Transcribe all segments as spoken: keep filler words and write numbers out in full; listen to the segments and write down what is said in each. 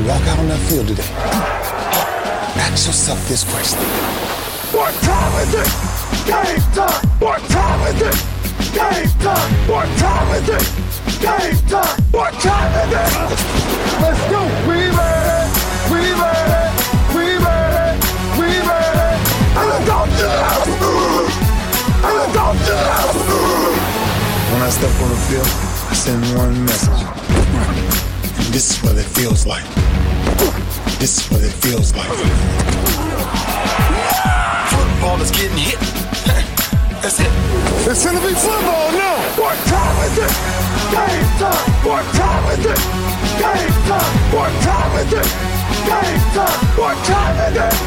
walk out on that field today, ask yourself this question. What time is it? Game time! What time is it? Game time! What time is it? Game time! What time is it? Let's go! We made it! We made it! We made it! We made it! And let's go to the house! And let's go to the house! When I step on the field, I send one message. This is what it feels like. This is what it feels like. Football is getting hit. That's it. It's gonna be football now. What time is it? Game time. What time is it? Game time. What time is it? Game time. What time is it?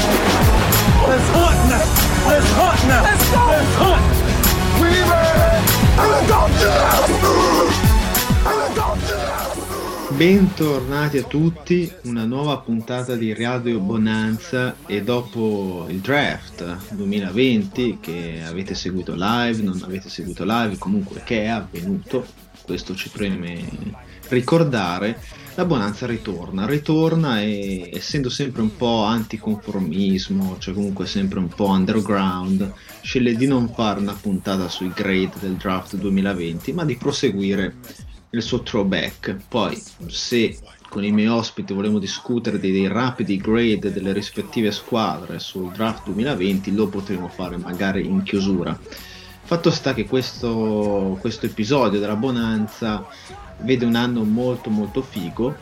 Let's hunt now. Let's hunt now. Let's go. Let's hunt. We made it. And let's go to the house. And let's go to the house. Bentornati a tutti, una nuova puntata di Radio Bonanza. E dopo il draft duemilaventi che avete seguito live, non avete seguito live, comunque che è avvenuto, questo ci preme ricordare, la Bonanza ritorna, ritorna e essendo sempre un po' anticonformismo, cioè comunque sempre un po' underground, sceglie di non fare una puntata sui grade del draft duemilaventi, ma di proseguire il suo throwback. Poi se con i miei ospiti vogliamo discutere dei, dei rapidi grade delle rispettive squadre sul draft duemilaventi, lo potremo fare magari in chiusura. Fatto sta che questo, questo episodio della Bonanza vede un anno molto molto figo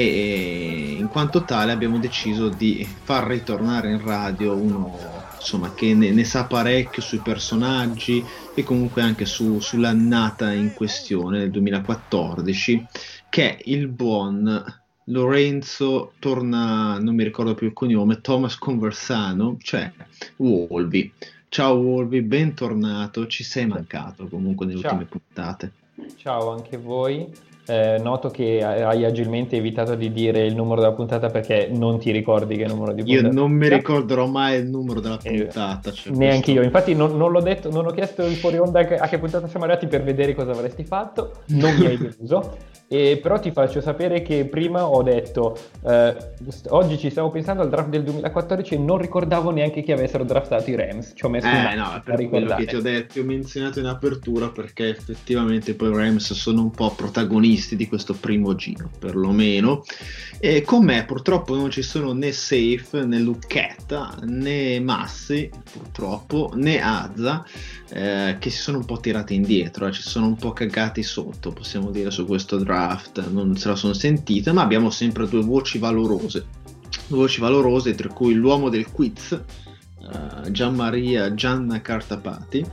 e in quanto tale abbiamo deciso di far ritornare in radio uno insomma che ne, ne sa parecchio sui personaggi e comunque anche su, sull'annata in questione del duemilaquattordici, che è il buon Lorenzo, torna, non mi ricordo più il cognome, Thomas Conversano, cioè Wolvi. Ciao Wolvi, bentornato, ci sei mancato comunque nelle Ciao. ultime puntate. Ciao anche voi. Eh, noto che hai agilmente evitato di dire il numero della puntata perché non ti ricordi che numero di puntata. Io non mi ricorderò mai il numero della puntata. Eh, cioè neanche questo... io, infatti non, non l'ho detto, non ho chiesto il fuori onda a che puntata siamo arrivati per vedere cosa avresti fatto, non mi hai deluso. E però ti faccio sapere che prima ho detto eh, oggi ci stavo pensando al draft del duemilaquattordici e non ricordavo neanche che avessero draftato i Rams, ci ho messo eh, un attimo no, a per quello ricordare. che ti ho detto, ti ho menzionato in apertura perché effettivamente poi i Rams sono un po' protagonisti di questo primo giro perlomeno, e con me purtroppo non ci sono né Safe né Lucchetta né Massi purtroppo né Azza, eh, che si sono un po' tirati indietro, eh, ci sono un po' cagati sotto, possiamo dire, su questo draft, non se la sono sentita, ma abbiamo sempre due voci valorose, due voci valorose tra cui l'uomo del quiz, uh, Gianmaria Gianna Cartapati.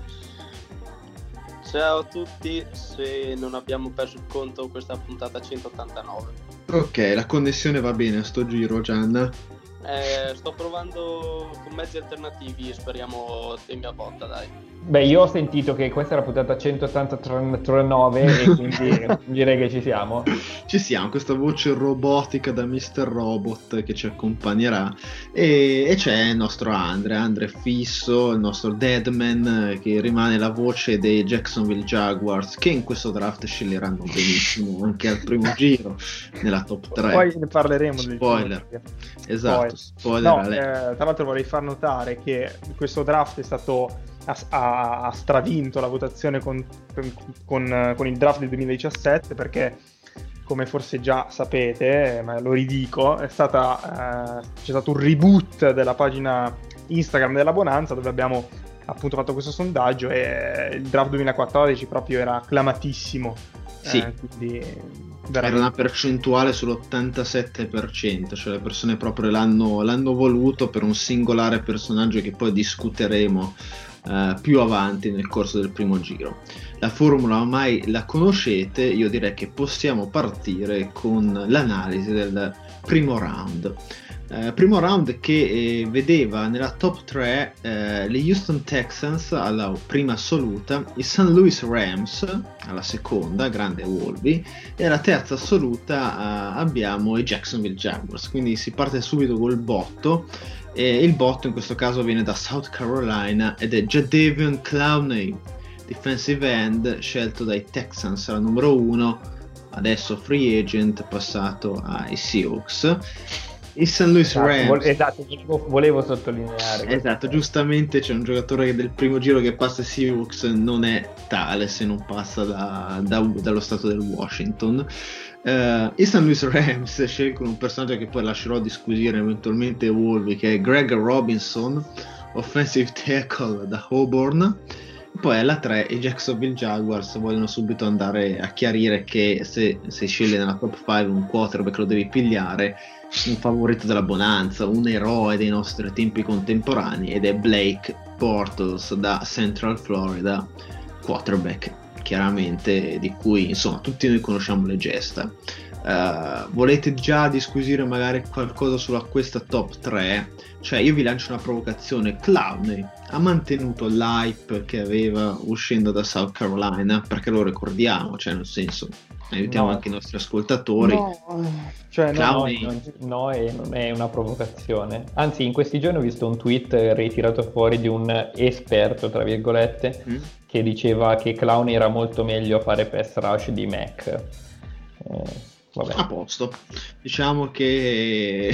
Ciao a tutti, se non abbiamo perso il conto questa puntata centottantanove. Ok, la connessione va bene a sto giro, Gianna? Eh, sto provando con mezzi alternativi, speriamo tenga botta, dai. Beh, io ho sentito che questa è la puntata centottantanove e quindi direi che ci siamo. Ci siamo, questa voce robotica da mister Robot che ci accompagnerà e, e c'è il nostro Andre, Andre fisso, il nostro Deadman, che rimane la voce dei Jacksonville Jaguars, che in questo draft sceglieranno benissimo anche al primo giro nella top tre. Poi ne parleremo del spoiler. Giro. Esatto, Poi. spoiler No, a lei. eh, tra l'altro vorrei far notare che questo draft è stato ha, ha, ha stravinto la votazione con, con, con il draft del duemiladiciassette, perché come forse già sapete, ma lo ridico, è stata, eh, c'è stato un reboot della pagina Instagram della Bonanza, dove abbiamo appunto fatto questo sondaggio e il draft duemilaquattordici proprio era acclamatissimo. Sì. Eh, quindi Era una percentuale sull'ottantasette per cento, cioè le persone proprio l'hanno, l'hanno voluto per un singolare personaggio che poi discuteremo uh, più avanti nel corso del primo giro. La formula ormai la conoscete, io direi che possiamo partire con l'analisi del primo round. Uh, primo round che eh, vedeva nella top tre eh, le Houston Texans alla prima assoluta, i Saint Louis Rams alla seconda, grande Wolby, e alla terza assoluta eh, abbiamo i Jacksonville Jaguars. Quindi si parte subito col botto, e il botto in questo caso viene da South Carolina ed è Jadeveon Clowney, defensive end scelto dai Texans alla numero uno. Uh, adesso free agent, passato ai Seahawks. I Saint Louis esatto, Rams, vo- esatto, volevo, volevo sottolineare esatto, giustamente c'è un giocatore del primo giro che passa ai Seahawks, non è tale se non passa da, da, dallo stato del Washington. Uh, I Saint Louis Rams scelgono un personaggio che poi lascerò disquisire eventualmente Wolvi, che è Greg Robinson, offensive tackle da Auburn. Poi alla tre i Jacksonville Jaguars vogliono subito andare a chiarire che se si sceglie nella top cinque un quarterback lo devi pigliare, un favorito della bonanza, un eroe dei nostri tempi contemporanei, ed è Blake Bortles da Central Florida, quarterback chiaramente di cui insomma tutti noi conosciamo le gesta. Uh, volete già disquisire magari qualcosa sulla questa top tre? Cioè io vi lancio una provocazione: Clowney ha mantenuto l'hype che aveva uscendo da South Carolina? Perché lo ricordiamo, cioè nel senso, aiutiamo No. anche i nostri ascoltatori. No, cioè, no, Clowney- No, non- no, e non è una provocazione. Anzi, in questi giorni ho visto un tweet ritirato fuori di un esperto, tra virgolette, Mm? che diceva che Clown era molto meglio a fare pass rush di Mac. Eh, vabbè. A posto, diciamo che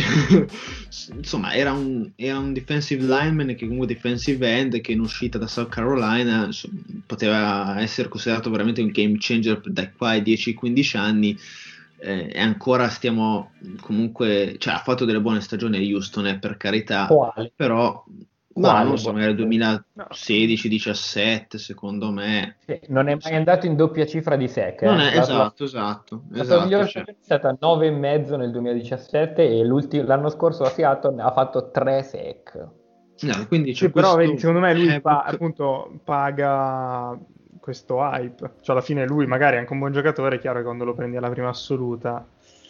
insomma era un, era un defensive lineman che comunque defensive end, che in uscita da South Carolina insomma, poteva essere considerato veramente un game changer da qua ai dieci quindici anni, eh, e ancora stiamo comunque, cioè ha fatto delle buone stagioni a Houston, eh, per carità, Quale? però ma Quale non so, buone magari stagioni? duemilasedici diciassette secondo me. Sì, non è mai andato in doppia cifra di sec. Non eh. è La- esatto, esatto, La sua migliore esatto, cioè. stagione è stata nove e mezzo nel duemiladiciassette e l'ulti- l'anno scorso a Seattle ha fatto tre sec. No, quindi c'è Sì, però questo vedi, secondo me lui pa- havoc- appunto paga questo hype. Cioè alla fine lui magari è anche un buon giocatore, è chiaro che quando lo prendi alla prima assoluta...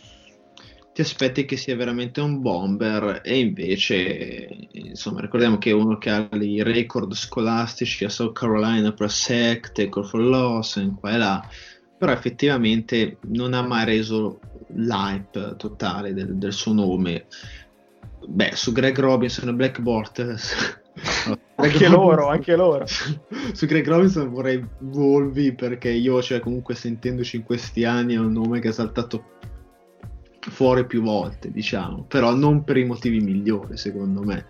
ti aspetti che sia veramente un bomber, e invece insomma ricordiamo che è uno che ha i record scolastici a South Carolina per sack, tackle for loss, in qua e là, però effettivamente non ha mai reso l'hype totale del, del suo nome. Beh, su Greg Robinson e Black Bortles Anche loro, anche loro. Su Greg Robinson vorrei Volvi, perché io, cioè, comunque sentendoci in questi anni, è un nome che è saltato fuori più volte, diciamo, però non per i motivi migliori, secondo me.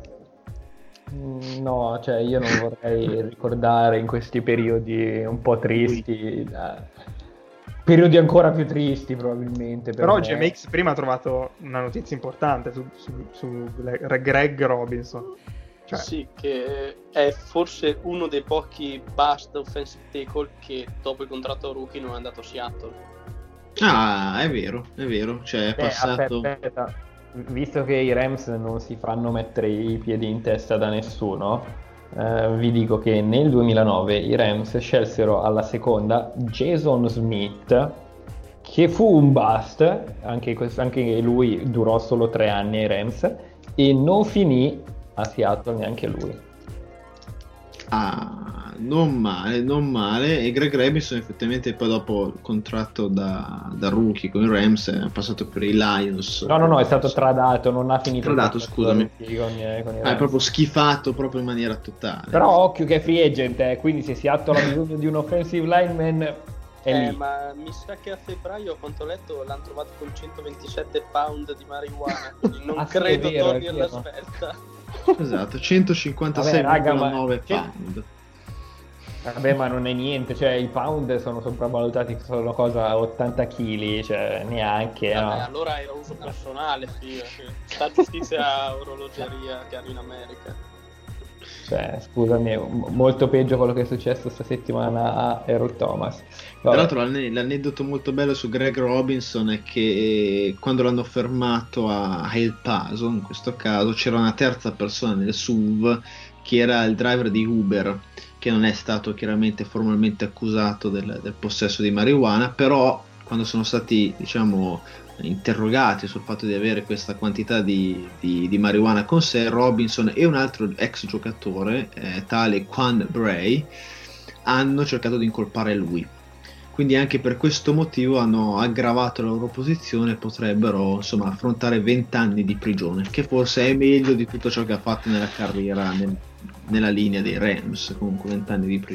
Mm, No, cioè io non vorrei ricordare in questi periodi un po' tristi, eh, periodi ancora più tristi probabilmente. per Però me. G M X prima ha trovato una notizia importante su, su, su Greg Robinson. Cioè, Sì, che è forse uno dei pochi bust offensive tackle che dopo il contratto rookie non è andato a Seattle. Ah, è vero, è vero, cioè è Beh, passato... aspetta, aspetta. Visto che i Rams non si fanno mettere i piedi in testa da nessuno, eh, vi dico che nel duemilanove i Rams scelsero alla seconda Jason Smith, che fu un bust, anche, questo- anche lui durò solo tre anni ai Rams, e non finì a Seattle neanche lui. Ah, non male, non male. E Greg Robinson effettivamente poi dopo il contratto da, da rookie con i Rams è passato per i Lions. No, no, no, è stato tradato, non ha finito il Tradato, contratto scusami. con, con i Ah, è Rams. proprio schifato proprio in maniera totale. Però occhio che è free agent, eh, quindi se Seattle ha bisogno di un offensive lineman è Eh, lì. ma mi sa che a febbraio, a quanto ho letto, l'hanno trovato con centoventisette pound di marijuana, quindi non Ah, sì, è credo vero, è torni alla vero. Esatto, svelta. Vabbè, centocinquantasei raga, virgola ma- nove cioè- pound. Vabbè, ma non è niente, cioè i pound sono sopravvalutati, sono cosa ottanta chili, cioè neanche, no? Vabbè, allora era uso personale, figa. Sta giustizia orologeria che arriva in America. Cioè, scusami, è m- molto peggio quello che è successo sta settimana a Earl Thomas. Tra Vabbè. l'altro l'ane- l'aneddoto molto bello su Greg Robinson è che quando l'hanno fermato a El Paso, in questo caso, c'era una terza persona nel S U V che era il driver di Uber, che non è stato chiaramente formalmente accusato del, del possesso di marijuana, però quando sono stati, diciamo, interrogati sul fatto di avere questa quantità di, di, di marijuana con sé, Robinson e un altro ex giocatore, eh, tale Quan Bray, hanno cercato di incolpare lui. Quindi anche per questo motivo hanno aggravato la loro posizione e potrebbero insomma affrontare venti anni di prigione, che forse è meglio di tutto ciò che ha fatto nella carriera nel- nella linea dei Rams. Comunque venti anni di Sì. prigione.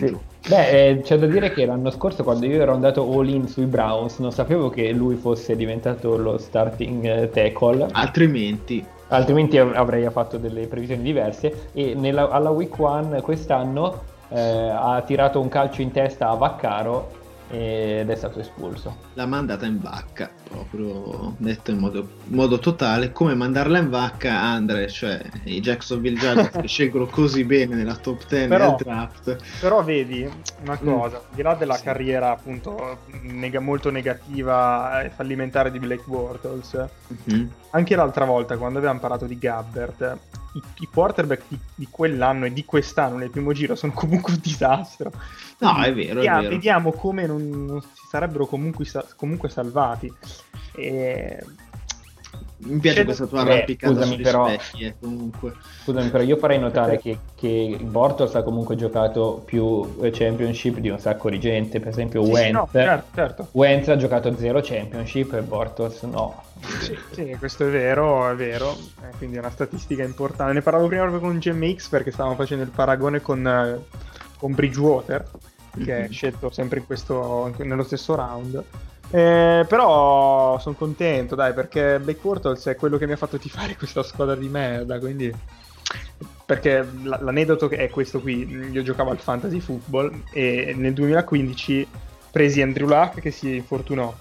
Beh, eh, c'è da dire che l'anno scorso, quando io ero andato all in sui Browns, non sapevo che lui fosse diventato lo starting eh, tackle. Altrimenti, Altrimenti av- avrei fatto delle previsioni diverse. E nella- alla week one quest'anno eh, ha tirato un calcio in testa a Vaccaro ed è stato espulso. l'ha mandata in vacca, proprio detto in modo, in modo totale. Come mandarla in vacca, Andre, cioè i Jacksonville Jaguars che scelgono così bene nella top dieci Però- del draft. Però vedi una Mm. cosa, al di là della Sì. carriera appunto nega- molto negativa e fallimentare di Blake Bortles, Mhm. anche l'altra volta quando avevamo parlato di Gabbert, i, i quarterback di, di quell'anno e di quest'anno nel primo giro sono comunque un disastro. No, è vero, è Vediamo, vero. vediamo come non, non si sarebbero comunque, sa- comunque salvati. E... Mi piace C'è- questa tua Beh, arrampicata scusami, sugli però- specchi, eh, comunque. Scusami, però io farei notare che, che Bortles ha comunque giocato più eh, championship di un sacco di gente. Per esempio Sì, sì, Wentz, no, certo, certo. Wentz ha giocato zero championship e Bortles no. Sì, sì, questo è vero, è vero, eh, quindi è una statistica importante. Ne parlavo prima proprio con G M X perché stavamo facendo il paragone con, eh, con Bridgewater, che è Mhm. scelto sempre in questo, in- nello stesso round. Eh, però sono contento, dai, perché Blake Bortles è quello che mi ha fatto tifare questa squadra di merda, quindi... Perché l- l'aneddoto è questo qui, io giocavo al fantasy football e nel duemilaquindici presi Andrew Luck che si infortunò.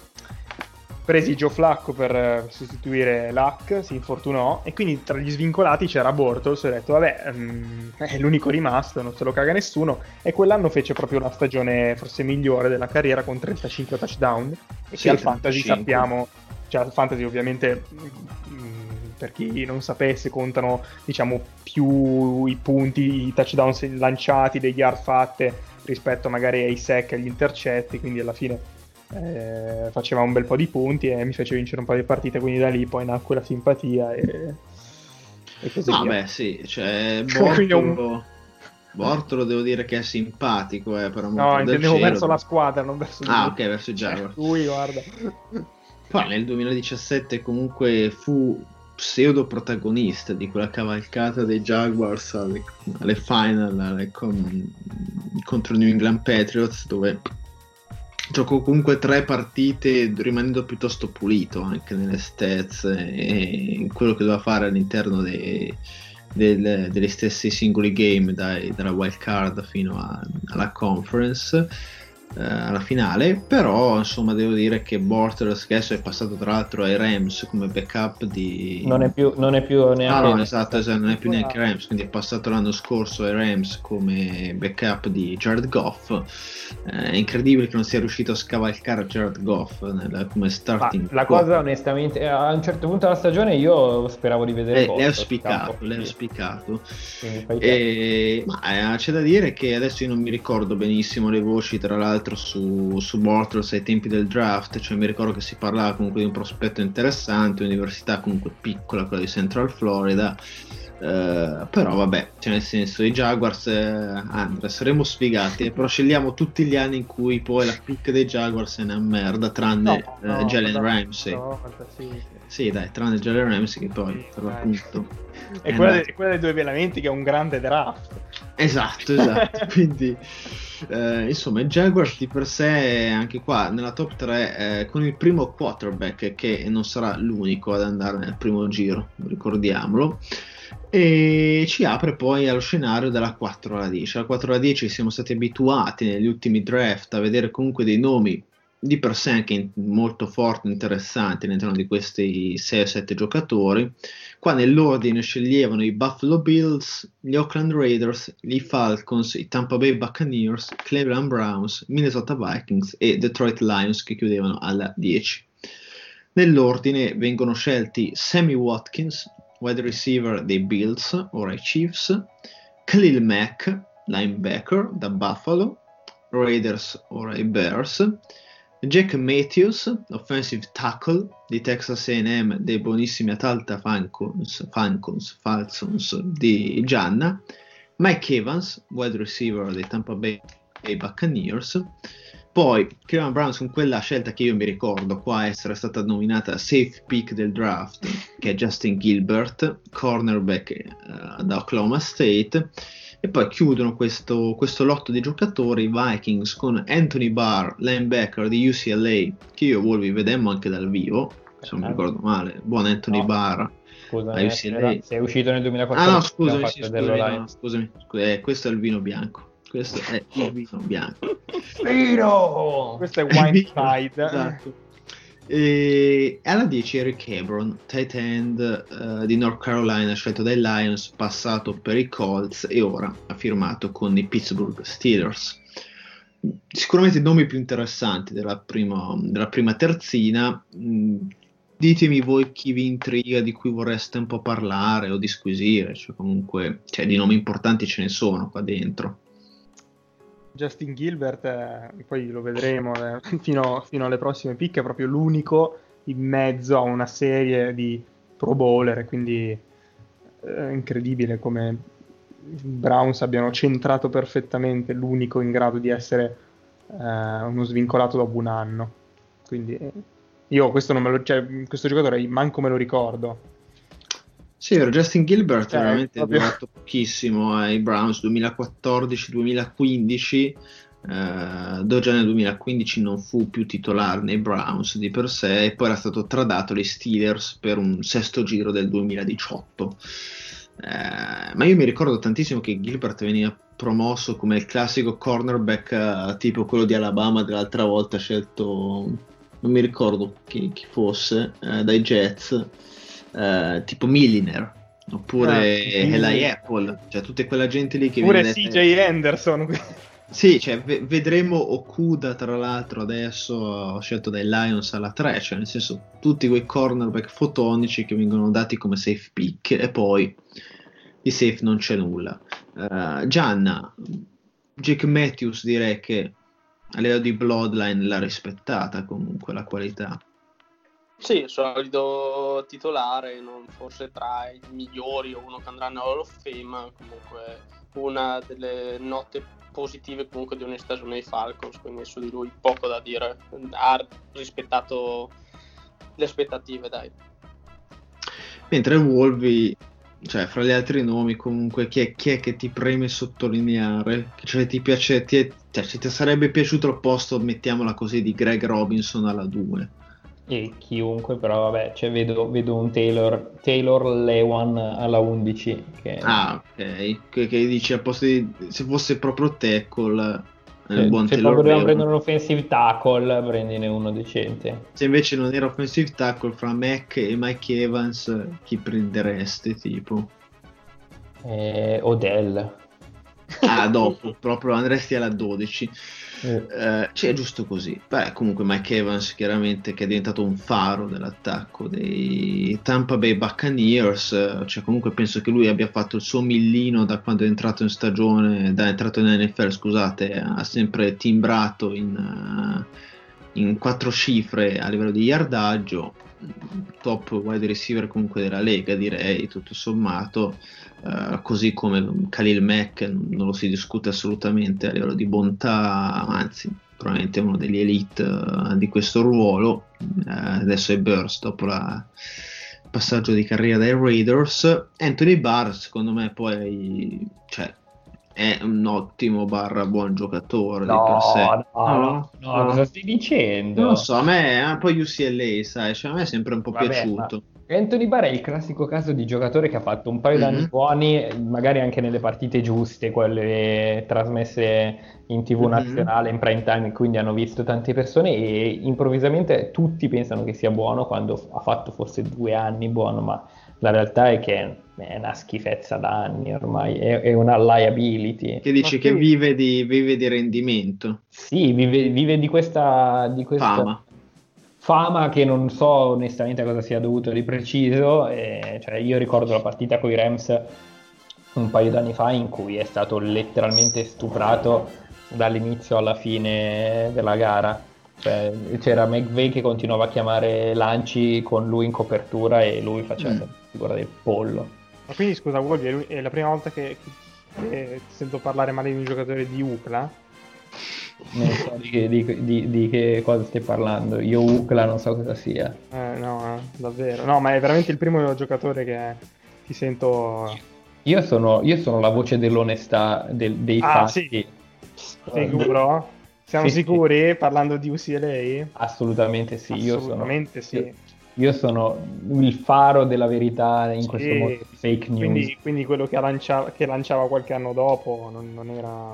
Presi Joe Flacco per eh, sostituire Luck, si infortunò e quindi tra gli svincolati c'era Bortles e ho detto vabbè, mm, è l'unico rimasto, non se lo caga nessuno, e quell'anno fece proprio la stagione forse migliore della carriera con trentacinque touchdown e Sì, che al fantasy trentacinque. sappiamo, cioè al fantasy ovviamente mm, per chi non sapesse contano diciamo più i punti, i touchdown se- lanciati, le yard fatte rispetto magari ai sack e agli intercetti, quindi alla fine eh, faceva un bel po' di punti e mi fece vincere un po' di partite, quindi da lì poi nacque la simpatia e, e così No, via. beh, sì, cioè Quindi è un- Bortolo, Bortolo devo dire che è simpatico, eh, per amor No, del intendevo cielo. verso la squadra, non verso di Ah, lui. ok, verso i Jaguars. Lui, guarda. Poi nel duemiladiciassette comunque fu pseudo protagonista di quella cavalcata dei Jaguars alle, alle final alle con- contro New England Patriots, dove giocò comunque tre partite rimanendo piuttosto pulito anche nelle stats e in quello che doveva fare all'interno dei, del, degli stessi singoli game, dai, dalla wild card fino a- alla conference, eh, alla finale. Però insomma devo dire che Bortles, che adesso è passato tra l'altro ai Rams come backup di... Non è più, non è più Ah neanche... no, esatto, esatto, non è più neanche Rams, quindi è passato l'anno scorso ai Rams come backup di Jared Goff. Eh, è incredibile che non sia riuscito a scavalcare Jared Goff nel- come Ma starting. la cosa onestamente, a un certo punto della stagione io speravo di vedere Eh, l'hai Bortles in auspicato, campo, l'hai sì. auspicato. Quindi fai te. E, ma eh, c'è da dire che adesso io non mi ricordo benissimo le voci, tra l'altro, su, su Bortles ai tempi del draft. Cioè mi ricordo che si parlava comunque di un prospetto interessante, università comunque piccola, quella di Central Florida. Eh, però vabbè, cioè nel senso i Jaguars, eh, Andre, saremo sfigati, però scegliamo tutti gli anni in cui poi la pick dei Jaguars è una merda, tranne No, eh, no, Jalen no, Ramsey. no, sì, sì. Sì, dai, tranne Jalen Ramsey che poi per Dai. l'appunto E è quella, andato- de- quella dei due elementi che è un grande draft. Esatto, esatto. Quindi, eh, insomma, il Jaguars di per sé, anche qua nella top tre, eh, con il primo quarterback, che non sarà l'unico ad andare nel primo giro, ricordiamolo, e ci apre poi allo scenario dalla quattro alla dieci. Alla quattro alla dieci siamo stati abituati negli ultimi draft a vedere comunque dei nomi di per sé anche in- molto forti e interessanti all'interno di questi sei o sette giocatori. Qua nell'ordine sceglievano i Buffalo Bills, gli Oakland Raiders, i Falcons, i Tampa Bay Buccaneers, Cleveland Browns, Minnesota Vikings e Detroit Lions, che chiudevano alla dieci. Nell'ordine vengono scelti Sammy Watkins, wide receiver dei Bills, ora i Chiefs, Khalil Mack, linebacker da Buffalo, Raiders, ora i Bears, Jack Matthews, offensive tackle di Texas A and M dei buonissimi Atlanta Falcons, Falcons, Falcons di Gianna, Mike Evans, wide receiver dei Tampa Bay Buccaneers, poi Cleveland Browns con quella scelta che io mi ricordo qua essere stata nominata safe pick del draft, che è Justin Gilbert, cornerback uh, da Oklahoma State, E poi chiudono questo, questo lotto di giocatori, i Vikings, con Anthony Barr, linebacker di U C L A, che io e Wolvi vedemmo anche dal vivo, se non mi ricordo male, buon Anthony No. Barr. Scusa, a U C L A. sei uscito nel duemilaquattordici. Ah no, scusami, sì, abbiamo fatto scusami, dello no, Lions. scusami, scu- eh, questo è il vino bianco. Questo è il vino bianco. Vino! Questo è Wineside. Esatto. E alla dieci Eric Hebron, tight end eh, di North Carolina, scelto dai Lions, passato per i Colts e ora ha firmato con i Pittsburgh Steelers. Sicuramente i nomi più interessanti della prima, della prima terzina. Mh, ditemi voi chi vi intriga, di cui vorreste un po' parlare o disquisire, cioè comunque cioè, di nomi importanti ce ne sono qua dentro. Justin Gilbert, eh, poi lo vedremo eh, fino, fino alle prossime pick, è proprio l'unico in mezzo a una serie di Pro Bowler, quindi è incredibile come i Browns abbiano centrato perfettamente l'unico in grado di essere eh, uno svincolato dopo un anno. Quindi eh, io questo non me lo, cioè, questo giocatore manco me lo ricordo. Sì, vero, Justin Gilbert Cioè, veramente è proprio- durato pochissimo ai Browns, duemilaquattordici duemilaquindici, eh, dove già nel duemilaquindici non fu più titolare nei Browns di per sé, e poi era stato tradato agli Steelers per un sesto giro del duemiladiciotto. Eh, ma io mi ricordo tantissimo che Gilbert veniva promosso come il classico cornerback, eh, tipo quello di Alabama dell'altra volta scelto, non mi ricordo chi, chi fosse, eh, dai Jets. Uh, tipo Milliner oppure Ah, Eli Apple, cioè tutta quella gente lì che Pure viene C detta- J Anderson. sì, cioè ve- vedremo Okuda tra l'altro adesso scelto dai Lions alla tre, cioè nel senso tutti quei cornerback fotonici che vengono dati come safe pick e poi di safe non c'è nulla. uh, Gianna, Jake Matthews direi che a livello di bloodline l'ha rispettata comunque la qualità. Sì, solido titolare, non forse tra i migliori o uno che andrà nella Hall of Fame, comunque una delle note positive comunque di ogni stagione dei Falcons, quindi su di lui poco da dire, ha rispettato le aspettative, dai. Mentre Wolvi, cioè fra gli altri nomi comunque chi è, chi è che ti preme sottolineare, cioè ti piace, ti, è, cioè, se ti sarebbe piaciuto il posto, mettiamola così, di Greg Robinson alla due? E chiunque, però vabbè, cioè vedo, vedo un Taylor, Taylor Lewan alla undici. Che... Ah, ok. Che, che dici al posto di, se fosse proprio tackle, eh, se, il buon se Taylor proprio dobbiamo Lewan. prendere un offensive tackle, prendine uno decente. Se invece non era offensive tackle fra Mac e Mike Evans, chi prenderesti tipo? Eh, Odell. Ah, dopo, proprio andresti alla dodici. Eh, Eh, cioè, è giusto così. Beh, comunque Mike Evans chiaramente che è diventato un faro dell'attacco dei Tampa Bay Buccaneers, eh, cioè comunque penso che lui abbia fatto il suo millino da quando è entrato in stagione, da è entrato in N F L, scusate, ha sempre timbrato in, uh, in quattro cifre a livello di yardaggio, top wide receiver comunque della Lega, direi, tutto sommato. Uh, così come Khalil Mack non lo si discute assolutamente a livello di bontà, anzi probabilmente è uno degli elite uh, di questo ruolo. Uh, adesso è Burst dopo la, il passaggio di carriera dai Raiders. Anthony Barr secondo me poi cioè, è un ottimo barra buon giocatore no, di per sé. no, No, no, no. cosa stai dicendo? Non lo so, a me eh, poi U C L A, sai, cioè, a me è sempre un po' Vabbè, piaciuto. Anthony Barr è il classico caso di giocatore che ha fatto un paio Mhm. d'anni buoni, magari anche nelle partite giuste, quelle trasmesse in tivù Mhm. nazionale, in prime time, quindi hanno visto tante persone e improvvisamente tutti pensano che sia buono quando ha fatto forse due anni buono, ma la realtà è che è una schifezza da anni ormai, è, è una liability. Che dici Ma che sì. vive di, vive di rendimento, Sì, vive, vive di questa, di questa fama. fama che non so onestamente a cosa sia dovuto di preciso. E, cioè, io ricordo la partita con i Rams un paio d'anni fa in cui è stato letteralmente stuprato dall'inizio alla fine della gara. Cioè, c'era McVay che continuava a chiamare lanci con lui in copertura e lui faceva Mm. la figura del pollo. Ma quindi scusa, Wolvi, è lui- è la prima volta che, che- che sento parlare male di un giocatore di U C L A? Non so di che, di- di- di che cosa stai parlando. Io U C L A non so cosa sia. Eh, no, eh, davvero. No, ma è veramente il primo giocatore che ti sento Io sono, io sono la voce dell'onestà del- dei Ah, fatti. sì. Sicuro? Siamo Sì, sì. sicuri parlando di U C L A? Assolutamente sì, io sono, Assolutamente sì. io, io sono il faro della verità in questo Sì. mondo di fake news. Quindi, quindi quello che lanciava, che lanciava qualche anno dopo non, non era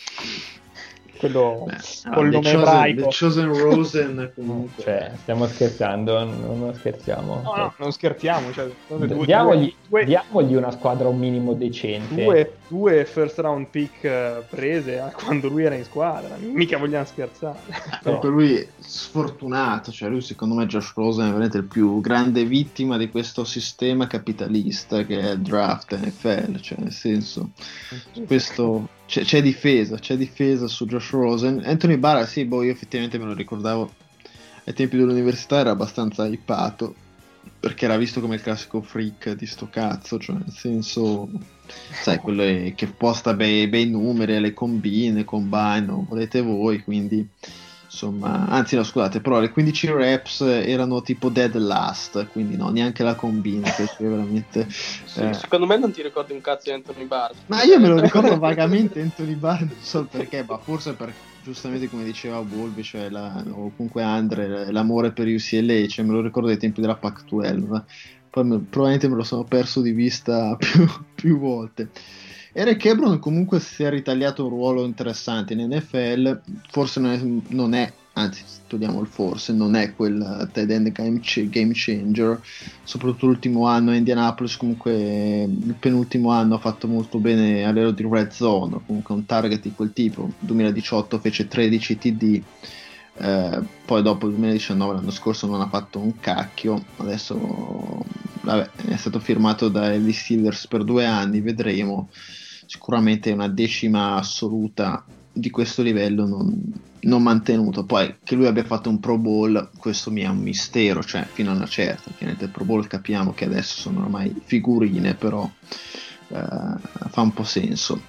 quello Beh, col allora, nome The Chosen, ebraico. The Chosen Rosen comunque. Cioè, stiamo scherzando, non, non scherziamo. No, Cioè, no, non scherziamo. Cioè, due, diamogli, due- diamogli una squadra un minimo decente. due, due first round pick eh, prese eh, quando lui era in squadra. Mica vogliamo scherzare. Comunque lui è sfortunato, cioè lui secondo me Josh Rosen è veramente il più grande vittima di questo sistema capitalista che è il draft N F L, cioè nel senso questo c'è, c'è difesa, c'è difesa su Josh Rosen. Anthony Barr, sì, boh, io effettivamente me lo ricordavo ai tempi dell'università, era abbastanza hypato perché era visto come il classico freak di sto cazzo, cioè nel senso, sai, quello è, che posta bei, bei numeri, le combine, combine, non volete voi, quindi insomma, anzi no, scusate, però le quindici reps erano tipo dead last, quindi no, neanche la combine, perché veramente... Sì, eh. secondo me non ti ricordi un cazzo di Anthony Barr. Ma io me lo ricordo vagamente Anthony Barr, non so perché, ma forse per giustamente come diceva Wolby, cioè la, o comunque Andre, l'amore per U C L A, cioè me lo ricordo dai tempi della Pac dodici, poi me, probabilmente me lo sono perso di vista più, più volte. Eric Ebron comunque si è ritagliato un ruolo interessante in N F L, forse non è, non è anzi togliamo il forse, non è quel tight end game, game changer, soprattutto l'ultimo anno a Indianapolis, comunque il penultimo anno ha fatto molto bene a livello di red zone, comunque un target di quel tipo. duemiladiciotto fece tredici T D, eh, poi dopo il duemiladiciannove, l'anno scorso, non ha fatto un cacchio, adesso vabbè, è stato firmato dagli Steelers per due anni, vedremo. Sicuramente una decima assoluta di questo livello non, non mantenuto. Poi che lui abbia fatto un Pro Bowl, questo mi è un mistero, cioè fino a una certa. Chiaramente il Pro Bowl capiamo che adesso sono ormai figurine, però eh, fa un po' senso.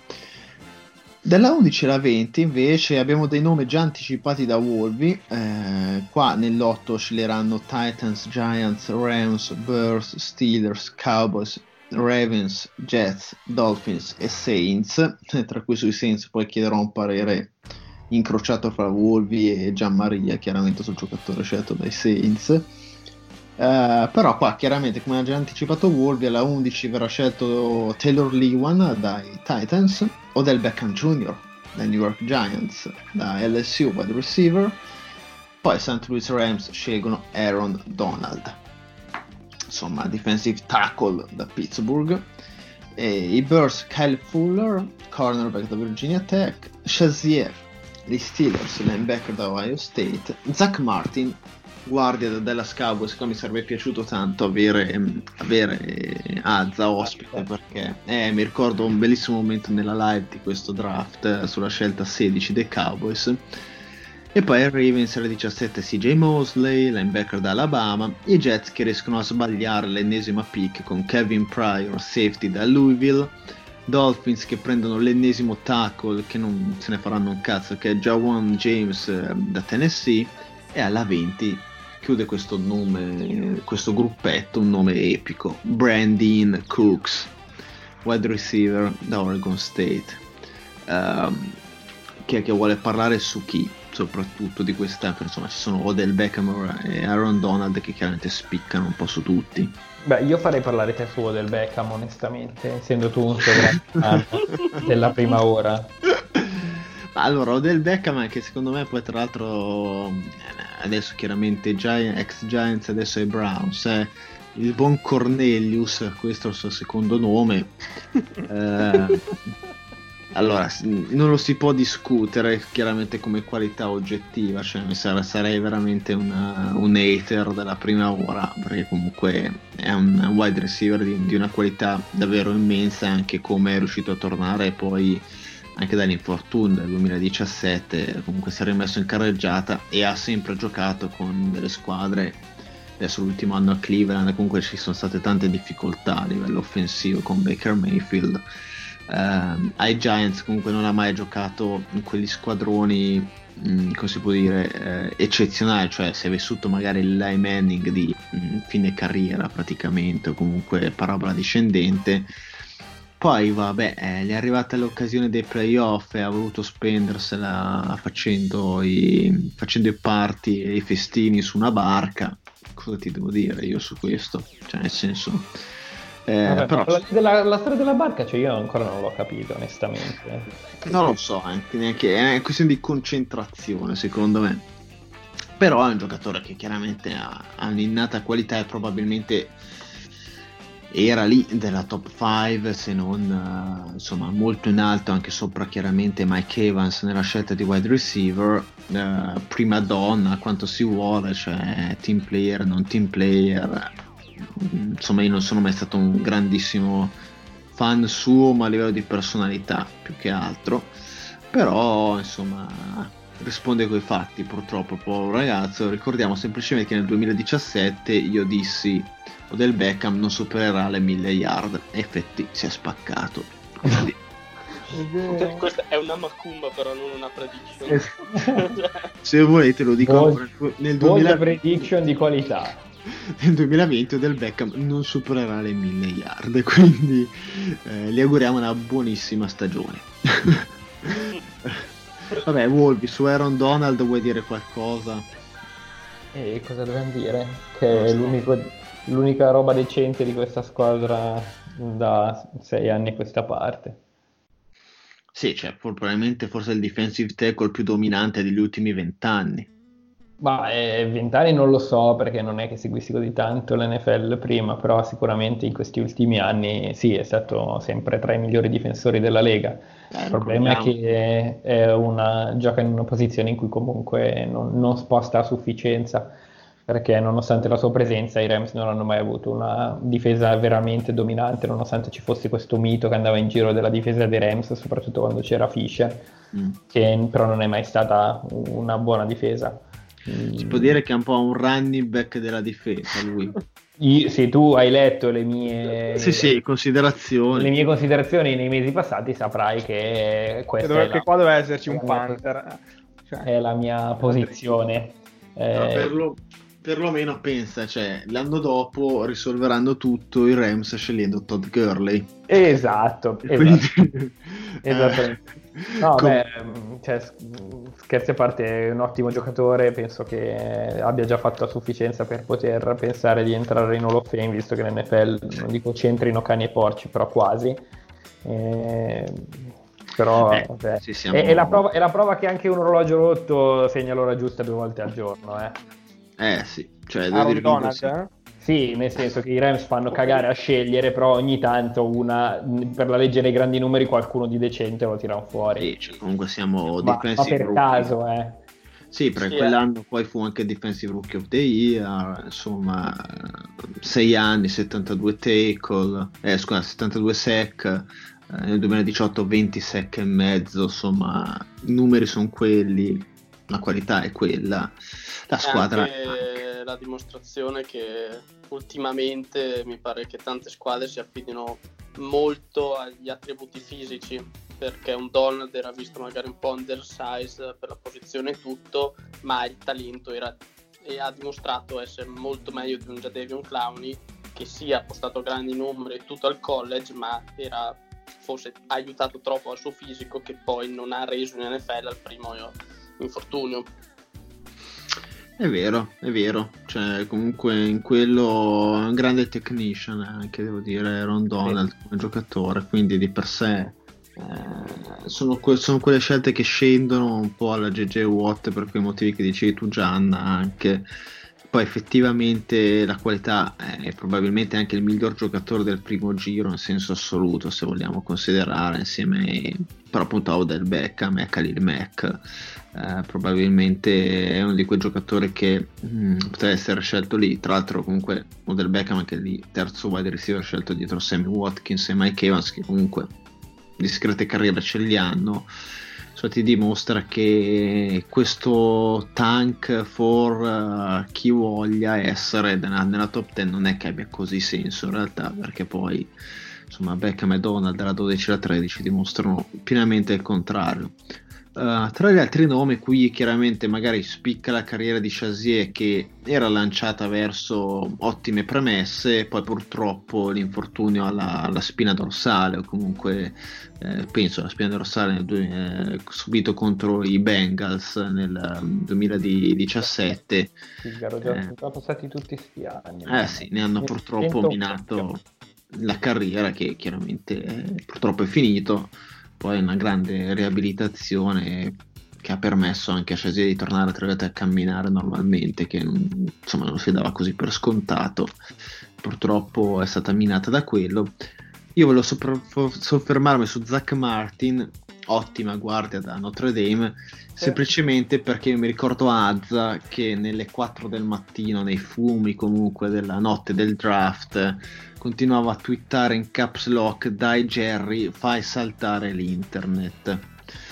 Dalla undici alla venti invece abbiamo dei nomi già anticipati da Wolby, eh, qua nell'otto oscilleranno Titans, Giants, Rams, Bears, Steelers, Cowboys, Ravens, Jets, Dolphins e Saints, tra cui sui Saints poi chiederò un parere incrociato fra Wolby e Gianmaria, chiaramente sul giocatore scelto dai Saints. Uh, però qua chiaramente, come ha già anticipato Wolby, alla undici verrà scelto Taylor Lewan dai Titans, Odell Beckham Junior dai New York Giants, da L S U wide receiver, poi Saint Louis Rams scelgono Aaron Donald, insomma defensive tackle da Pittsburgh, e i Bears Kyle Fuller, cornerback da Virginia Tech, Shazier, gli Steelers linebacker da Ohio State, Zach Martin, guardia da Dallas Cowboys. Qua mi sarebbe piaciuto tanto avere, avere Azza ospite, perché eh, mi ricordo un bellissimo momento nella live di questo draft eh, sulla scelta sedici dei Cowboys. E poi il Ravens alla diciassette C J Mosley, linebacker da Alabama, i Jets che riescono a sbagliare l'ennesima pick con Kevin Pryor, safety da Louisville, Dolphins che prendono l'ennesimo tackle che non se ne faranno un cazzo, che è Jawan James eh, da Tennessee, e alla venti chiude questo nome, questo gruppetto, un nome epico, Brandon Cooks, wide receiver da Oregon State. Um, chi è che vuole parlare su chi? Soprattutto di questa, insomma, ci sono Odell Beckham e Aaron Donald che chiaramente spiccano un po' su tutti. Beh, io farei parlare te su Odell Beckham, onestamente, essendo tu un suo grande fan della prima ora. Allora, Odell Beckham, che secondo me poi tra l'altro adesso chiaramente Giant, ex Giants, adesso è Browns, eh. Il buon Cornelius, questo è il suo secondo nome. eh, allora, non lo si può discutere chiaramente come qualità oggettiva, cioè mi sarà, sarei veramente una, un hater della prima ora, perché comunque è un wide receiver di, di una qualità davvero immensa, anche come è riuscito a tornare poi anche dall'infortunio del duemiladiciassette, comunque si è rimesso in carreggiata e ha sempre giocato con delle squadre. Adesso l'ultimo anno a Cleveland comunque ci sono state tante difficoltà a livello offensivo con Baker Mayfield. Uh, ai Giants comunque non ha mai giocato in quegli squadroni, mh, come si può dire, eh, eccezionali, cioè si è vissuto magari il Eli Manning di mh, fine carriera praticamente, o comunque parabola discendente. Poi vabbè, eh, gli è arrivata l'occasione dei playoff e ha voluto spendersela facendo i, facendo i party e i festini su una barca. Cosa ti devo dire io su questo? Cioè, nel senso... Eh, Vabbè, però... la, della, la storia della barca, cioè io ancora non l'ho capito, onestamente. Non lo so, anche neanche, è una questione di concentrazione, secondo me. Però è un giocatore che chiaramente ha, ha un'innata qualità e probabilmente era lì della top cinque, se non uh, insomma molto in alto, anche sopra chiaramente Mike Evans nella scelta di wide receiver. Uh, prima donna, quanto si vuole, cioè team player, non team player. Insomma, io non sono mai stato un grandissimo fan suo, ma a livello di personalità più che altro. Però insomma risponde coi fatti, purtroppo, povero ragazzo. Ricordiamo semplicemente che nel duemiladiciassette io dissi Odell Beckham non supererà le mille yard, e effetti si è spaccato. Quindi... questa è una macumba, però non una prediction. Se volete lo dico Bold, nel duemilaventi... duemilaventi prediction di qualità. Nel duemilaventi Odell Beckham non supererà le mille yard, quindi eh, gli auguriamo una buonissima stagione. Vabbè, Wolby, su Aaron Donald vuoi dire qualcosa? E cosa dobbiamo dire? Che è l'unico, l'unica roba decente di questa squadra da sei anni a questa parte. Sì, cioè probabilmente forse il defensive tackle più dominante degli ultimi vent'anni. Ma eh, vent'anni non lo so, perché non è che seguissi così tanto l'N F L prima, però sicuramente in questi ultimi anni sì, è stato sempre tra i migliori difensori della Lega. Eh, Il problema è che è una, gioca in una posizione in cui comunque non, non sposta a sufficienza, perché nonostante la sua presenza i Rams non hanno mai avuto una difesa veramente dominante, nonostante ci fosse questo mito che andava in giro della difesa dei Rams, soprattutto quando c'era Fisher, mm. che però non è mai stata una buona difesa. Si può dire che è un po' un running back della difesa lui. Io, se tu hai letto le mie sì, sì, considerazioni. Le mie considerazioni nei mesi passati, saprai che questa dove, è la, che qua doveva esserci un Panther. Cioè, è la mia posizione. Eh, no, per lo, perlomeno pensa, cioè l'anno dopo risolveranno tutto i Rams scegliendo Todd Gurley. Esatto, Quindi... esatto. No, Com- beh, cioè, scherzi a parte, è un ottimo giocatore, penso che abbia già fatto a sufficienza per poter pensare di entrare in Hall of Fame, visto che l'N F L, non dico centrino cani e porci, però quasi. Eh, però eh, vabbè. Sì, siamo... è, è, la prova, è la prova che anche un orologio rotto segna l'ora giusta due volte al giorno. Eh, eh sì, cioè Aaron Donald, sì. Eh? Sì, nel senso che i Rams fanno cagare a scegliere, però ogni tanto una, per la legge dei grandi numeri qualcuno di decente lo tirano fuori. Sì, cioè, comunque siamo ma, defensive ma per rookie. caso, eh. Sì, perché sì, quell'anno eh. poi fu anche Defensive Rookie of the Year, insomma, sei anni, settantadue tackle, eh, scusa, settantadue sack, eh, nel duemiladiciotto venti sack e mezzo, insomma, i numeri sono quelli, la qualità è quella, la squadra... Anche la dimostrazione che ultimamente mi pare che tante squadre si affidino molto agli attributi fisici, perché un Donald era visto magari un po' undersize per la posizione e tutto, ma il talento era, e ha dimostrato essere molto meglio di un Jadeveon Clowney, che sì, ha postato grandi numeri e tutto al college, ma era forse aiutato troppo al suo fisico, che poi non ha reso in N F L al primo infortunio. È vero, è vero, cioè comunque in quello è un grande technician anche, devo dire, Aaron Donald come giocatore, quindi di per sé eh, sono, que- sono quelle scelte che scendono un po' alla J J Watt per quei motivi che dicevi tu, Gianna, anche. Poi effettivamente la qualità è probabilmente anche il miglior giocatore del primo giro in senso assoluto, se vogliamo considerare, insieme però appunto a Odell Beckham e a Khalil Mack. Eh, probabilmente è uno di quei giocatori che mh, potrebbe essere scelto lì. Tra l'altro comunque Odell Beckham anche lì terzo wide receiver scelto dietro Sammy Watkins e Mike Evans, che comunque discrete carriere ce li hanno. Cioè, ti dimostra che questo tank for uh, chi voglia essere nella, nella top dieci non è che abbia così senso in realtà, perché poi insomma Beckham e Donald dalla dodici alla tredici dimostrano pienamente il contrario. Uh, tra gli altri nomi qui chiaramente magari spicca la carriera di Shazier, che era lanciata verso ottime premesse, poi purtroppo l'infortunio alla, alla spina dorsale, o comunque eh, penso alla spina dorsale nel du- eh, subito contro i Bengals nel um, duemiladiciassette. Sì, ero già, eh, sono passati tutti sti anni. Eh sì, ne hanno purtroppo minato la carriera, che chiaramente eh, purtroppo è finito. Poi una grande riabilitazione che ha permesso anche a Shazier di tornare tra l'altro a camminare normalmente, che insomma non si dava così per scontato. Purtroppo è stata minata da quello. Io volevo sopra- soffermarmi su Zach Martin, ottima guardia da Notre Dame, semplicemente perché mi ricordo Azza che nelle quattro del mattino, nei fumi comunque della notte del draft, continuava a twittare in caps lock: dai Jerry, fai saltare l'internet.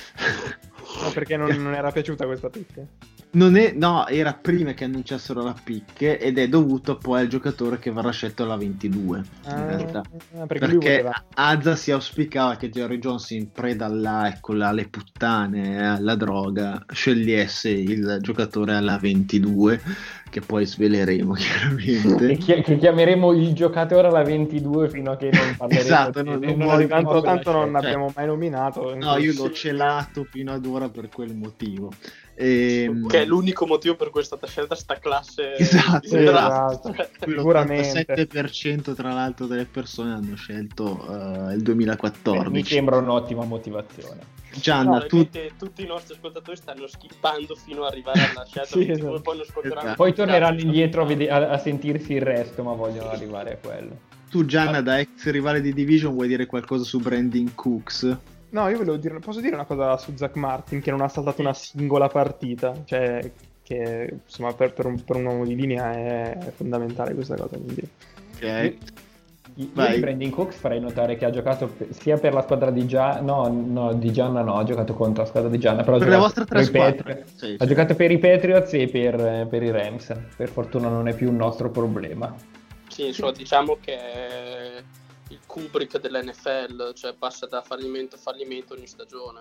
No, perché non, non era piaciuta questa picca? Non è, no, era prima che annunciassero la pick, ed è dovuto poi al giocatore che verrà scelto alla ventidue, ah, in realtà. perché, perché Azza si auspicava che Jerry Jones, in preda all'alcol, alle puttane, alla droga, scegliesse il giocatore alla ventidue, che poi sveleremo chiaramente. Che, che chiameremo il giocatore alla ventidue fino a che non parleremo. Esatto, di, non, non non non tanto, tanto non cioè, abbiamo mai nominato. No, io l'ho celato fino ad ora per quel motivo. E, che è l'unico motivo per cui è stata scelta sta classe. Esatto, sì, esatto. Sicuramente. l'ottantasette per cento tra l'altro delle persone hanno scelto uh, il duemilaquattordici. Mi sembra un'ottima motivazione. Gianna, no, tu... tutti i nostri ascoltatori stanno skippando fino ad arrivare alla scelta. Sì, esatto. esatto. Poi, non esatto. Poi torneranno indietro a, vede- a-, a sentirsi il resto, ma vogliono arrivare a quello. Tu Gianna, da ex rivale di Division, vuoi dire qualcosa su Brandon Cooks? No, io volevo dire, posso dire una cosa su Zach Martin, che non ha saltato una singola partita, cioè che insomma per, per, un, per un uomo di linea è, è fondamentale questa cosa. Quindi. Ok. Io di Brandon Cooks farei notare che ha giocato per, sia per la squadra di Gianna, no, no, di Gianna no, ha giocato contro la squadra di Gianna, però per ha, le giocato vostre tre squadre. Patri- sì, ha sì. giocato per i Patriots e per, per i Rams. Per fortuna non è più un nostro problema. Sì, insomma, diciamo che è il Kubrick dell'N F L, cioè passa da fallimento a fallimento ogni stagione.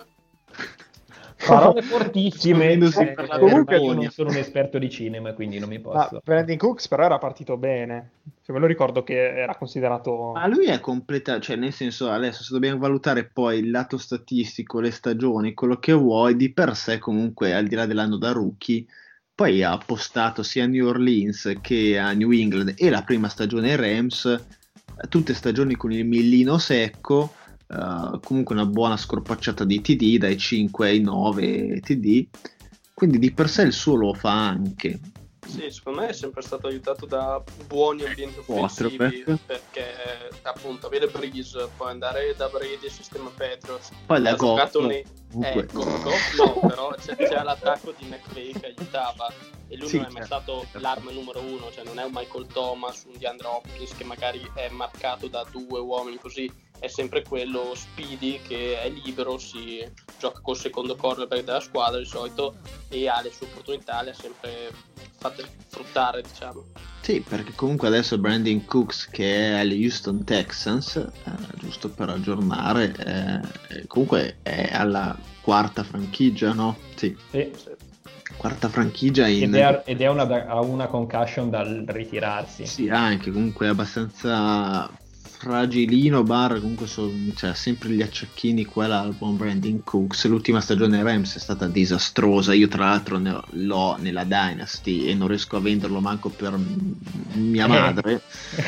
Parole fortissime. Eh, per la comunque io non sono un esperto di cinema, quindi non mi posso. Ah, Brandon Cooks però era partito bene, cioè, me lo ricordo che era considerato. Ma lui è completa, cioè nel senso, adesso se dobbiamo valutare poi il lato statistico, le stagioni, quello che vuoi, di per sé comunque, al di là dell'anno da rookie, poi ha postato sia a New Orleans che a New England e la prima stagione ai Rams, tutte stagioni con il millino secco, uh, comunque una buona scorpacciata di T D, dai cinque ai nove T D, quindi di per sé il suo lo fa anche. Sì, secondo me è sempre stato aiutato da buoni ambienti offensivi, Quarterback. perché appunto avere Breeze, poi andare da Brady al sistema Patriots, Poi la ha giocato Goff, nei... comunque. Ecco, Goff no, però c'è, c'è l'attacco di McVay che aiutava, e lui Sì, non è mai certo. stato l'arma numero uno, cioè non è un Michael Thomas, un DeAndre Hopkins che magari è marcato da due uomini così, è sempre quello speedy che è libero, si gioca col secondo cornerback della squadra di solito e ha le sue opportunità, le ha sempre fatte fruttare, diciamo. Sì, perché comunque adesso Brandon Cooks, che è agli Houston Texans, eh, giusto per aggiornare, eh, comunque è alla quarta franchigia, no? Sì, Sì. quarta franchigia in... Ed è, ed è una, ha una concussion dal ritirarsi. Sì, anche comunque è abbastanza fragilino, bar comunque so, cioè, sempre gli acciacchini qua là al buon Brandon Cooks. L'ultima stagione Rams è stata disastrosa, io tra l'altro ne ho, l'ho nella Dynasty e non riesco a venderlo manco per mia madre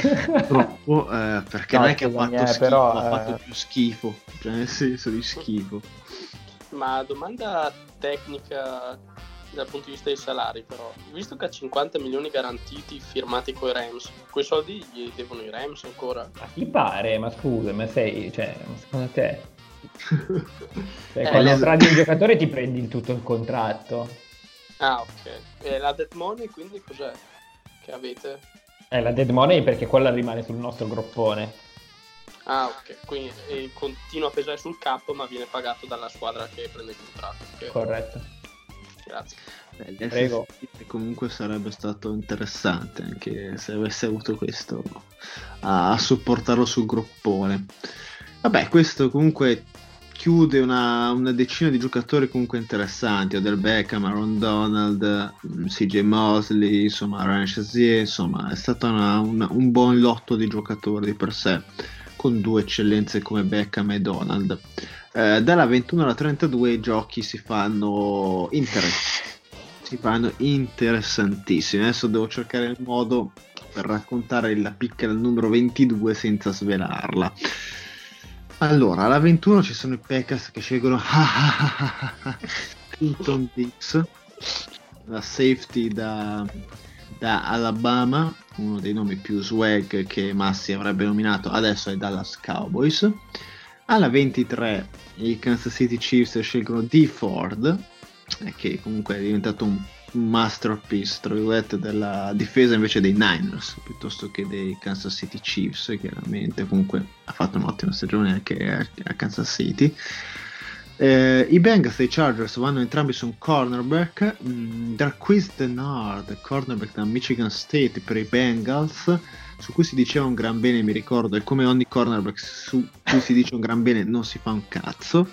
troppo, eh, perché No, non è che ha scusami, fatto eh, schifo, però, ha eh. fatto più schifo, cioè nel senso di schifo. Ma domanda tecnica dal punto di vista dei salari, però, visto che ha cinquanta milioni garantiti firmati coi Rams, quei soldi gli devono i Rams ancora? Ma ti pare? Ma scusa, ma sei, cioè, secondo te? Cioè, Eh, quando les- prendi un giocatore ti prendi il tutto il contratto. Ah, ok. E la dead money quindi cos'è che avete? Eh, la dead money perché quella rimane sul nostro groppone. Ah, ok. Quindi eh, continua a pesare sul cap, ma viene pagato dalla squadra che prende il contratto. Ok. Corretto. Grazie. Beh, l'S Prego. S T comunque sarebbe stato interessante anche se avesse avuto questo a, a supportarlo sul groppone. Vabbè, questo comunque chiude una, una decina di giocatori comunque interessanti, Odell Beckham, Aaron Donald, C J Mosley, insomma Ryan Shazier, insomma è stato una, una, un buon lotto di giocatori di per sé, con due eccellenze come Beckham e Donald. Eh, dalla ventuno alla trentadue i giochi si fanno interessanti, si fanno interessantissimi. Adesso devo cercare il modo per raccontare la picca del numero ventidue senza svelarla. Allora, alla ventuno ci sono i Packers che scelgono Clinton Dix, la safety da, da Alabama, uno dei nomi più swag che Massi avrebbe nominato, adesso è Dallas Cowboys. Alla ventitré i Kansas City Chiefs scelgono Dee Ford, che comunque è diventato un masterpiece tra virgolette della difesa invece dei Niners piuttosto che dei Kansas City Chiefs. Chiaramente comunque ha fatto un'ottima stagione anche a, a Kansas City. Eh, i Bengals e i Chargers vanno entrambi su un cornerback, mm, Darqueze Dennard, cornerback da Michigan State per i Bengals, su cui si diceva un gran bene, mi ricordo, e come ogni cornerback su cui si dice un gran bene non si fa un cazzo.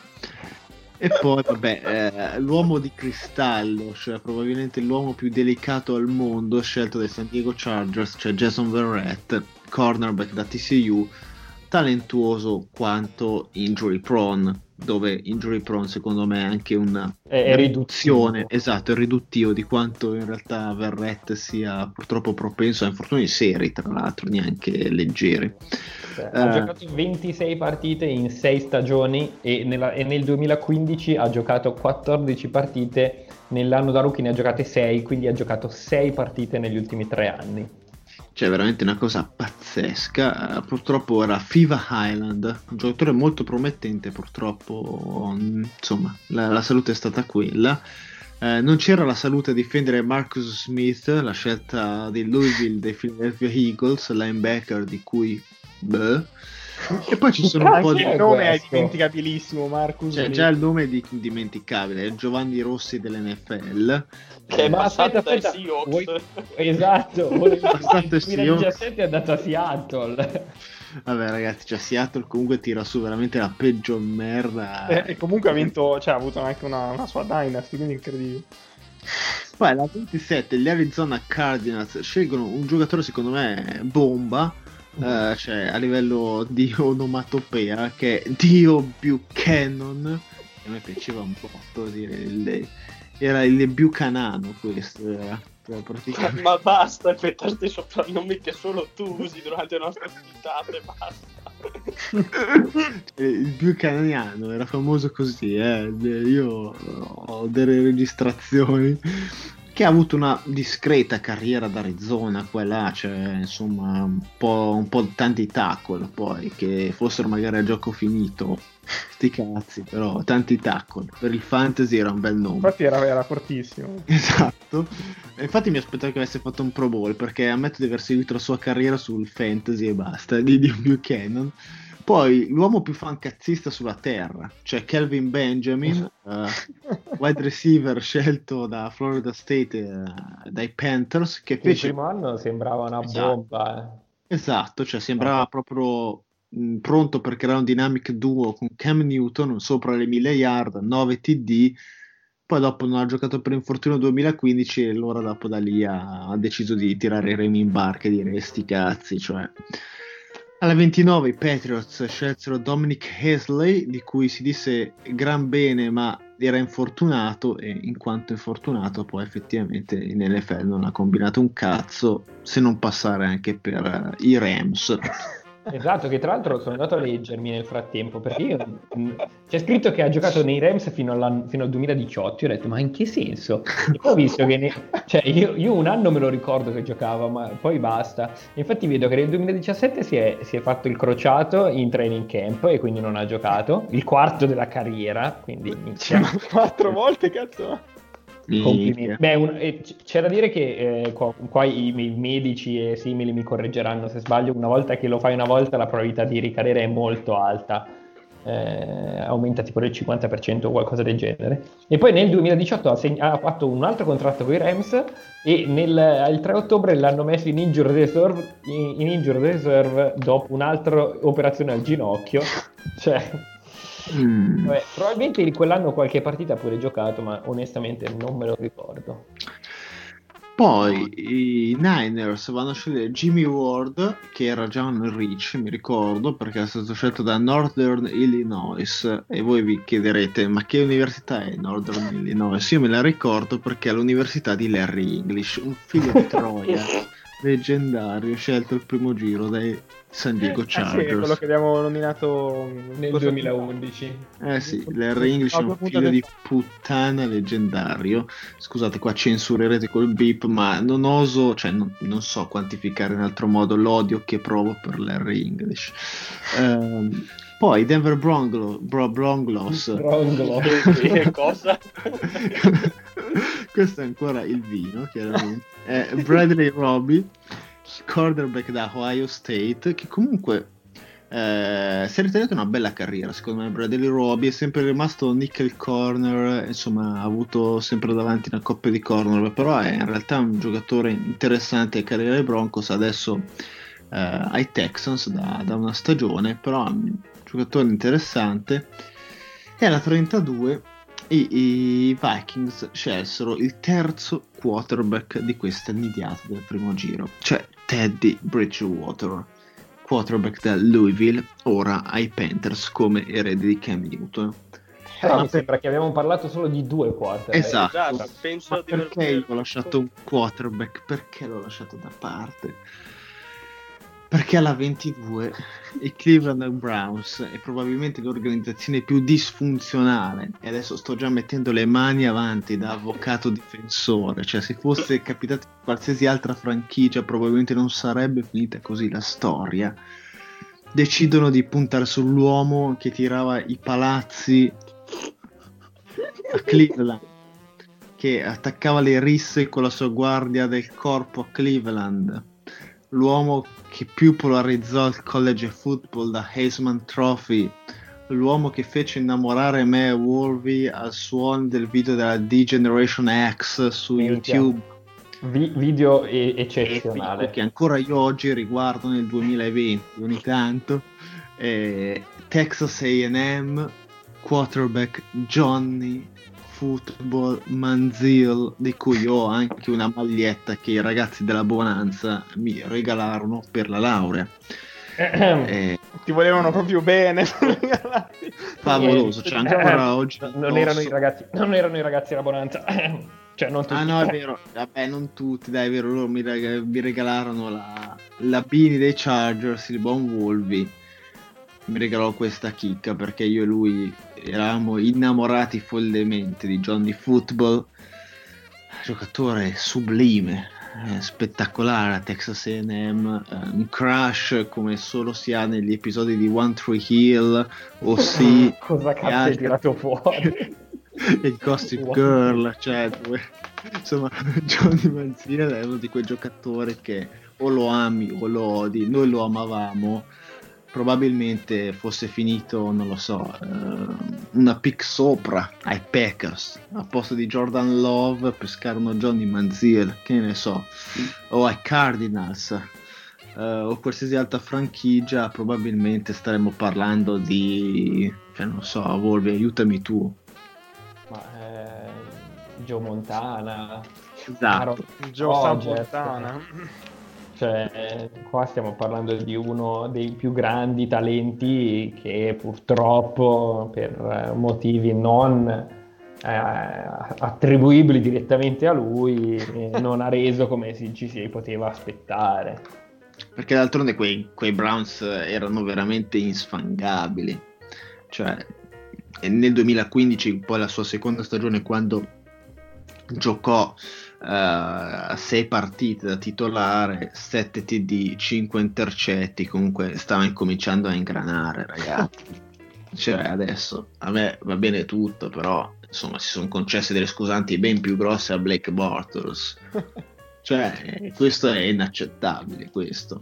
E poi vabbè, eh, l'uomo di cristallo, cioè probabilmente l'uomo più delicato al mondo scelto dai San Diego Chargers, cioè Jason Verrett, cornerback da T C U, talentuoso quanto injury prone, dove injury prone secondo me è anche una, è, è una riduzione, esatto, è riduttivo di quanto in realtà Verrett sia purtroppo propenso a infortuni seri, tra l'altro neanche leggeri. Cioè, ha uh, giocato ventisei partite in sei stagioni e, nella, e nel duemilaquindici ha giocato quattordici partite, nell'anno da rookie ne ha giocate sei, quindi ha giocato sei partite negli ultimi tre anni. Cioè veramente una cosa pazzesca. Purtroppo era Fiva Highland, un giocatore molto promettente, purtroppo insomma la, la salute è stata quella. Eh, non c'era la salute a difendere Marcus Smith, la scelta di Louisville dei Philadelphia Eagles, linebacker di cui beh. E poi ci sono un po' di il nome è dimenticabilissimo, Marcus. Cioè, già il nome è di- dimenticabile, è Giovanni Rossi dell'N F L. Che è Ma passato aspetta, dai aspetta, Seahawks. vuoi- esatto, nel Passato ai duemiladiciassette è andato a Seattle. Vabbè ragazzi, cioè Seattle comunque tira su veramente la peggio merda. E, e comunque ha vinto, cioè ha avuto anche una, una sua dynasty, quindi incredibile. Poi alla ventisette gli Arizona Cardinals scelgono un giocatore secondo me bomba, eh, cioè a livello di onomatopea, che è Dio Buchanan. A me piaceva un po' dire il, era il Buchanano questo, era praticamente. Ma basta inventare soprannomi che solo tu usi durante le nostre puntate, basta. Il Buchananiano era famoso così, eh. Io ho delle registrazioni. Che ha avuto una discreta carriera ad Arizona, quella, cioè insomma un po', un po' tanti tackle, poi che fossero magari a gioco finito, sti cazzi, però tanti tackle, per il fantasy era un bel nome. Infatti era, era fortissimo. Esatto, e infatti mi aspettavo che avesse fatto un Pro Bowl, perché ammetto di aver seguito la sua carriera sul fantasy e basta, di, di Buchanan. Poi l'uomo più fancazzista sulla terra, cioè Kelvin Benjamin, uh, wide receiver scelto da Florida State, uh, dai Panthers, che fece... Il primo anno sembrava una Esatto. bomba. Eh. Esatto, cioè sembrava proprio mh, pronto per creare un dynamic duo con Cam Newton sopra le mille yard, nove T D. Poi dopo non ha giocato per infortunio duemilaquindici e allora dopo da lì ha, ha deciso di tirare i remi in barca e dire sti cazzi, cioè... Alla ventinove i Patriots scelsero Dominic Hasley, di cui si disse gran bene ma era infortunato, e in quanto infortunato poi effettivamente in N F L non ha combinato un cazzo, se non passare anche per uh, i Rams. Esatto, che tra l'altro sono andato a leggermi nel frattempo, perché io, mh, c'è scritto che ha giocato nei Rams fino, all'anno- fino al duemiladiciotto, io ho detto ma in che senso? E poi ho visto che ne- cioè, io, io un anno me lo ricordo che giocava, ma poi basta. Infatti vedo che nel duemiladiciassette si è, si è fatto il crociato in training camp e quindi non ha giocato, il quarto della carriera, quindi Cioè, ma quattro volte, cazzo. complimenti. Beh, un- e c- c'è da dire che eh, qua, qua i, i medici e simili mi correggeranno se sbaglio, una volta che lo fai una volta la probabilità di ricadere è molto alta, eh, aumenta tipo del cinquanta per cento o qualcosa del genere. E poi nel duemiladiciotto ha, seg- ha fatto un altro contratto con i Rams e nel, il tre ottobre l'hanno messo in injured reserve, in, in injured reserve dopo un'altra operazione al ginocchio. Cioè... Mm. Vabbè, probabilmente in quell'anno qualche partita pure giocato, ma onestamente non me lo ricordo. Poi i Niners vanno a scegliere Jimmy Ward, che era già un reach, mi ricordo, perché è stato scelto da Northern Illinois. E voi vi chiederete, ma che università è Northern Illinois? Io me la ricordo perché è l'università di Larry English, un figlio di Troia, leggendario, scelto il primo giro dai San Diego Eh sì, è quello Chargers. che abbiamo nominato Nel scorsa duemilaundici. Eh sì, Larry English è No, un due figlio puntate di fa. puttana leggendario. Scusate, qua censurerete col beep, ma non oso, cioè non, non so quantificare in altro modo l'odio che provo per Larry English. Ehm, poi i Denver Broncos, Bro- Broncos. Brongolo. Che, che cosa? Questo è ancora il vino, chiaramente. È Bradley Roby, quarterback da Ohio State, che comunque eh, si è ritagliato una bella carriera. Secondo me Bradley Roby è sempre rimasto nickel corner, insomma ha avuto sempre davanti una coppia di corner, però è in realtà un giocatore interessante che carriera dei Broncos adesso eh, ai Texans da, da una stagione, però è un giocatore interessante. E alla trentadue i, i Vikings scelsero il terzo quarterback di questa nidiata del primo giro, cioè Teddy Bridgewater, quarterback da Louisville, ora ai Panthers come erede di Cam Newton. Però Ma mi per- sembra che abbiamo parlato solo di due quarterback. Esatto. Esatto, penso Ma di aver perché io visto- ho lasciato un quarterback? Perché l'ho lasciato da parte? Perché alla ventidue i Cleveland Browns è probabilmente l'organizzazione più disfunzionale, e adesso sto già mettendo le mani avanti da avvocato difensore, cioè se fosse capitato in qualsiasi altra franchigia probabilmente non sarebbe finita così la storia. Decidono di puntare sull'uomo che tirava i palazzi a Cleveland, che attaccava le risse con la sua guardia del corpo a Cleveland, l'uomo che più polarizzò il college football da Heisman Trophy, l'uomo che fece innamorare me e Wolvie al suono del video della D-Generation X su Minchia. YouTube, Vi- video e- epico eccezionale. che ancora io oggi riguardo nel duemilaventi ogni tanto. eh, Texas A and M, quarterback Johnny Football Manziel, di cui io ho anche una maglietta che i ragazzi della Bonanza mi regalarono per la laurea. Eh, Ti volevano proprio bene. favoloso, cioè ancora oggi non, non erano i indosso. ragazzi, non erano i ragazzi della Bonanza. Cioè, non tutti. Ah no, è vero, vabbè, non tutti, dai, è vero, loro mi, reg- mi regalarono la, la beanie dei Chargers, il buon Wolvie, mi regalò questa chicca perché io e lui eravamo innamorati follemente di Johnny Football, giocatore sublime, eh, spettacolare a Texas A and M, eh, un crush come solo si ha negli episodi di One Tree Hill, o sì, Cosa e cazzo hai altri- tirato fuori? e Gossip Wow. Girl, cioè dove, insomma Johnny Manziel è uno di quei giocatori che o lo ami o lo odi. Noi lo amavamo, probabilmente fosse finito, non lo so, eh, una pick sopra ai Packers al posto di Jordan Love, pescarono Johnny Manziel, che ne so, o ai Cardinals, eh, o qualsiasi altra franchigia, probabilmente staremmo parlando di, cioè non so, Wolve, aiutami tu. Ma, eh, Joe Montana, Esatto. Aaron Joe Rodgers. Montana. Cioè, eh, qua stiamo parlando di uno dei più grandi talenti che purtroppo per eh, motivi non eh, attribuibili direttamente a lui eh, non ha reso come si, ci si poteva aspettare. Perché d'altronde quei, quei Browns erano veramente insfangabili. Cioè, e nel duemilaquindici, poi la sua seconda stagione, quando giocò uh, sei partite da titolare, sette T D, cinque intercetti, comunque stava incominciando a ingranare, ragazzi. Cioè, adesso a me va bene tutto, però insomma si sono concesse delle scusanti ben più grosse a Blake Bortles. Cioè, questo è inaccettabile, questo.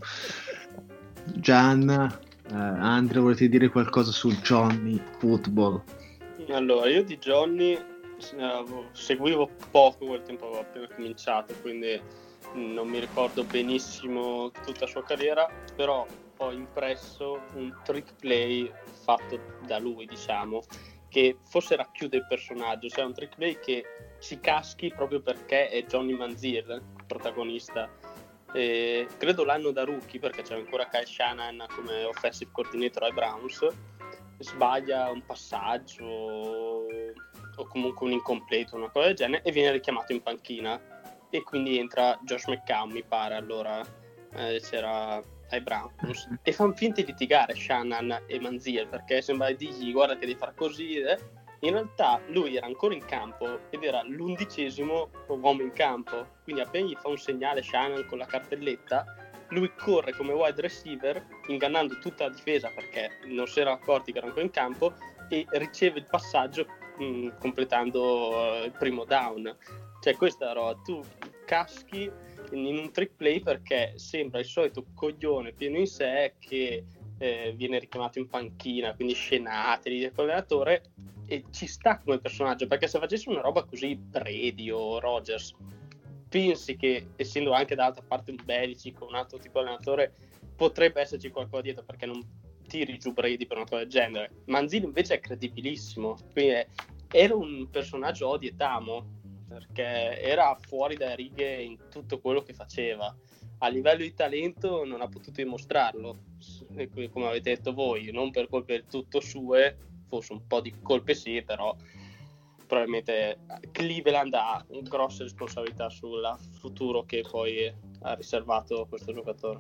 Gian, eh, Andrea, volete dire qualcosa su Johnny Football? Allora, io di Johnny eh, seguivo poco quel tempo, avevo appena cominciato, quindi non mi ricordo benissimo tutta la sua carriera, però ho impresso un trick play fatto da lui, diciamo, che forse racchiude il personaggio, cioè un trick play che ci caschi proprio perché è Johnny Manziel il protagonista. E credo l'anno da rookie, perché c'è ancora Kyle Shanahan come offensive coordinator ai Browns, sbaglia un passaggio o comunque un incompleto, una cosa del genere, e viene richiamato in panchina, e quindi entra Josh McCown, mi pare, allora eh, c'era ai Browns, e fanno finta di litigare Shanahan e Manziel, perché sembra di dirgli guarda che devi fare così, eh. In realtà lui era ancora in campo ed era l'undicesimo uomo in campo, quindi appena gli fa un segnale Shanahan con la cartelletta, lui corre come wide receiver ingannando tutta la difesa perché non si era accorti che era ancora in campo, e riceve il passaggio mh, completando uh, il primo down. Cioè questa roba, tu caschi in un trick play perché sembra il solito coglione pieno in sé che eh, viene richiamato in panchina, quindi scenate di allenatore, e ci sta come personaggio, perché se facessi una roba così Brady o Rodgers, pensi che essendo anche dall'altra parte un Belichick o un altro tipo di allenatore potrebbe esserci qualcosa dietro, perché non tiri giù Brady per una cosa del genere. Manziel invece è credibilissimo, quindi è, era un personaggio odi et amo, perché era fuori dalle righe in tutto quello che faceva. A livello di talento non ha potuto dimostrarlo, come avete detto voi, non per colpe del tutto sue, forse un po' di colpe sì, però probabilmente Cleveland ha grosse responsabilità sul futuro che poi ha riservato a questo giocatore.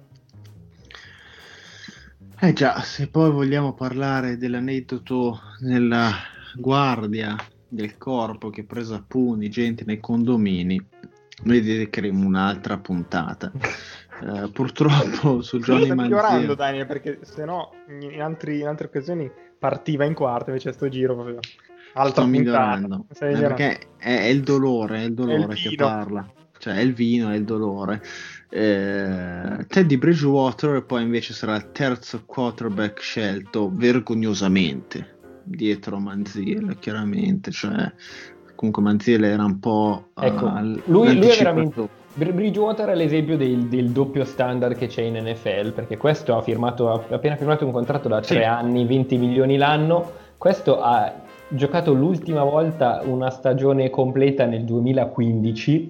Eh già, se poi vogliamo parlare dell'aneddoto nella guardia del corpo che presa a pugni gente nei condomini, noi dedicheremo un'altra puntata. Uh, purtroppo su Johnny Sta Manziel, migliorando Daniel, perché se no in, altri, in altre occasioni partiva in quarta, invece sto giro proprio altra sto puntata. migliorando, Stai eh, migliorando. perché è, è il dolore, è il dolore È il che vino. parla, cioè è il vino, è il dolore. Eh, Teddy Bridgewater poi invece sarà il terzo quarterback scelto vergognosamente dietro Manziel, chiaramente, cioè comunque Manziel era un po' Ecco, uh, lui, lui è veramente Bridgewater è l'esempio del, del doppio standard che c'è in N F L, perché questo ha firmato ha appena firmato un contratto da tre Sì. anni, venti milioni l'anno. Questo ha giocato l'ultima volta una stagione completa nel duemilaquindici,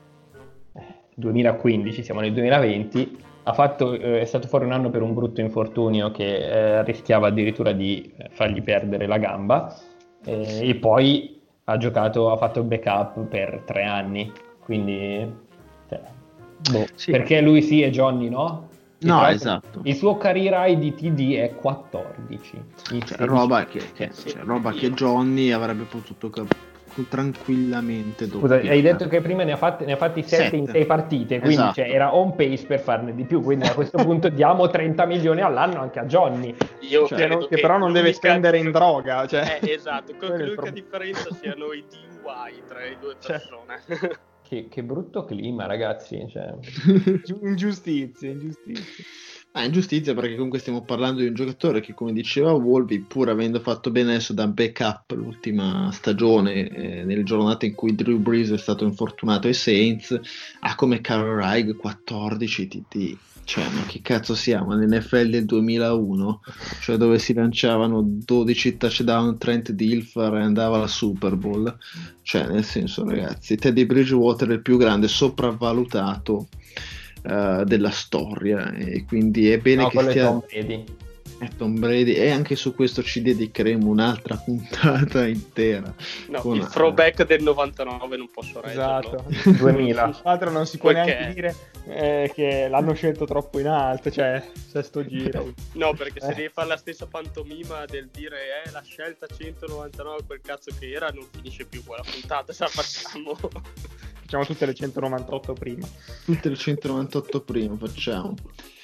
duemilaquindici, siamo nel duemilaventi. Ha fatto, eh, è stato fuori un anno per un brutto infortunio che eh, rischiava addirittura di fargli perdere la gamba, eh, e poi ha giocato, ha fatto il backup per tre anni, quindi cioè, boh, Sì. perché lui sì e Johnny no? E No, tra l'altro esatto. Il suo career high di T D è quattordici. In Cioè, sedici. roba che, che, cioè, roba che Johnny avrebbe potuto cap- tranquillamente Scusa, doppiare. hai detto che prima ne ha fatti, ne ha fatti sette in Sette. sei partite, quindi Esatto. cioè, era on pace per farne di più, quindi a questo punto diamo trenta milioni all'anno anche a Johnny. Io Cioè, Che, credo non- che però non l'unica deve spendere in dif- droga, cioè. Eh, esatto, Quello è il l'unica problema. differenza siano i D U I tra le due Cioè. persone. Che, che brutto clima, ragazzi. Cioè. Giu- Ingiustizie, ingiustizie. Ah, ingiustizia, perché comunque stiamo parlando di un giocatore che, come diceva Wolby, pur avendo fatto bene adesso da backup l'ultima stagione, eh, nelle giornate in cui Drew Brees è stato infortunato ai Saints, ha come career high quattordici T D. Cioè, ma che cazzo siamo? Nell'N F L del duemilauno, cioè dove si lanciavano dodici touchdown Trent Dilfer e andava alla Super Bowl. Cioè, nel senso, ragazzi, Teddy Bridgewater è il più grande sopravvalutato uh, della storia, e quindi è bene No, che quello è stia Tom Brady. è Tom Brady, e anche su questo ci dedicheremo un'altra puntata intera. No, con- il throwback del novantanove non posso reggerlo. Esatto. duemila. Tra l'altro non si può Perché? neanche dire eh, che l'hanno scelto troppo in alto, cioè sesto giro. No, perché se Eh. devi fare la stessa pantomima del dire eh, la scelta centonovantanove, quel cazzo che era, non finisce più quella puntata, se la facciamo. Facciamo tutte le centonovantotto prima. Tutte le centonovantotto prima facciamo.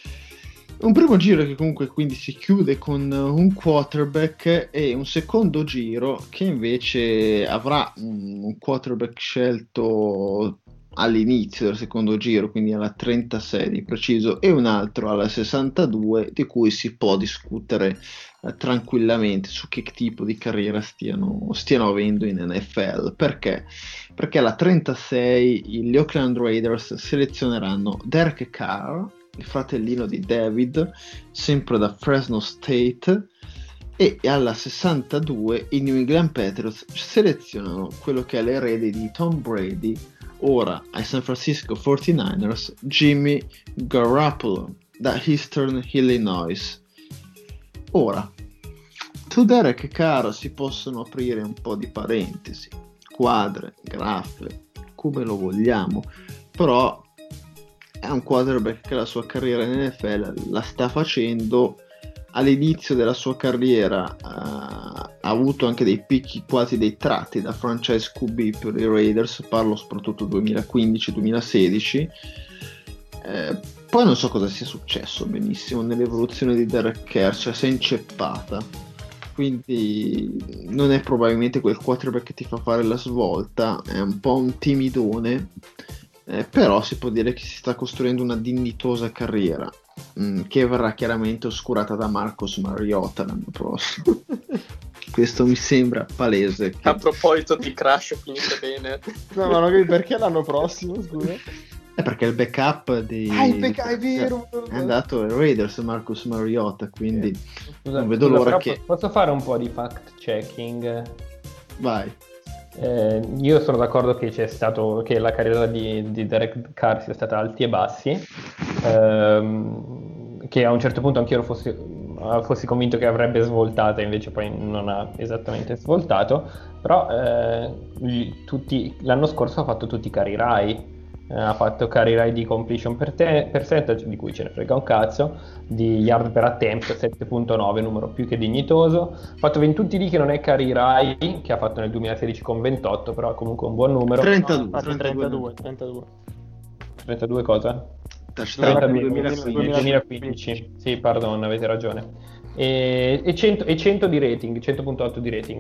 Un primo giro che comunque quindi si chiude con un quarterback, e un secondo giro che invece avrà un quarterback scelto all'inizio del secondo giro, quindi alla trentasei di preciso, e un altro alla sessantadue, di cui si può discutere eh, tranquillamente su che tipo di carriera stiano, stiano avendo in N F L. Perché? Perché alla trentasei gli Oakland Raiders selezioneranno Derek Carr, il fratellino di David, sempre da Fresno State, e alla sessantadue i New England Patriots selezionano quello che è l'erede di Tom Brady, ora ai San Francisco quarantanovers, Jimmy Garoppolo da Eastern Illinois. Ora, su Derek Carr si possono aprire un po' di parentesi, quadre, graffe, come lo vogliamo, però è un quarterback che la sua carriera in N F L la sta facendo. All'inizio della sua carriera uh, ha avuto anche dei picchi, quasi dei tratti da franchise Q B per i Raiders, parlo soprattutto duemilaquindici duemilasedici. Eh, poi non so cosa sia successo benissimo nell'evoluzione di Derek Carr, cioè si è inceppata, quindi non è probabilmente quel quarterback che ti fa fare la svolta, è un po' un timidone, eh, però si può dire che si sta costruendo una dignitosa carriera, mh, che verrà chiaramente oscurata da Marcus Mariota l'anno prossimo. Questo mi sembra palese che... A proposito di Crash, finite bene. No, ma non capisco perché l'anno prossimo, scusa. È perché il backup di... Ah, il backup, è vero! È andato ai Raiders, Marcus Mariota, quindi Scusa, non vedo scusa, l'ora però che... Posso fare un po' di fact checking? Vai. Eh, io sono d'accordo che c'è stato che la carriera di, di Derek Carr sia stata alti e bassi, ehm, che a un certo punto anch'io fossi, fossi convinto che avrebbe svoltato, invece poi non ha esattamente svoltato, però eh, gli- tutti, l'anno scorso ha fatto tutti i career high. Eh, ha fatto career high di completion per te- percentage, di cui ce ne frega un cazzo, di yard per attempt sette virgola nove, numero più che dignitoso. Ha fatto ventuno lì che non è career high, che ha fatto nel duemilasedici con ventotto, però è comunque un buon numero. trentadue, No, trentadue. trentadue, trentadue. trentadue cosa? Touchdown trentadue, duemilaquindici. duemilaquindici. Sì, pardon, avete ragione. E, e, cento, e cento di rating, cento virgola otto di rating.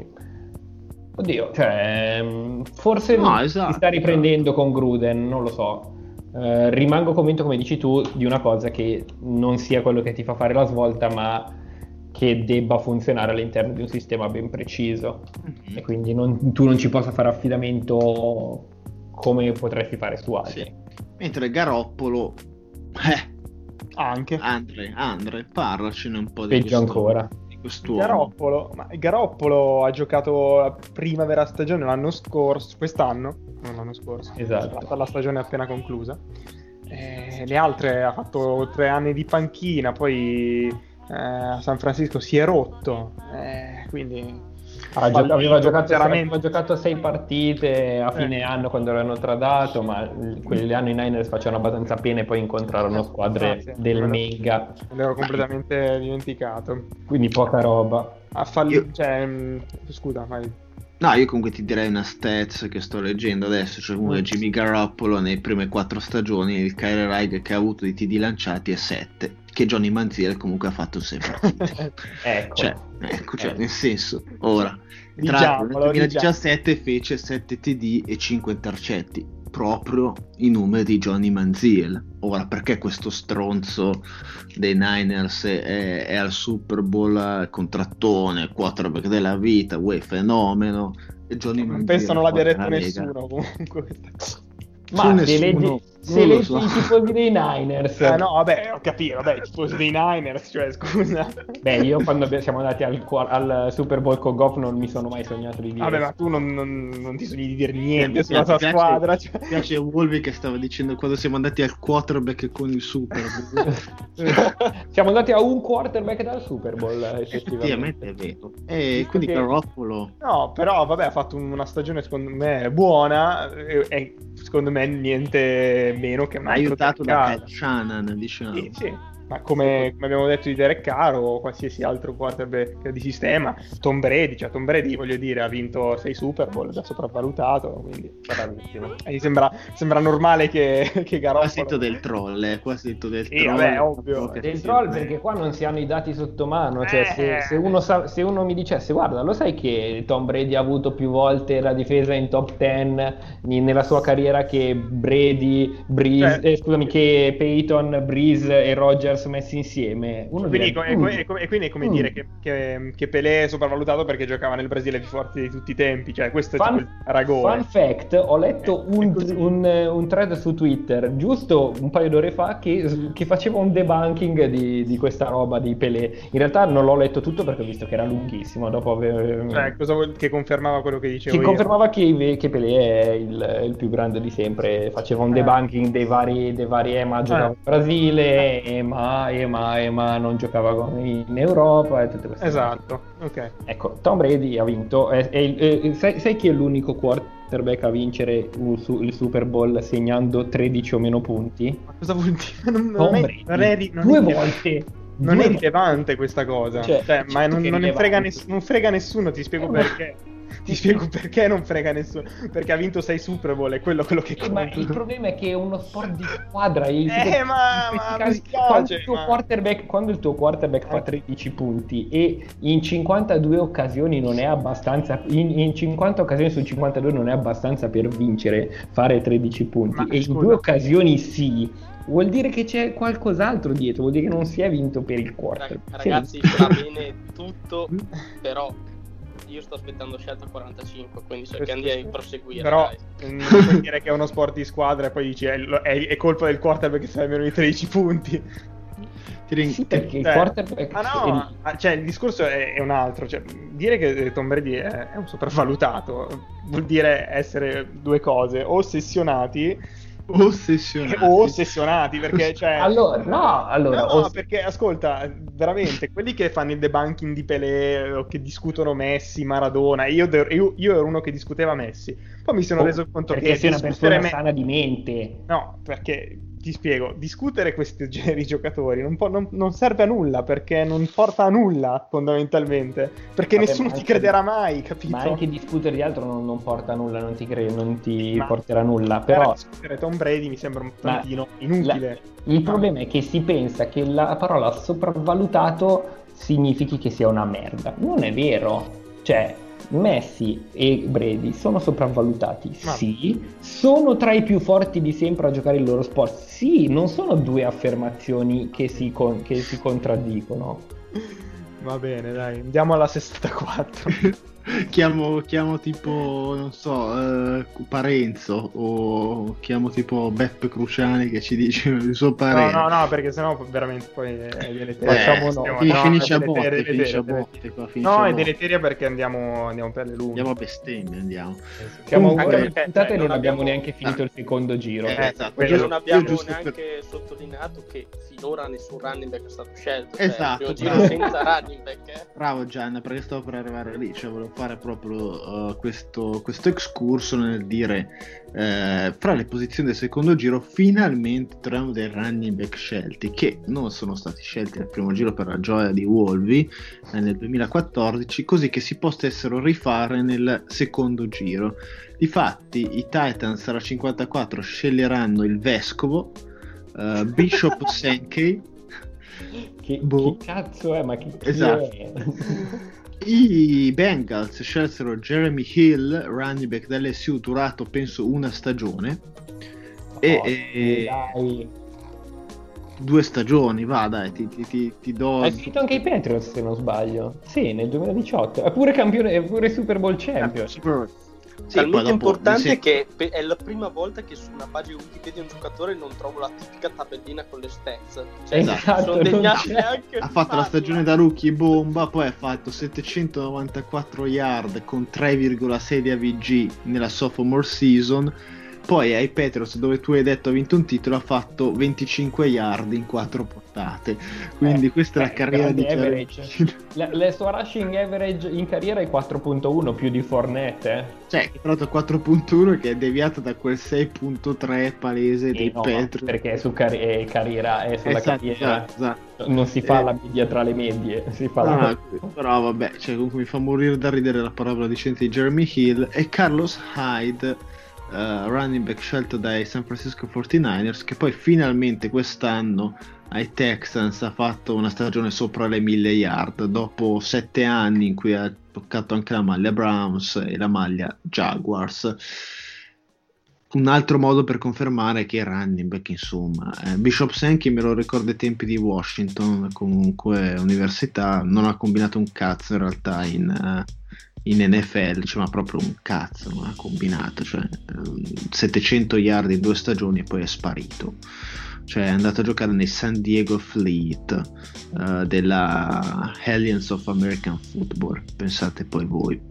Oddio, cioè, mh, forse No, si esatto. sta riprendendo con Gruden, non lo so. Eh, rimango convinto, come dici tu, di una cosa, che non sia quello che ti fa fare la svolta, ma che debba funzionare all'interno di un sistema ben preciso. Mhm. E quindi non- tu non ci possa fare affidamento come potresti fare su altri. Sì. Mentre Garoppolo, eh, Anche. Andre, Andre, parlacene un po' di Peggio questo, ancora. di quest'uomo. Garoppolo, ma Garoppolo ha giocato la primavera stagione l'anno scorso, quest'anno, non l'anno scorso, Esatto. la, la stagione è appena conclusa. Eh, le altre ha fatto tre anni di panchina, poi eh, a San Francisco si è rotto, eh, quindi Ha gio- aveva, giocato, veramente. aveva giocato sei partite a fine anno quando l'hanno tradato, ma l- quell'anno i Niners facevano abbastanza bene, poi incontrarono squadre Ah, sì. del Me lo- mega, me l'ero completamente dimenticato. quindi poca roba. Ha fallito, Io- cioè, mh, scusa, vai. No, io comunque ti direi una stats che sto leggendo adesso, cioè comunque Mm. Jimmy Garoppolo nelle prime quattro stagioni il career high che ha avuto di T D lanciati è sette, che Johnny Manziel comunque ha fatto sempre. Ecco. Cioè, ecco, cioè, Eh. nel senso, ora, tra l'altro Diciamolo, nel duemiladiciassette fece sette T D e cinque intercetti, proprio i numeri di Johnny Manziel. Ora, perché questo stronzo dei Niners è, è al Super Bowl, eh, contrattone, quarterback della vita, uè, fenomeno, e Johnny Manziel Penso non l'abbia porta detto la Lega. nessuno comunque questa cosa. Ma Su se nessuno, leggi, se non lo leggi so. i tifosi dei Niners, Eh no, vabbè, ho capito, vabbè, i tifosi dei Niners, cioè, scusa. beh, io quando abbi- siamo andati al, qua- al Super Bowl con Goff non mi sono mai sognato di dire. Vabbè, ma tu non, non, non ti sogni di dire niente Mi sulla tua piace- squadra, cioè. Mi piace Wolvi che stava dicendo quando siamo andati al quarterback con il Super Bowl. Siamo andati a un quarterback dal Super Bowl, effettivamente. Effettivamente è vero. E Visto quindi che- Garoppolo, No, però vabbè, ha fatto una stagione secondo me buona e, e secondo me niente meno che un altro aiutato da Derek Carr. Kyle Shanahan, diciamo. Sì, sì. Ma come, come abbiamo detto di Derek Carr o qualsiasi altro quarterback di sistema, Tom Brady, cioè Tom Brady, voglio dire, ha vinto sei Super Bowl, da sopravvalutato, quindi Bravissimo. e mi sembra, sembra normale che, che Qua Garoppolo... sento del troll, eh. Qua sento del Sì, troll. vabbè, ovvio. Che Del sì, troll, eh. perché qua non si hanno i dati sotto mano, cioè se, Eh. se uno sa- se uno mi dicesse guarda, lo sai che Tom Brady ha avuto più volte la difesa in top dieci in- nella sua carriera che Brady, Breeze, Cioè- eh, scusami, che Peyton, Breeze e Rodgers Rogers messi insieme, uno Quindi, direbbe, e, "Mm, e- e quindi è come mm". dire che, che, che Pelé è sopravvalutato perché giocava nel Brasile più forte di tutti i tempi, cioè questo è tipo Fun, il paragone. fun fact, ho letto Eh, è un, così. un, un thread su Twitter giusto un paio d'ore fa che, che faceva un debunking di, di questa roba di Pelé. In realtà non l'ho letto tutto perché ho visto che era lunghissimo, dopo aver... Cioè, cosa vuol- che confermava quello che dicevo che io. confermava che, che Pelé è il, il più grande di sempre, faceva un Eh. debunking dei vari, dei vari Ema giocava Eh. in Brasile, Ema, Ema, Ema non giocava con- in Europa e tutte queste cose. Esatto, ok. Ecco, Tom Brady ha vinto, è- è il- è- sai, sai chi è l'unico quarterback a vincere un su- il Super Bowl segnando tredici o meno punti? Ma cosa vuol dire? Non, non Tom è, Brady, non è ri- non è due rilevante. volte. Non Due è volte. rilevante questa cosa. Cioè, Cioè, ma certo non, che è non ne frega rilevante. ness- non frega nessuno, ti spiego Eh, ma- perché. Ti spiego perché non frega nessuno. Perché ha vinto sei Super Bowl, è quello, quello che Eh, ma conta. il problema è che è uno sport di squadra. il- Eh, ma- in questi ma casi, mi spiace, quando, il tuo ma- quarterback, quando il tuo quarterback fa Eh. tredici punti e in cinquantadue occasioni non è abbastanza, in, in cinquanta occasioni su cinquantadue non è abbastanza per vincere, fare tredici punti, Ma, e in scusa. due occasioni sì, vuol dire che c'è qualcos'altro dietro, vuol dire che non si è vinto per il Rag- quarterback. Ragazzi, va bene tutto, però io sto aspettando scelta quarantacinque, quindi cerchiamo di proseguire. Però dai. eh, non puoi dire che è uno sport di squadra e poi dici è, è, è colpa del quarterback che fa almeno i tredici punti. Ti ring- Sì, perché il Cioè, quarterback ma è no, lì. ah, cioè il discorso è, è un altro, cioè, dire che Tom Brady è, è un sopravvalutato vuol dire essere due cose, o ossessionati Ossessionati. o ossessionati, perché cioè Allora, no, allora, no, oss- perché ascolta, veramente, quelli che fanno il debunking di Pelé o che discutono Messi, Maradona, io, io, io ero uno che discuteva Messi, poi mi sono Oh, reso conto perché che sei una discutere persona Me- sana di mente. No, perché ti spiego, discutere questi generi di giocatori non, può- non- non serve a nulla, perché non porta a nulla, fondamentalmente, perché Vabbè, nessuno ma ti anche- crederà mai, capito? Ma anche discutere di altro non, non porta a nulla, non ti, cre- non ti Ma- porterà a nulla. Per Però discutere Tom Brady mi sembra un Ma tantino inutile. la- il problema è che si pensa che la parola sopravvalutato significhi che sia una merda. Non è vero. Cioè, Messi e Brady sono sopravvalutati, Ma- sì. Sono tra i più forti di sempre a giocare il loro sport, sì. Non sono due affermazioni che si, con- che si contraddicono. Va bene, dai, andiamo alla sessantaquattro. Chiamo, chiamo tipo, non so, eh, Parenzo, o chiamo tipo Beppe Cruciani che ci dice il suo No, parere. no, no, perché sennò veramente poi è deleteria. Eh, Facciamo no. Andiamo- fin- no, finisce è a deleteria, botte, deleteria, finisce a deleteria. botte qua, finisce No, a è botte. deleteria perché andiamo, andiamo per le lunghe. Andiamo a bestemmie, andiamo. Siamo Comunque- ora in Perché, puntata cioè, e non non abbiamo abbiamo- neanche finito Ah. il secondo giro. Eh, Eh, esatto. quello- Io- non io abbiamo giusto neanche per- sottolineato che finora nessun running back è stato scelto. Cioè, Esatto, il primo bravo. giro senza running back. Eh. Bravo Gian, perché stavo per arrivare lì, cioè volevo fare proprio uh, questo, questo excurso nel dire eh, fra le posizioni del secondo giro finalmente troviamo dei running back scelti che non sono stati scelti nel primo giro per la gioia di Wolvi eh, nel duemilaquattordici, così che si potessero rifare nel secondo giro. Difatti i Titans alla cinquantaquattro sceglieranno il vescovo uh, Bishop Sankey. Che, Boh. che cazzo è? Ma che chi Esatto. è? I Bengals scelsero Jeremy Hill, running back dell'L S U, durato penso una stagione. E, Oh, e- dai. due stagioni, va dai, ti, ti, ti, ti do. Hai finito anche i Patriots se non sbaglio. Sì, nel duemiladiciotto. È pure campione, è pure Super Bowl champion. Super- Sì, Talmente poi dopo, importante sì. che pe- è la prima volta che su una pagina Wikipedia di un giocatore non trovo la tipica tabellina con le stats. Cioè, Esatto, sono non degnati c'è. anche Ha fatto la stagione da rookie bomba, poi ha fatto settecentonovantaquattro yard con tre virgola sei di A V G nella sophomore season. Poi ai Patriots, dove tu hai detto ha vinto un titolo, ha fatto venticinque yard in quattro portate. Quindi Eh, questa è la eh, carriera di grande Jeremy average. Hill. La, la sua rushing average in carriera è quattro virgola uno più di Fournette. Eh. Cioè, che tra l'altro quattro virgola uno che è deviato da quel sei virgola tre palese Eh dei no, Patriots. perché è su carri- è carriera, è sulla Esatto, carriera. esatto, esatto. Non si fa Eh. la media tra le medie, si fa Ah, la... però vabbè, cioè, comunque mi fa morire da ridere la parola decente di Jeremy Hill e Carlos Hyde, uh, running back scelto dai San Francisco quarantanovers, che poi finalmente quest'anno ai Texans ha fatto una stagione sopra le mille yard dopo sette anni in cui ha toccato anche la maglia Browns e la maglia Jaguars. un altro modo per confermare che running back, insomma, eh, Bishop Sankey me lo ricordo ai tempi di Washington, comunque università, non ha combinato un cazzo in realtà in, uh, in N F L, cioè, ma proprio un cazzo non ha combinato, cioè um, settecento yard in due stagioni e poi è sparito, cioè è andato a giocare nei San Diego Fleet uh, della Hellions of American Football, pensate poi voi.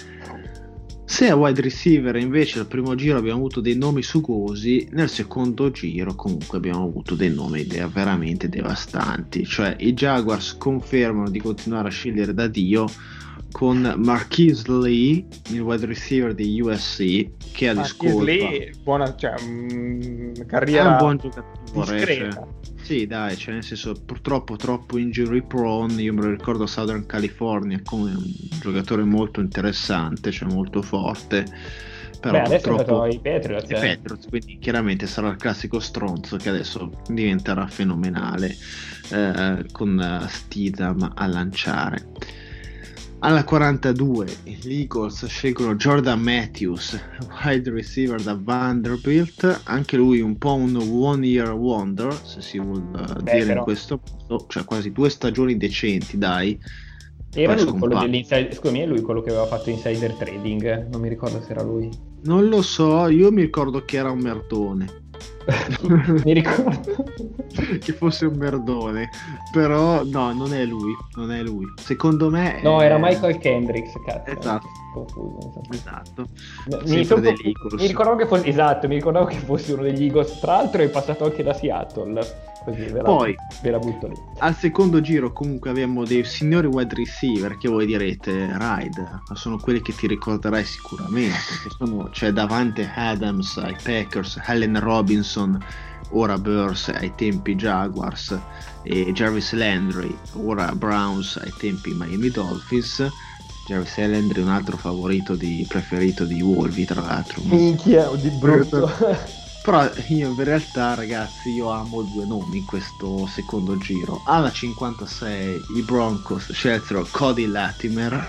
Se a wide receiver invece al primo giro abbiamo avuto dei nomi sugosi, nel secondo giro comunque abbiamo avuto dei nomi veramente devastanti, cioè i Jaguars confermano di continuare a scegliere da Dio con Marquise Lee, il wide receiver di U S C, che ha discolpa. Lee, buona, cioè, mh, carriera è un buon giocatore, discreta. Cioè, sì, dai, cioè nel senso, purtroppo troppo injury prone. Io me lo ricordo a Southern California come un giocatore molto interessante, cioè molto forte. Però Beh, adesso purtroppo è andato ai Patriots, i eh. Patriots, quindi chiaramente sarà il classico stronzo che adesso diventerà fenomenale eh, con Steedham a lanciare. Alla quarantadue gli Eagles scelgono Jordan Matthews, wide receiver da Vanderbilt, anche lui un po' un one year wonder, se si vuol uh, Beh, dire però... in questo modo, cioè quasi due stagioni decenti, dai. Era Poi lui quello scompare. dell'insider, secondo me è lui quello che aveva fatto insider trading, non mi ricordo se era lui. Non lo so, io mi ricordo che era un merdone. Mi ricordo che fosse un merdone, però no, non è lui, non è lui. Secondo me no, è... era Michael Kendricks, cazzo. Esatto. Confuso, Esatto. mi, Sempre sono- degli Eagles. mi ricordavo che fosse esatto, mi ricordavo che fosse uno degli Eagles, tra l'altro è passato anche da Seattle. Così ve la, Poi ve la butto lì. al secondo giro comunque abbiamo dei signori wide receiver che voi direte Ride, ma sono quelli che ti ricorderai sicuramente, che sono, c'è Davante Adams ai Packers, Allen Robinson, ora Bears ai tempi Jaguars, e Jarvis Landry, ora Browns ai tempi Miami Dolphins. Jarvis Landry un altro favorito di, preferito di Wolvi, tra l'altro. Minchia, di brutto. Però io in realtà, ragazzi, io amo due nomi in questo secondo giro. Alla cinquantasei i Broncos scelsero Cody Latimer,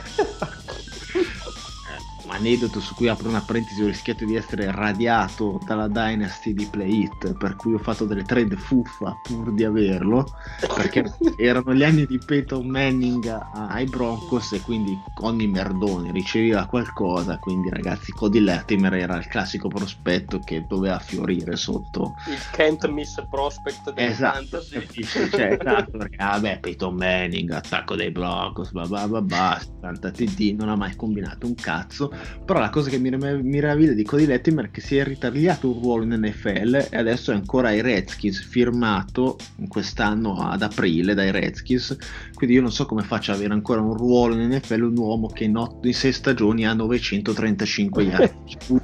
aneddoto su cui apro una parentesi, ho rischiato di essere radiato dalla Dynasty di Play It, per cui ho fatto delle trade fuffa pur di averlo, perché erano gli anni di Peyton Manning a- ai Broncos e quindi ogni merdone riceveva qualcosa, quindi ragazzi Cody Latimer era il classico prospetto che doveva fiorire sotto Il can't miss prospect del esatto, fantasy. capisci? Cioè, esatto, perché vabbè, Peyton Manning, attacco dei Broncos, bah bah bah bah, settanta T D, non ha mai combinato un cazzo. Però la cosa che mi mi meraviglia di Cody Latimer è che si è ritagliato un ruolo in N F L e adesso è ancora ai Redskins, firmato quest'anno ad aprile dai Redskins, quindi io non so come faccia ad avere ancora un ruolo in N F L un uomo che in, otto, in sei stagioni ha novecentotrentacinque yard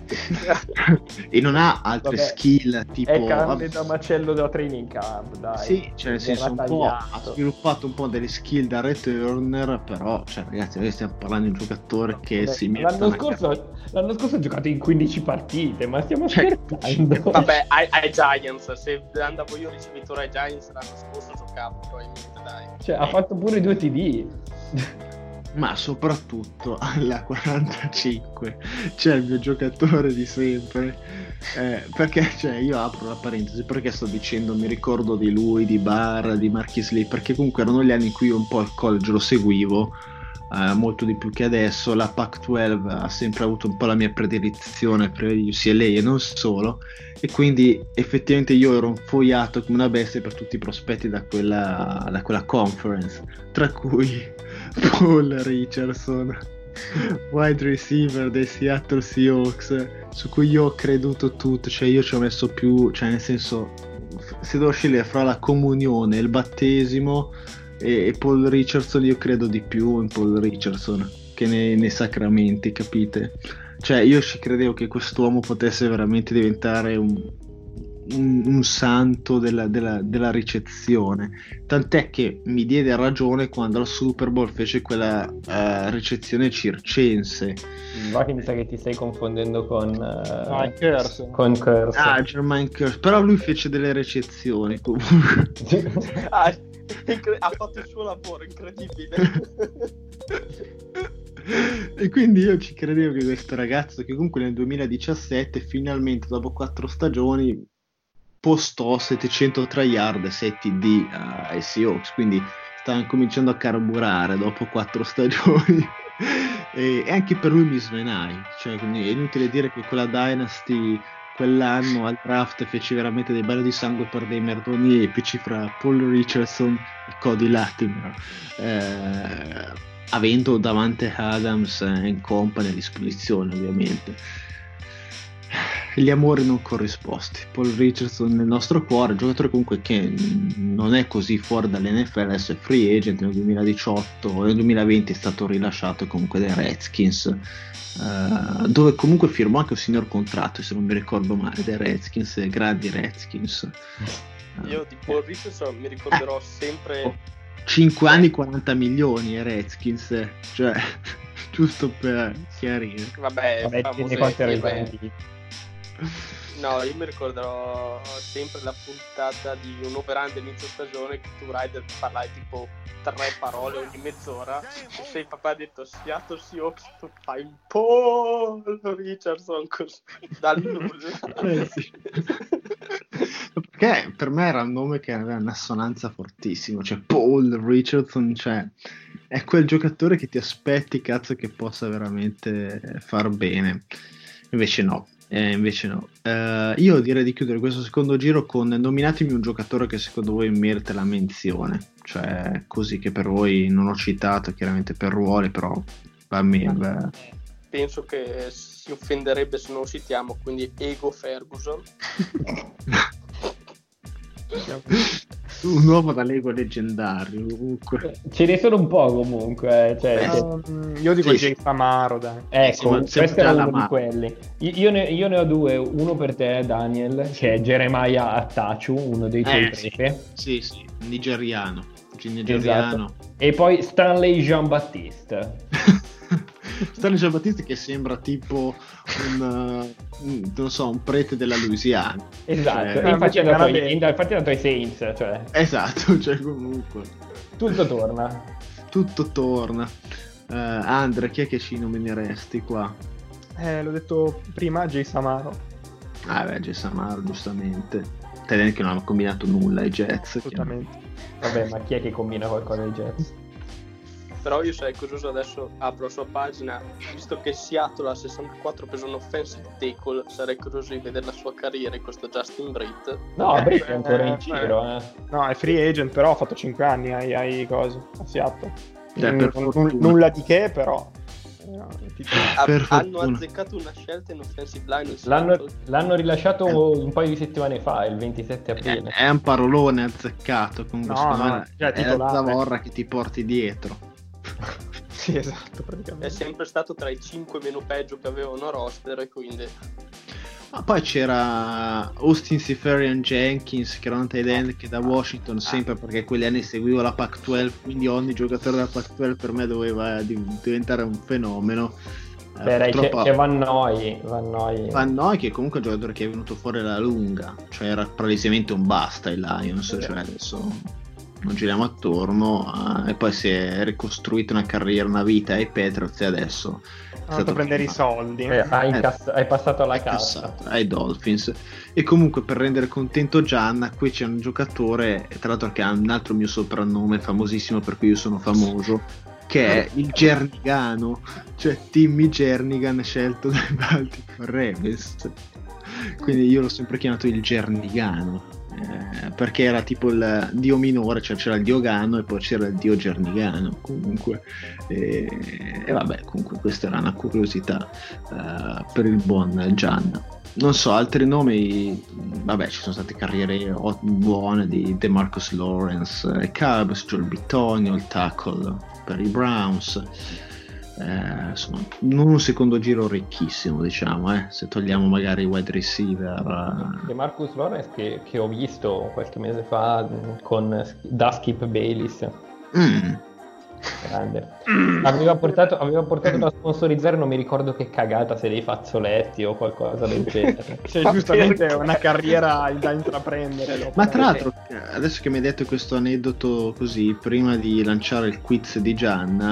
e non ha altre Vabbè, skill tipo È carne vabbè, da macello da training camp, dai. sì, cioè nel senso un Verrà po' ha tagliato. sviluppato un po' delle skill da returner, però cioè ragazzi noi stiamo parlando di un giocatore che Vabbè, si mette l'anno, una scorso, l'anno scorso ha giocato in quindici partite, ma stiamo Cioè, scherzando. Vabbè, ai, ai Giants, se andavo io ricevitore ai Giants l'anno scorso giocavo probabilmente, dai. Cioè, ha fatto pure due T D. ma soprattutto alla quarantacinque c'è il mio giocatore di sempre, eh, perché cioè io apro la parentesi perché sto dicendo mi ricordo di lui, di Barra, di Marquise Lee, perché comunque erano gli anni in cui io un po' il college lo seguivo eh, molto di più che adesso. La Pac dodici ha sempre avuto un po' la mia predilizione per U C L A e non solo, e quindi effettivamente io ero infogliato come una bestia per tutti i prospetti da quella, da quella conference, tra cui Paul Richardson, wide receiver dei Seattle Seahawks, su cui io ho creduto tutto, cioè io ci ho messo più, cioè nel senso se devo scegliere fra la comunione, il battesimo e, e Paul Richardson, io credo di più in Paul Richardson che nei, nei sacramenti, capite? Cioè io ci credevo che quest'uomo potesse veramente diventare un, un, un santo della, della, della ricezione, tant'è che mi diede ragione quando al Super Bowl fece quella uh, ricezione circense. Va che mi sa che ti stai confondendo con uh, No, è Curse. con Curse. Ah, Jermaine Curse, però lui fece delle ricezioni comunque. Ah, incre- ha fatto il suo lavoro, incredibile. E quindi io ci credevo che questo ragazzo, che comunque nel duemiladiciassette finalmente dopo quattro stagioni postò settecentotré yard e sei T D ai Seahawks, quindi stavano cominciando a carburare dopo quattro stagioni. E, e anche per lui mi svenai, cioè, quindi è inutile dire che quella Dynasty quell'anno al draft fece veramente dei bagni di sangue per dei merdoni epici fra Paul Richardson e Cody Latimer, eh, avendo Davante Adams e company a disposizione, ovviamente. Gli amori non corrisposti. Paul Richardson nel nostro cuore, giocatore comunque che non è così fuori dall'N F L, adesso è free agent nel duemiladiciotto, nel duemilaventi è stato rilasciato comunque dai Redskins, uh, dove comunque firmò anche un signor contratto, se non mi ricordo male, dai Redskins, grandi Redskins. Io di Paul Richardson mi ricorderò eh. sempre cinque anni quaranta milioni ai Redskins, cioè giusto per chiarire. Vabbè, Vabbè tiene quanti argomenti. No, io mi ricorderò sempre la puntata di un over-under inizio stagione che tu, Ryder, parlai tipo tre parole ogni mezz'ora e sei papà ha detto Seattle Seahawks, tu fai un Paul Richardson così dal nulla. Eh, sì. Perché per me era un nome che aveva un'assonanza fortissima, cioè Paul Richardson, cioè è quel giocatore che ti aspetti cazzo che possa veramente far bene, invece no. Eh, invece no. Uh, io direi di chiudere questo secondo giro con nominatemi un giocatore che secondo voi merita la menzione, cioè così, che per voi non ho citato chiaramente per ruoli, però a me beh. Penso che si offenderebbe se non citiamo, quindi Ego Ferguson. Un uomo da Lego leggendario comunque. Ce ne sono un po' comunque, cioè, Beh, um, io dico sì, Jay Samaro, dai. ecco, sì, questo era uno mano. di quelli. Io, io, ne, io ne ho due, uno per te Daniel, che è Jeremiah Attachu, uno dei tuoi Eh, sì. prefe. Sì, sì, nigeriano, nigeriano. Esatto. E poi Stanley Jean-Baptiste. Stanley Jean-Baptiste che sembra tipo un, uh, non so, un prete della Louisiana. Esatto, Cioè, e infatti è andato ai, bene. infatti è andato ai Saints, cioè esatto, cioè comunque tutto torna. tutto torna. Uh, Andre, chi è che ci nomineresti qua? Eh, l'ho detto prima, Jay Samaro. Ah beh, Jay Samaro, giustamente. Te che non hanno combinato nulla ai Jets. Assolutamente. Vabbè, ma chi è che combina qualcosa ai Jets? Però io sarei curioso, adesso apro la sua pagina, visto che Seattle ha sessantaquattro preso un offensive tackle, sarei curioso di vedere la sua carriera in questo Justin Britt. No, Eh, Britt è ancora eh, in giro, eh. No, è free agent, però ha fatto cinque anni ai, ai cosi, a Seattle. Cioè, Mm, per non- fortuna. nulla di che, però. Eh, no, tipo- Ha- Per hanno fortuna. azzeccato una scelta in offensive line in L'hanno, Seattle. l'hanno rilasciato un paio di settimane fa, il ventisette È, aprile. è un parolone azzeccato, comunque No, secondo no, me cioè, è la titolare. zavorra che ti porti dietro. Sì, esatto, È praticamente. sempre stato tra i cinque meno peggio che avevano roster e quindi Ma poi c'era Austin Seferian Jenkins, che era un tight end che da Washington, sempre perché quegli anni seguivo la Pac dodici, quindi ogni giocatore della Pac dodici per me doveva di- diventare un fenomeno. Eh, Beh, dai, c'è, purtroppo c'è Van Noy, Van Noy. Van Noy, che comunque è un giocatore che è venuto fuori alla lunga, cioè era palesemente un basta ai Lions, cioè adesso non giriamo attorno, eh, e poi si è ricostruita una carriera, una vita ai Patriots e adesso è Ha fatto prendere i soldi. Eh, hai, incass- hai passato alla è cassa. cassato ai Dolphins. E comunque, per rendere contento Gianna, qui c'è un giocatore, tra l'altro, che ha un altro mio soprannome famosissimo per cui io sono famoso, che è il Gernigano, cioè Timmy Jernigan, scelto dai Baltimore Ravens. Quindi io l'ho sempre chiamato il Gernigano, eh, perché era tipo il dio minore, cioè c'era il dio Gano e poi c'era il dio Gernigano comunque. E, e vabbè, comunque questa era una curiosità eh, per il buon Gianna. Non so, altri nomi, vabbè, ci sono state carriere ot- buone di DeMarcus Lawrence, eh, Cubs, Joel Bitonio, il tackle per i Browns. Eh, insomma, non un secondo giro ricchissimo, diciamo, eh, se togliamo magari i wide receiver. E Marcus Lawrence che, che ho visto qualche mese fa mh, con Daskip Bayless, Mm. grande. Aveva portato, aveva portato da sponsorizzare, non mi ricordo che cagata, se dei fazzoletti o qualcosa del genere. Cioè, giustamente è una carriera da intraprendere. dopo. Ma tra l'altro, adesso che mi hai detto questo aneddoto così, prima di lanciare il quiz di Gianna,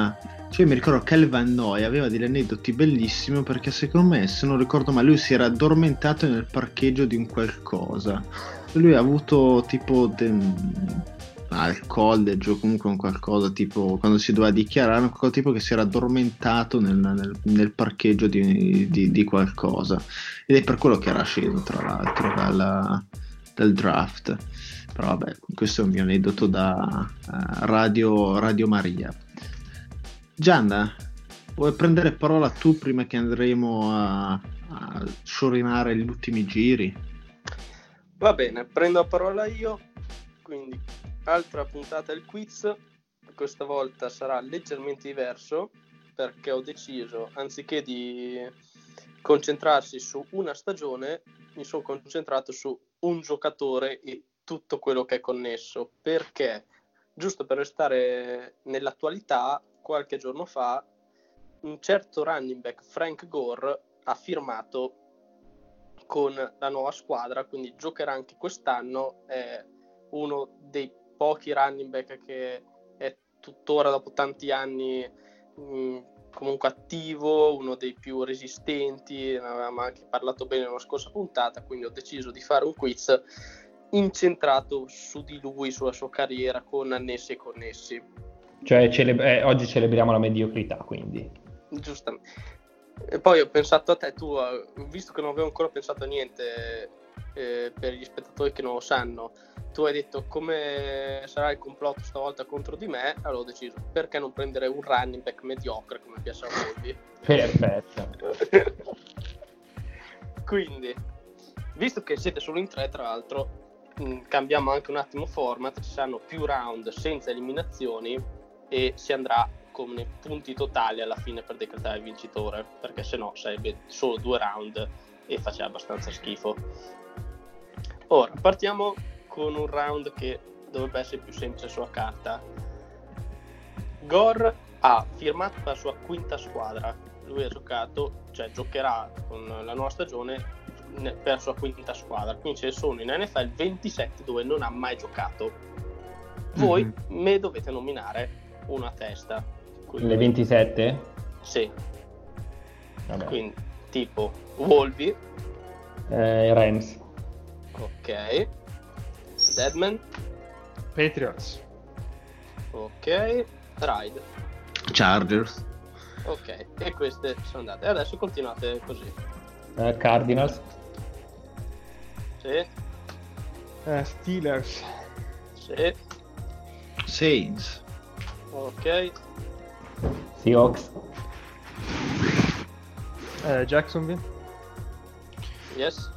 Cioè, mi ricordo che Kyle Van Noy aveva degli aneddoti bellissimi perché secondo me, se non ricordo male, lui si era addormentato nel parcheggio di un qualcosa. Lui ha avuto tipo de- al college o comunque un qualcosa tipo quando si doveva dichiarare, un qualcosa tipo che si era addormentato nel, nel, nel parcheggio di, di, di qualcosa, ed è per quello che era sceso tra l'altro dal, dal draft. Però vabbè, questo è un mio aneddoto da uh, Radio, Radio Maria. Gianna, vuoi prendere parola tu prima che andremo a, a sciorinare gli ultimi giri? Va bene, prendo la parola io. Quindi, altra puntata del quiz. Questa volta sarà leggermente diverso perché ho deciso, anziché di concentrarsi su una stagione, mi sono concentrato su un giocatore e tutto quello che è connesso. Perché, giusto per restare nell'attualità, qualche giorno fa un certo running back, Frank Gore, ha firmato con la nuova squadra, quindi giocherà anche quest'anno. È uno dei pochi running back che è tuttora dopo tanti anni mh, comunque attivo, uno dei più resistenti. Ne avevamo anche parlato bene nella scorsa puntata, quindi ho deciso di fare un quiz incentrato su di lui, sulla sua carriera, con annessi e connessi. Cioè cele- eh, oggi celebriamo la mediocrità, quindi. Giustamente. E poi ho pensato a te, tu, visto che non avevo ancora pensato a niente, eh, per gli spettatori che non lo sanno, tu hai detto come sarà il complotto stavolta contro di me, allora ho deciso, perché non prendere un running back mediocre come piace a voi? Perfetto. Quindi, visto che siete solo in tre, tra l'altro, mh, cambiamo anche un attimo format, ci saranno più round senza eliminazioni e si andrà con i punti totali alla fine per decretare il vincitore, perché sennò sarebbe solo due round e faceva abbastanza schifo. Ora partiamo con un round che dovrebbe essere più semplice sulla carta. Gore ha firmato per la sua quinta squadra, lui ha giocato, cioè giocherà con la nuova stagione per la sua quinta squadra, quindi ce ne sono in N F L ventisette dove non ha mai giocato. Voi mm-hmm. me dovete nominare una testa. Quindi, le ventisette? Sì. Vabbè. Quindi tipo Wolby, eh, Rams, ok, Deadman, Patriots, ok, Ride, Chargers, ok, e queste sono andate. E adesso continuate così. eh, Cardinals, Sì, eh, Steelers, sì, Saints, ok, Seahawks, eh, Jacksonville, yes,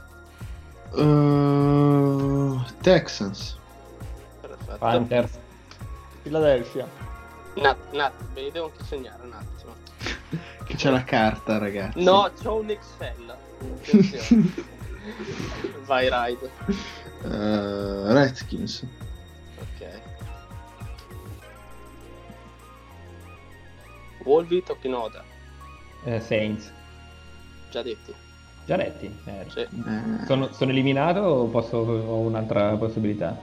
uh, Texans, perfetto. Panthers, Philadelphia. Nat, Nat, ve li devo anche segnare un attimo. che c'è la carta, ragazzi. No, c'ho un Excel. Attenzione. Vai, Ride. uh, Redskins, Ok. Wolby, Tokinoda, eh, Saints. già detti. Già letti? Eh, Sì. eh, sono, sono eliminato o posso, ho un'altra possibilità?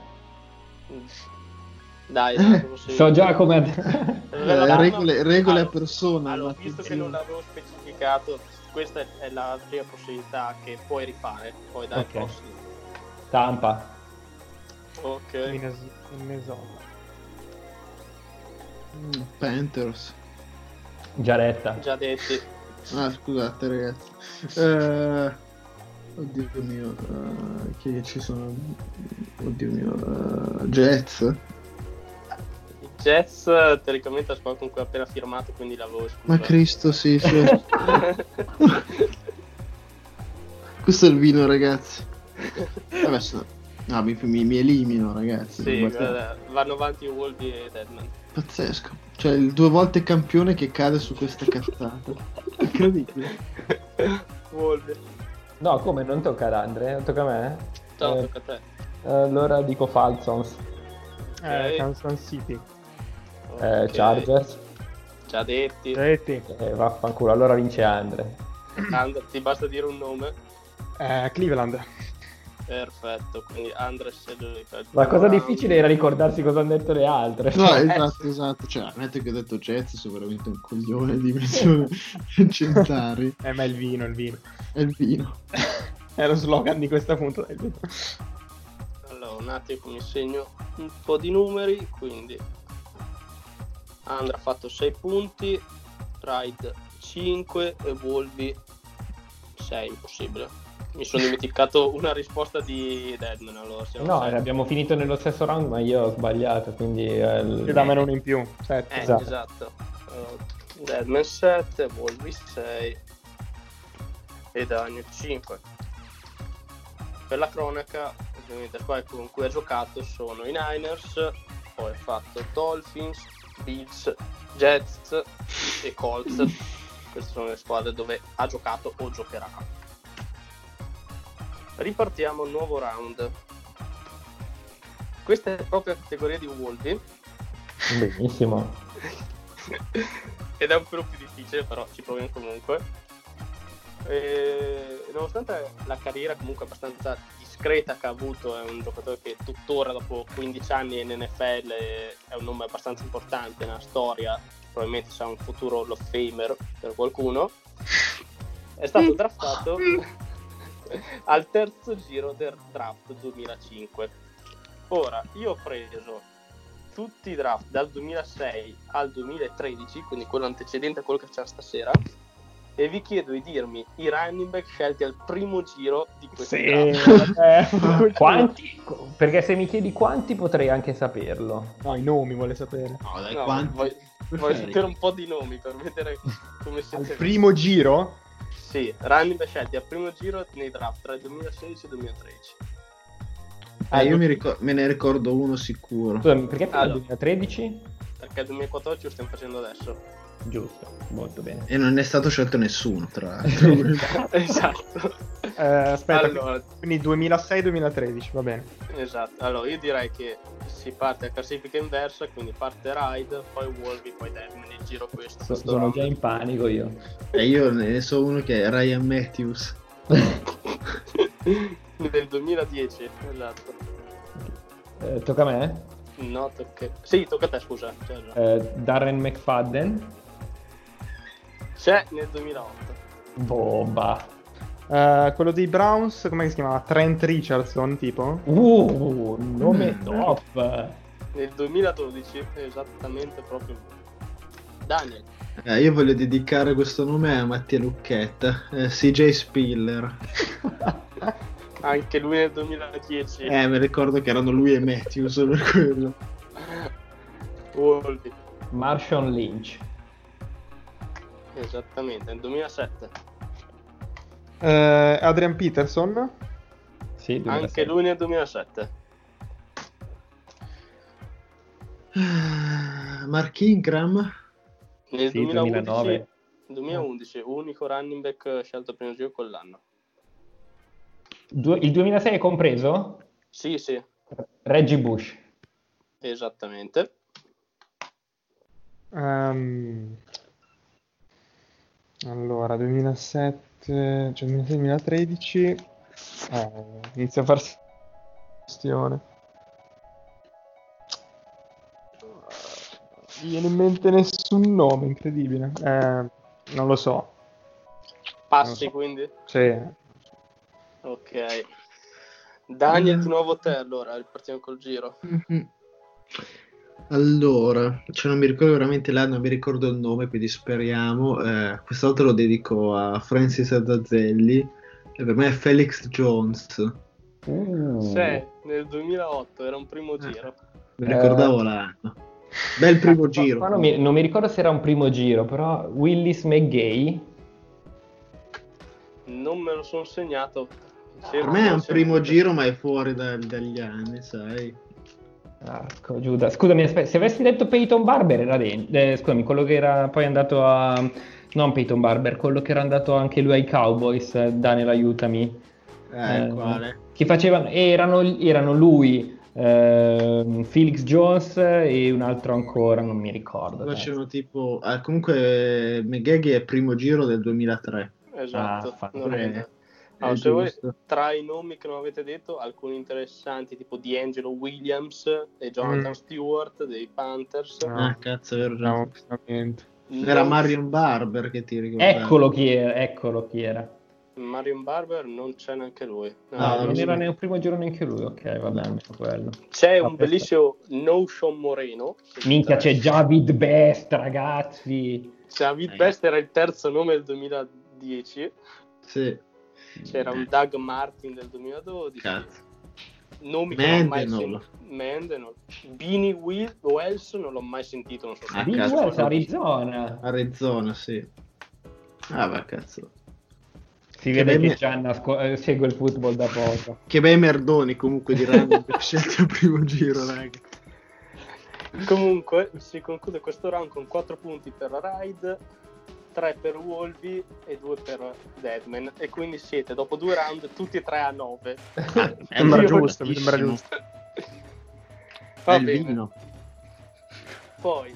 Dai, dai, così. So già come... eh, regole, regole a Allora, persona. Allora, visto che non l'avevo specificato, questa è la prima possibilità che puoi rifare, poi dai, Ok. prossimo. Tampa, Ok. Minnes- Minnesota. Mm, Panthers. già letta. Già detti. Ah, scusate, ragazzi. Eh, oddio mio, eh, che ci sono? Oddio mio, eh, Jets. I Jets, teoricamente, la squadra con cui ho appena firmato, quindi l'avevo escluso. Ma Cristo, sì, sì. Questo è il vino, ragazzi. Vabbè, so- no, mi, mi, mi elimino, ragazzi. Sì, Guarda- guarda, vanno avanti Wolby e Deadman. Pazzesco. Cioè, il due volte campione che cade su questa cazzata. Incredibile. Wolby. No, come? Non tocca ad Andre? Tocca a me? Ciao, Eh, tocca a te. allora dico Falcons, Eh, Ok. Kansas City. eh, Ok. Chargers, Già detti. Detti. eh, vaffanculo, allora vince Andre. And- ti basta dire un nome. Eh, Cleveland. Perfetto, quindi Andres e Luca. La cosa difficile era ricordarsi cosa hanno detto le altre. No, esatto, esatto. Cioè, ammetto che ho detto Jets, sono veramente un coglione di dimensioni centari. Eh, ma è il vino, il vino. È il vino. È lo slogan di questa puntata. Allora, un attimo mi segno un po' di numeri, quindi Andra ha fatto sei punti, Pride cinque e Wolvi sei, impossibile. Mi sono dimenticato una risposta di Deadman, allora siamo No, sei. abbiamo finito nello stesso round, ma io ho sbagliato, quindi... eh, E dammene uno in più. Sette. Eh, esatto. esatto. Allora, Deadman sette, Wolvi sei e Daniel cinque. Per la cronaca, ovviamente qua con cui ha giocato sono i Niners, poi ha fatto Dolphins, Bills, Jets e Colts. Queste sono le squadre dove ha giocato o giocherà. Ripartiamo il nuovo round. Questa è proprio la categoria di Wolvi. Benissimo. Ed è un po' più difficile, però ci proviamo comunque. E, nonostante la carriera comunque abbastanza discreta che ha avuto, è un giocatore che tuttora dopo quindici anni in N F L è un nome abbastanza importante nella storia, probabilmente sarà un futuro Hall of Famer per qualcuno. È stato draftato al terzo giro del draft duemilacinque. Ora, io ho preso tutti i draft dal duemilasei al duemilatredici, quindi quello antecedente a quello che c'è stasera, e vi chiedo di dirmi i running back scelti al primo giro di questo Sì, draft. eh. Quanti? Perché se mi chiedi quanti potrei anche saperlo. No, i nomi vuole sapere. No, dai, No, quanti? voglio, voglio sapere un po' di nomi per vedere come Al siete. primo giro? Sì, running back scelti al primo giro nei draft tra il duemilasedici e il duemilatredici. Eh, io mi ricor- me ne ricordo uno sicuro. Scusami, perché fino al Allora. duemilatredici? Perché il duemilaquattordici lo stiamo facendo adesso. Giusto, molto bene. E non è stato scelto nessuno, tra l'altro. Esatto. Eh, aspetta, Allora, quindi duemilasei duemilatredici, va bene. esatto. Allora, io direi che si parte a classifica inversa, quindi parte Ride, poi Wolvi, poi Deadman, il giro questo. So- questo sono round. già in panico io. E io ne so uno che è Ryan Matthews. Del duemiladieci, esatto. Eh, tocca a me? No, tocca... Sì, tocca a te, scusa. C'è, già. Eh, Darren McFadden. C'è nel duemilaotto. Bomba. Eh, quello dei Browns, come si chiamava? Trent Richardson, tipo? Uh, nome Mm. top. Nel duemiladodici, esattamente proprio. Daniel. Eh, io voglio dedicare questo nome a Mattia Lucchetta, eh, C J Spiller. Anche lui nel duemiladieci. Eh, mi ricordo che erano lui e Matthews per quello. Wolvi. Marshawn Lynch. Esattamente, nel duemilasette. Eh, Adrian Peterson? Sì, Anche duemilasette. lui nel duemilasette. Ah, Mark Ingram. Nel Sì, duemilaundici, duemilanove. duemilaundici, unico running back scelto al primo giro quell'anno. Du- il duemilasei è compreso? Sì, sì, Reggie Bush. esattamente. Ehm, allora, duemilasette, cioè duemilasei duemilatredici. Eh, inizia a farsi questione. Mi viene in mente nessun nome, incredibile. Eh, non lo so. Passi Non so. quindi? Sì. Ok. Daniel, di nuovo te allora, partiamo col giro. Mhm. Allora, cioè non mi ricordo veramente l'anno, non mi ricordo il nome, quindi speriamo. Eh, quest'altro lo dedico a Francis Azazelli, e per me è Felix Jones. Uh. Sì, nel duemilaotto, era un primo Eh. giro. Mi ricordavo l'anno. Bel primo Qua- giro. qua non, mi, non mi ricordo se era un primo giro, però Willis McGay. Non me lo sono segnato. Per me è un primo giro, ma è fuori da- dagli anni, sai. Arco Giuda. Scusami, aspetta, se avessi detto Peyton Barber era dentro. Eh, scusami, quello che era poi andato a... Non Peyton Barber, quello che era andato anche lui ai Cowboys. eh, Daniel, aiutami. Eh, Eh, quale? Chi facevano... Erano, erano lui, ehm, Felix Jones e un altro ancora, non mi ricordo. Facevano tipo... ah, comunque McGaghy è primo giro del duemilatré. Esatto. Ah, fa- non è- Allora, se voi tra i nomi che non avete detto, alcuni interessanti tipo D'Angelo Williams e Jonathan Mm. Stewart dei Panthers. No. Ah, cazzo, è No, veramente. Era Non- Marion Barber che ti ricordavi. Eccolo chi era, eccolo chi era. Marion Barber non c'è neanche lui. No, Ah, Ah, non non so. era nel primo giorno neanche lui, ok, vabbè, almeno quello. C'è Ah, un perfetto. bellissimo No Sean Moreno. che Minchia, potrebbe- c'è Javid Best, ragazzi. David Eh. Best era il terzo nome del duemiladieci. Sì, C'era un Doug Martin del duemiladodici. cazzo. Nomi che non ho mai Mendenhall. sentito. Mendenhall. Beanie Will- Wells non l'ho mai sentito. Non so se Ah, Big cazzo, Wells, no. Arizona. Arizona, sì. Ah, beh, cazzo. Si Che vede bei che me- Gianna scu- eh, segue il football da poco. Che bei merdoni comunque di random per scelta al primo giro, raga. Comunque si conclude questo round con quattro punti per Ride, tre per Wolby e due per Deadman, e quindi siete dopo due round tutti e tre a nove. Mi sembra Io giusto, mi sembra fortissimo. giusto. Va È il bene. vino. Poi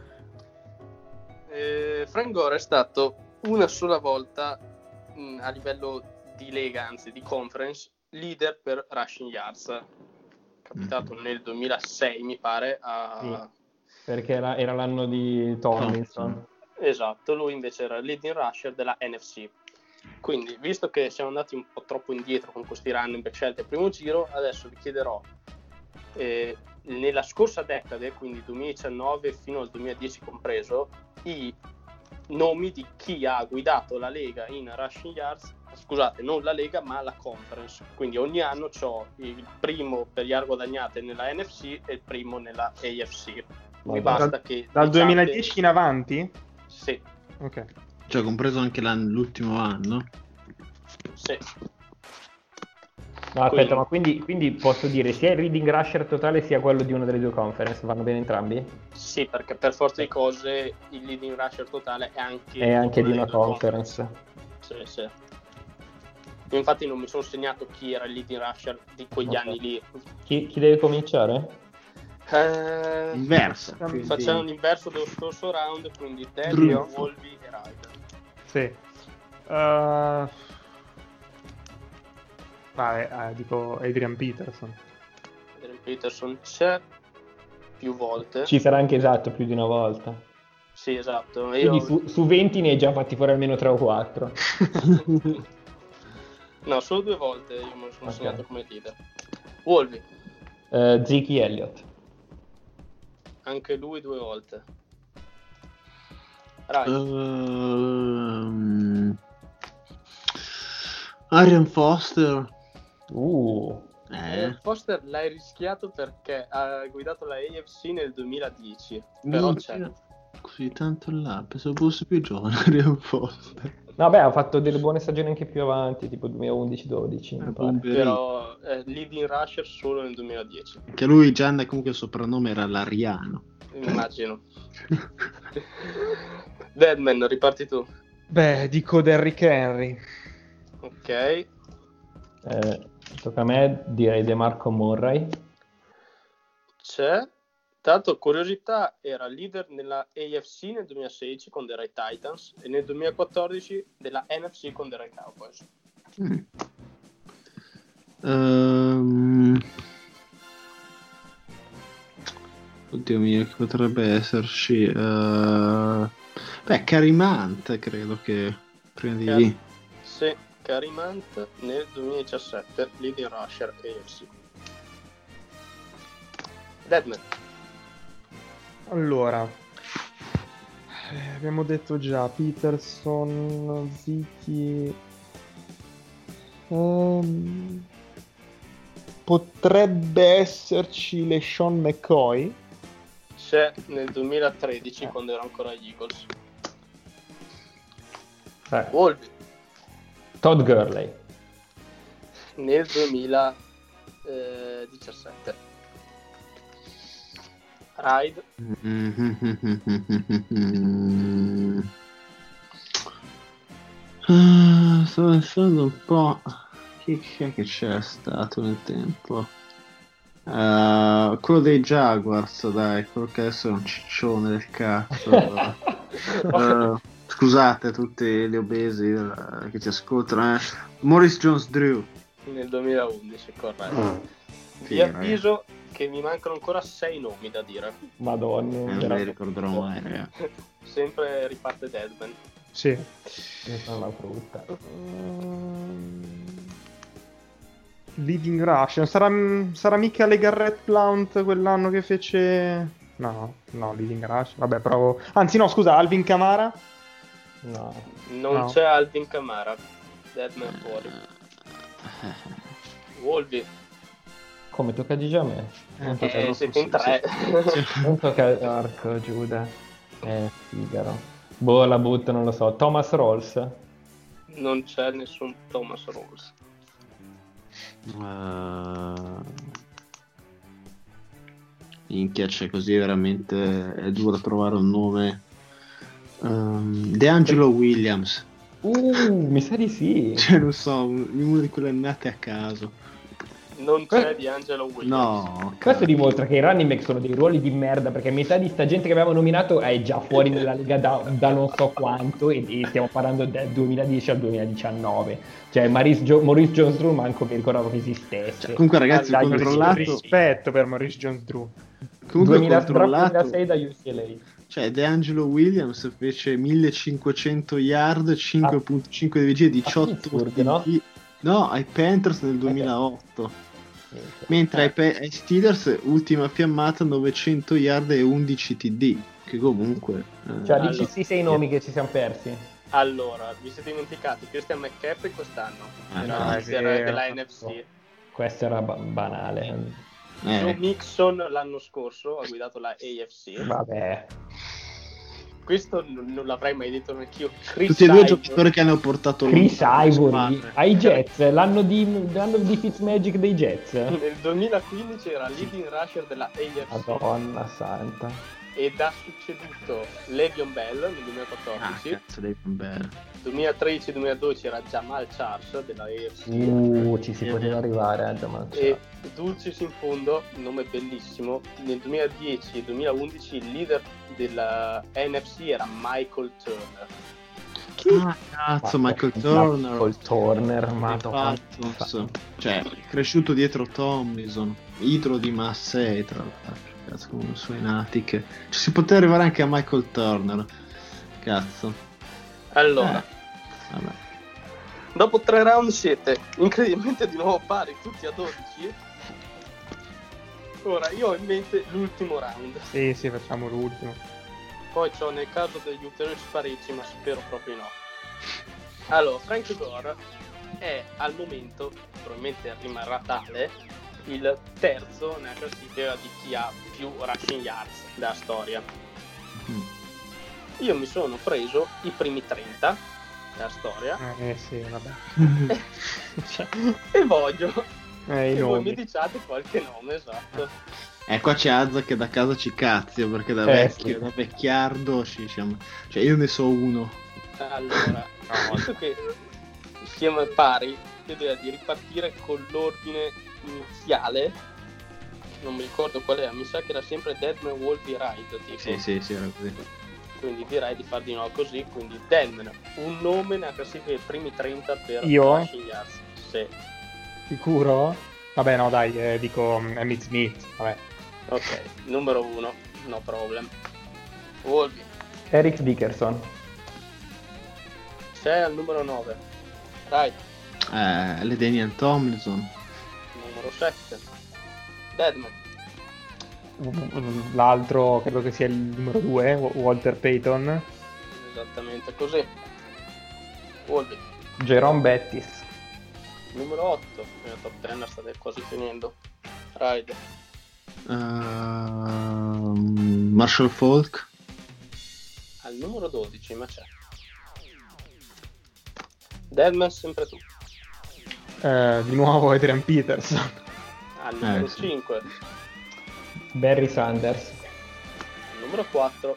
eh, Frank Gore è stato una sola volta mh, a livello di lega, anzi di conference, leader per rushing yards, capitato nel duemilasei mi pare a... Perché era, era l'anno di Tomlinson. Esatto, lui invece era il leading rusher della N F C. Quindi, visto che siamo andati un po' troppo indietro con questi running back scelti al primo giro, adesso vi chiederò eh, nella scorsa decade, quindi duemiladiciannove fino al duemiladieci compreso, i nomi di chi ha guidato la Lega in rushing yards, scusate, non la Lega ma la conference. Quindi ogni anno c'ho il primo per yard guadagnate nella N F C e il primo nella A F C. Mi Vabbè. basta che Dal diciate- duemiladieci in avanti? Sì, Ok. Cioè, compreso anche l'anno- l'ultimo anno. sì. No, aspetta, Quindi- ma quindi, quindi posso dire sia il reading rusher totale sia quello di una delle due conference, vanno bene entrambi? Sì, perché per forza di cose il leading rusher totale è anche, E anche di delle una due conference. Sì, sì. Io infatti non mi sono segnato chi era il leading rusher di quegli Ok. anni lì. Chi, chi deve cominciare? Eh, Inversa. quindi- facciamo l'inverso dello scorso round, quindi Dead, Io. Wolby e Ryder. Sì. Uh... Vabbè, eh, dico Adrian Peterson. Adrian Peterson c'è più volte. Ci sarà anche esatto più di una volta. Sì, esatto. Io... Quindi su, su venti ne hai già fatti fuori almeno tre o quattro. No, solo due volte io me lo sono Ok. segnato come leader. Wolby, Eh, Zeke Elliott. anche lui due volte. Ryder. Ehm, Arian Foster. Uh, Eh, Eh. Foster l'hai rischiato perché ha guidato la A F C nel duemiladieci, però Non c'è. c'era così tanto là. Pensavo fosse più giovane Arian Foster. vabbè, ha fatto delle buone stagioni anche più avanti, tipo duemilaundici dodici, mi Eh, pare. Bomberino. Però eh, leading rusher solo nel duemiladieci, Che lui, Gianna, comunque il soprannome era Lariano. immagino. Deadman, riparti tu. Beh, dico Derrick Henry. Ok, Eh, tocca a me, direi DeMarco Murray. c'è. Tanto, curiosità, era leader nella A F C nel duemilasedici con The Ray Titans e nel duemilaquattordici della N F C con The Ray Cowboys. Mm. Ehm, Oddio mio, che potrebbe esserci? Eh, Beh, Carimant, credo che prima di... Car- Sì, Kareem Hunt nel duemiladiciassette, leading rusher A F C. Deadman. Allora, eh, abbiamo detto già Peterson, Ziki. Ehm, potrebbe esserci LeSean McCoy. C'è nel duemilatredici quando era ancora agli Eagles. Eh, Wolby Todd Gurley. nel duemiladiciassette. Ride. Ah, sto pensando un po'. Chi chi è che c'è stato nel tempo? Eh, quello dei Jaguars, dai, quello che adesso è un ciccione del cazzo. Eh, Scusate tutti gli obesi eh, che ci ascoltano. Eh. Maurice Jones-Drew. Nel duemilaundici, corretto. Mm. Vi avviso che mi mancano ancora sei nomi da dire. Madonna. Eh, non me li ricorderò mai, ragazzi. Sempre riparte Deadman. Sì. Questa è una frutta. Leading Rush, non sarà, sarà mica le Garrett Blount quell'anno che fece... No, no, Leading Rush, vabbè, provo... Anzi no, scusa, Alvin Kamara? No. Non No. c'è Alvin Kamara. Deadman fuori. Wolvi. Come tocca di già a me? Non tocca, Eh, siete in tre. non tocca Arco, Giuda. Eh, Figaro. Boh, la butto, non lo so. Thomas Rawls. Non c'è nessun Thomas Rawls. Uh... Minchia, c'è così veramente è duro trovare un nome. Um, DeAngelo Williams. Uh, mi sa di sì. Cioè, non so, uno di quelle nate a caso. Non c'è di Angelo Williams. No, Questo dimostra che i running back sono dei ruoli di merda, perché metà di sta gente che abbiamo nominato è già fuori nella lega da, da non so quanto, e, e stiamo parlando dal duemiladieci al duemiladiciannove. Cioè Maurice, jo- Maurice Jones-Drew manco mi ricordavo che esistesse. Cioè, comunque ragazzi, ho Dai, controllato. Rispetto per Maurice Jones-Drew. Comunque ho duemila, controllato. duemilasei da U C L A. Cioè, DeAngelo Williams fece millecinquecento yard, cinque virgola cinque di vigia, diciotto Pittsburgh, T D. no? No, ai Panthers nel duemilaotto. Mentre ai, Pe- ai Steelers, ultima fiammata, novecento yard e undici T D. Che comunque... eh, Cioè, Allora. dici sì, sei nomi che ci siamo persi. Allora, vi siete dimenticati Christian McCaffrey quest'anno? Ah, Era no, il è leader vero. della N F C. Questo era ba- banale. Joe eh, Mixon l'anno scorso ha guidato la A F C. Vabbè. Questo non, non l'avrei mai detto neanch'io. Chris tutti e due Ivory. giocatori che hanno portato Chris lontano le Ivory squadre. ai Jets, l'anno di, l'anno di Fitzmagic dei Jets. Nel duemilaquindici era leading rusher della A F C Madonna santa. ed ha succeduto Le'Veon Bell nel Ah, duemilaquattordici. cazzo, dei bello. duemilatredici duemiladodici era Jamal Charles della A F C. Uh, ci si poteva arrivare a Jamal E Dulcis in fondo, nome bellissimo, nel duemiladieci e duemilaundici il leader della N F C era Michael Turner. Ah, cazzo, Michael Turner. Michael Turner, Dei madonna. Falcons. Cioè, cresciuto dietro Tomlinson, idolo di Massey, tra l'altro. Cazzo, come i suoi nati che... Ci si poteva arrivare anche a Michael Turner. Cazzo. Allora, Eh, vabbè. dopo tre round siete incredibilmente di nuovo pari, tutti a dodici. Ora, io ho in mente l'ultimo round. Sì, sì, facciamo l'ultimo. Poi c'ho nel caso degli ulteriori spareggi, ma spero proprio no. Allora, Frank Gore è al momento, probabilmente rimarrà tale, il terzo nella classifica di chi ha più rushing yards della storia. Mm. Io mi sono preso i primi trenta della storia Eh sì, vabbè. Cioè, e voglio eh, i che voi mi nomi. diciate qualche nome, esatto. Eh, qua c'è Azza che da casa ci cazzio, perché da Eh, vecchio, sì. da vecchiardo ci siamo... Cioè, io ne so uno. Allora, visto che siamo pari, io direi di ripartire con l'ordine iniziale. Non mi ricordo qual era, mi sa che era sempre Deadman, Wolby, Ride, tipo. Sì, sì, sì, era così. Quindi direi di far di nuovo così. Quindi Deadman, un nome nella classifica dei primi trenta per Io? rushing yards. Sì. Sicuro? Vabbè, no, dai, eh, dico um, Emmitt Smith. Vabbè. Ok, numero uno, no problem. Wolby, Eric Dickerson. c'è al numero nove. Ride, Eh, le Daniel Tomlinson. numero sette. Deadman, L'altro credo che sia il numero due, Walter Payton. esattamente così. Wolby, Jerome Bettis. numero otto, nella top dieci state quasi finendo. Ride, Ehm, Marshall Falk. al numero dodici, ma c'è. Deadman, sempre tu. Eh, di nuovo Adrian Peterson. Al numero Eh, sì. cinque, Barry Sanders. al numero quattro,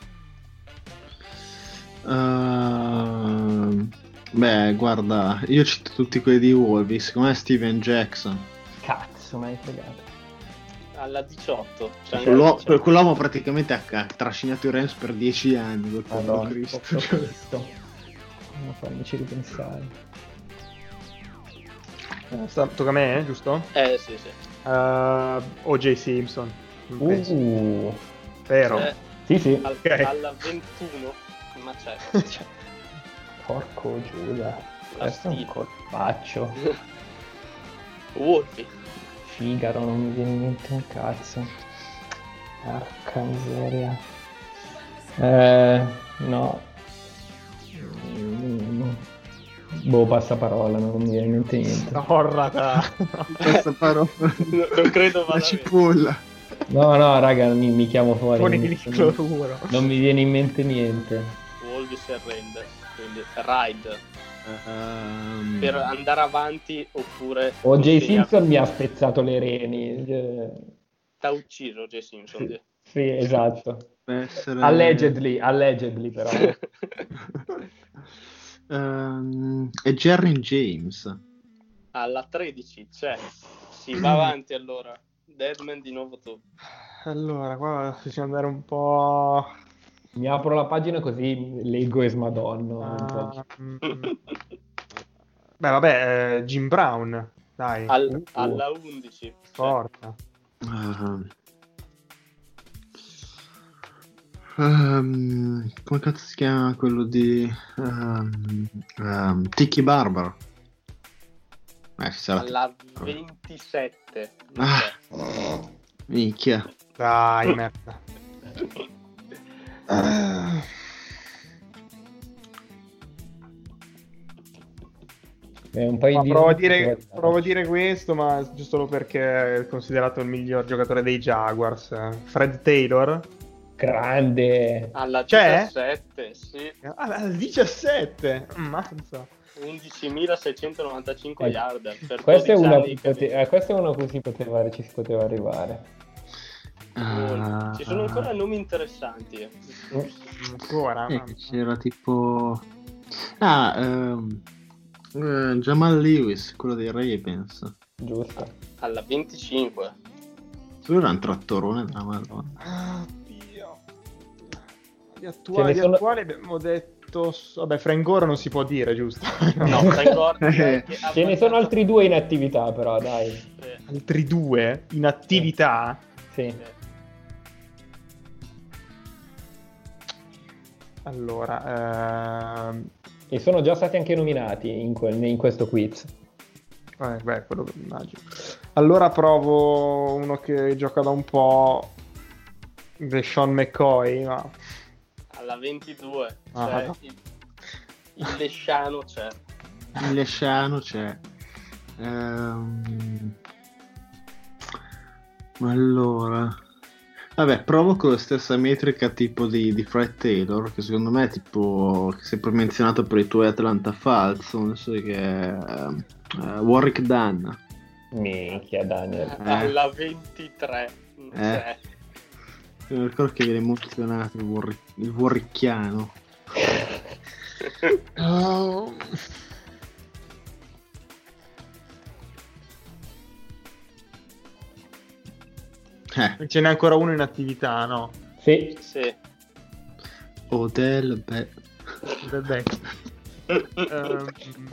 Ehm, beh, guarda, io cito tutti quelli di Wolves, secondo me Steven Jackson. Cazzo, mi hai fregato. al alla diciotto. Cioè, Quell'uomo, cioè, quell'uomo praticamente ha, ha trascinato i Rams per dieci anni col povero Madonna, Cristo. povero Cristo. Non farmici ripensare. Eh, sta- tocca a me, eh, giusto? Eh sì, sì. Uh, O J Simpson. Non penso. Uh, Vero? Cioè, sì, sì. al- Ok. alla ventuno, ma c'è. Cioè, Porco Giuda. La Questo è un stima. colpaccio. Wolfi. Figaro, non mi viene in mente un cazzo. Porca miseria. Eh, no. Mm. Boh, passaparola, non mi viene in mente niente. Orrata. Questa parola. No, non credo La vada bene. cipolla. No, no, raga, mi, mi chiamo fuori. Con non, il cloruro. non mi viene in mente niente. Wolfi si arrende. Quindi ride. Ehm, Per andare avanti oppure... O J consegna- Simpson mi ha spezzato le reni. eh, T'ha ucciso O J Simpson. Sì, sì, esatto. deve essere- Allegedly, allegedly però. Ehm, è Jerry James. Alla tredici c'è. Si va avanti allora. Deadman di nuovo tu. Allora, qua bisogna andare un po'... Mi apro la pagina così leggo Esmadonna. un po'. Ah, mm, Beh, vabbè, eh, Jim Brown, dai, Al- Uh. alla undici. forza. Ehm, ehm, come cazzo si chiama quello di ehm, ehm, Tiki Barber? Eh, ci sarà. Alla ventisette. Ah, minchia. Dai, merda. Ah. È un paio Ma di provo, a dire, provo a dire questo, ma giusto solo perché è considerato il miglior giocatore dei Jaguars. Fred Taylor. grande. Alla C'è? diciassette, sì. Ah, al diciassette. Ammazza. undicimilaseicentonovantacinque Eh, yard per Questa è dodici una anni che pote- che- eh, questa è una cui si poteva, ci si poteva arrivare. Ah, Ci sono ancora nomi interessanti. eh. Ancora. eh, ma- c'era tipo ah ehm, eh, Jamal Lewis, quello dei Ravens. Giusto. Alla venticinque. Lui era un trattorone della Madonna. Ah, Dio. Di Ce attuali, ne di sono- attuali abbiamo detto... Vabbè, Frank Gore non si può dire, giusto? No, Frank Gore, direi che Ce ne sono abbastanza- altri due in attività però, dai. Eh, Altri due in attività. Sì. eh. Allora, ehm... E sono già stati anche nominati in, quel- in questo quiz. eh, beh, quello che immagino. Allora provo uno che gioca da un po', Sean McCoy, ma... Alla ventidue. Ah, Cioè, no. il, il Lesciano c'è. Il Lesciano c'è. Ehm, allora, vabbè, provo con la stessa metrica tipo di, di Fred Taylor, che secondo me è tipo che sempre menzionato per i tuoi Atlanta Falcons, non so che è ehm, eh, Warwick Dunn. Minchia, Daniel. Eh. Alla ventitré. Eh. C'è. Io mi ricordo che viene emozionato il, Warwick, il Warwickiano. Oh. Eh, Ce n'è ancora uno in attività, no? Sì. Sì. Odell, beh. Vabbè. Ehm,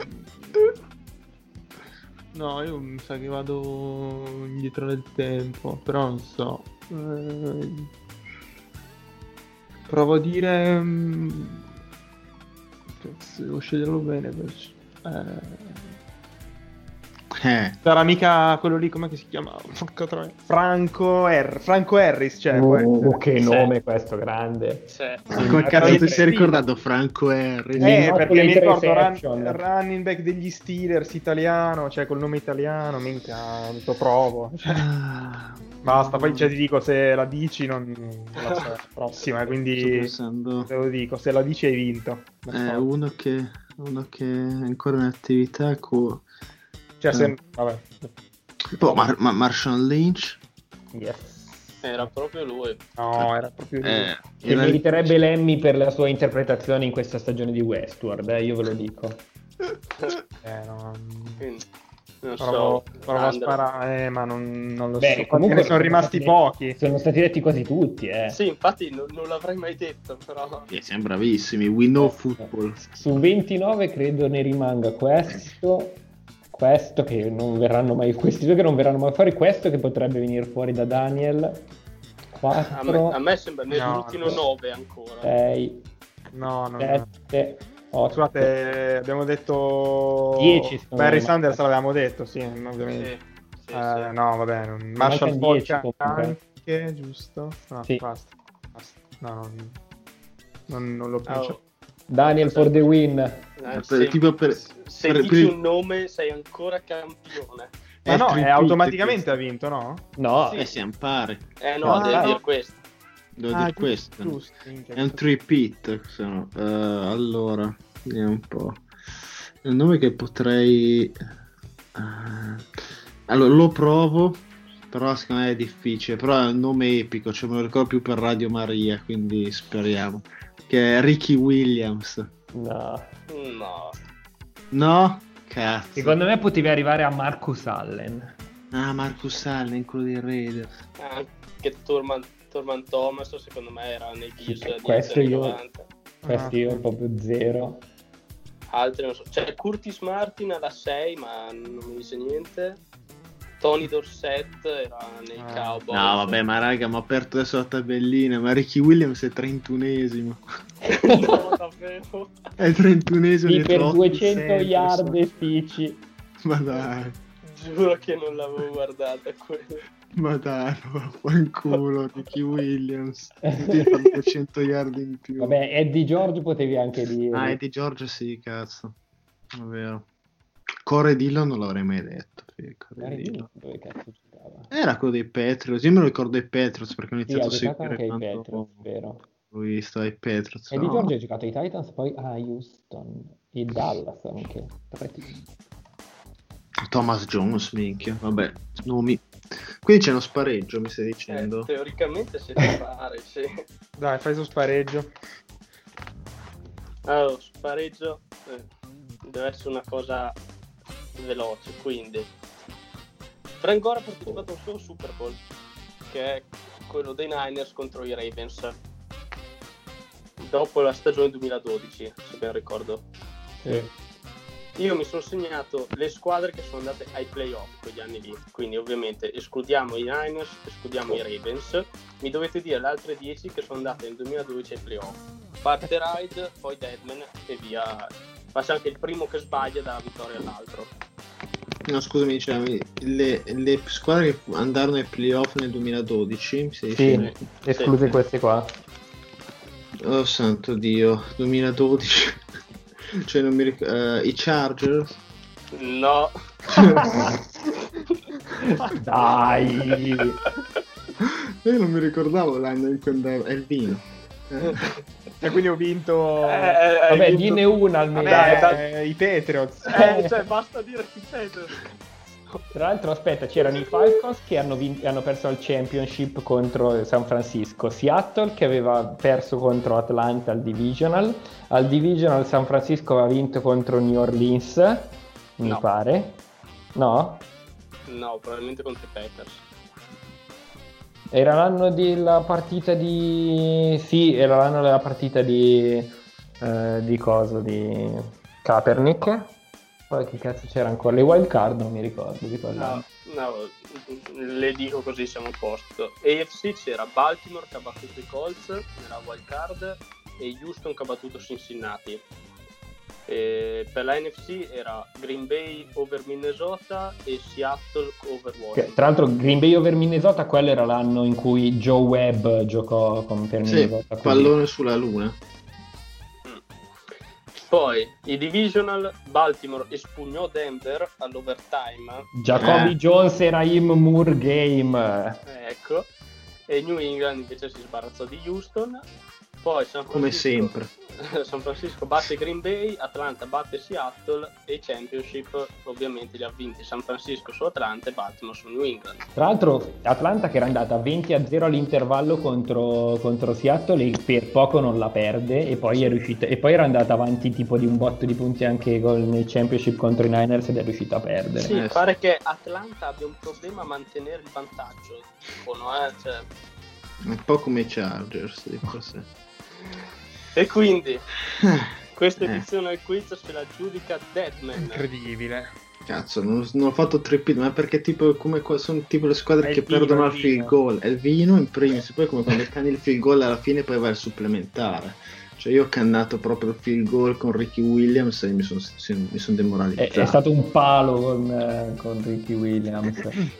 no, io mi sa che vado indietro nel tempo, però non so. Ehm, provo a dire... mm, cazzo, devo sceglierlo bene. Per... Eh... Eh, Sarà mica quello lì, com'è che si chiama? Porca troia. Franco R. Franco Harris, cioè. può essere. Oh, che Sì. nome questo grande. C'è. come Ah, cazzo sì, ti sì. sei ricordato Franco Harris? Eh, No, perché con le mi ricordo interception. run, running back degli Steelers italiano, cioè col nome italiano, minchia, mi to provo. Cioè, Ah, basta, poi cioè, ti dico se la dici non non la so, la prossima, sto quindi pensando. te lo dico, se la dici hai vinto. Eh, uno che uno che è ancora in attività co... Cioè, se... eh. vabbè. Boh, Mar- Ma- Marshawn Lynch Yes. Era proprio lui. No, era proprio lì. eh, Che era- meriterebbe l'Emmy per la sua interpretazione in questa stagione di Westworld, eh, io ve lo dico. Eh, no, Quindi, Non provo, so, provo a under. sparare, eh, ma non, non lo Beh, so. comunque Ne sono rimasti stati pochi. detti- Sono stati detti quasi tutti, eh. Sì, infatti non, non l'avrei mai detto, però... Eh, siamo bravissimi, we know football. Su ventinove credo ne rimanga questo, questo che non verranno mai, questi due che non verranno mai fuori, questo che potrebbe venire fuori da Daniel, A me, quattro, a me sembra ne No, ultimo no. nove ancora. sei, No, no, no. sette, otto. Scusate, abbiamo detto dieci, secondo Barry me. Sanders l'avevamo detto, sì, ovviamente. Sì, sì, Eh, sì. no, vabbè, non... Marshall mancano dieci Falk comunque. anche, giusto? No, Sì. basta, basta. No, no, non, non lo Oh, penso. Daniel for the win. eh, Per- se, tipo per- se per- dici per- un nome sei ancora campione. Ma È no, triplete è automaticamente questo. ha vinto, no? No, Eh, siamo pari. Eh no, Ah, devi no. dire questo. Devo Ah, dire giusto, questo. giusto, minchia. È un three-peat. sono. Eh, allora, vediamo un po'. Il nome che potrei... eh, allora, lo provo, però secondo me è difficile. Però è un nome epico, cioè me lo ricordo più per Radio Maria, quindi speriamo. Che è Ricky Williams. no. No. No? Cazzo. Secondo me potevi arrivare a Marcus Allen. Ah, Marcus Allen, quello dei Raiders. Anche Turman, Turman Thomas secondo me era nei Bills Sì, di questo anni io- novanta. Questo io proprio zero. Altri non so. C'è Curtis Martin alla sei, ma non mi dice niente. Tony Dorsett era nei Ah. Cowboys. No, vabbè, ma raga, mi ho aperto adesso la tabellina. Ma Ricky Williams è trentunesimo. No, davvero. È trentunesimo. Sì, dietro per otto duecento sempre, yard so. e spicci. Ma dai, Giuro che non l'avevo guardata quella. ma dai, vaffanculo, Ricky Williams. Ti fa duecento yard in più. Vabbè, Eddie George potevi anche dire. Ah, Eddie George sì, cazzo. È vero. Corey Dillon non l'avrei mai detto. Sì, Corey Magari Dillon. dove cazzo giocava? Era quello dei Patriots. Io me lo ricordo dei Patriots perché ho Sì, iniziato ha a giocato seguire anche ai quando Patriots, vero. lui sta ai Patriots. Eddie no? George ha giocato ai Titans, poi a Houston e Dallas anche. Tre team. Thomas Jones, minchia. Vabbè, nomi. Quindi c'è uno spareggio, mi stai Eh, dicendo? teoricamente si può fare, sì. Dai, fai su spareggio. Allora, spareggio eh, deve essere una cosa veloce, quindi Frank Gore ha partecipato al suo Super Bowl, che è quello dei Niners contro i Ravens, dopo la stagione duemiladodici, se ben ricordo. Sì. Io mi sono segnato le squadre che sono andate ai playoff quegli anni lì, quindi ovviamente escludiamo i Niners, escludiamo i Ravens, mi dovete dire le altre dieci che sono andate nel duemiladodici ai playoff. Parte Ride, poi Deadman e via. Passa anche il primo che sbaglia da vittoria all'altro. No, scusami, dicevi, le, le squadre che andarono ai playoff nel duemiladodici, mi stai Sì, dicendo? escluse Sì. queste qua. Oh santo Dio, duemiladodici. Cioè non mi ricordo. I Chargers? No. Dai! Io non mi ricordavo l'anno in cui andavo. È il vino. Eh. E quindi ho vinto... Eh, Vabbè, hai dine vinto- una almeno. Vabbè, dai, eh, i Patriots. Eh, cioè, basta dire chi sei. Tra l'altro, aspetta, c'erano i Falcons che hanno, vin- hanno perso al championship contro San Francisco, Seattle che aveva perso contro Atlanta al divisional, al divisional San Francisco aveva vinto contro New Orleans, mi No. pare. No? No, probabilmente contro i Packers. Era l'anno della partita di... Sì, era l'anno della partita di... eh, di cosa? Di Kaepernick. Poi che cazzo c'era ancora? Le wild card non mi ricordo di quell'anno. No, no, le dico così siamo a posto. A F C c'era Baltimore che ha battuto i Colts nella wild card e Houston che ha battuto Cincinnati. E per la N F C era Green Bay over Minnesota e Seattle over Che, Washington. tra l'altro Green Bay over Minnesota, quello era l'anno in cui Joe Webb giocò con per Sì, Minnesota. così. pallone sulla luna. Poi i divisional, Baltimore espugnò Denver all'overtime. Jacoby Eh. Jones e Raheem Moore game. Eh, ecco. E New England invece si sbarazzò di Houston. Poi San come Francisco, sempre. San Francisco batte Green Bay, Atlanta batte Seattle e i championship ovviamente li ha vinti San Francisco su Atlanta e Baltimore su New England. Tra l'altro Atlanta che era andata venti a zero all'intervallo contro, contro Seattle e per poco non la perde e poi è riuscita, e poi era andata avanti tipo di un botto di punti anche con, nel championship contro i Niners ed è riuscita a perdere. Sì, Eh, pare che Atlanta abbia un problema a mantenere il vantaggio, dicono, eh? Cioè... Un po' come i Chargers di per sé. E quindi questa Eh. edizione del quiz se la giudica Deadman. Incredibile. Cazzo, non, non ho fatto tripit, ma perché tipo come qua- sono tipo le squadre È che il vino, perdono è al il field vino. goal. È il vino in primis, poi come quando canni il field goal alla fine poi vai al supplementare. Cioè io ho cannato proprio il field goal con Ricky Williams e mi sono mi son È, demoralizzato. è stato un palo con, eh, con Ricky Williams.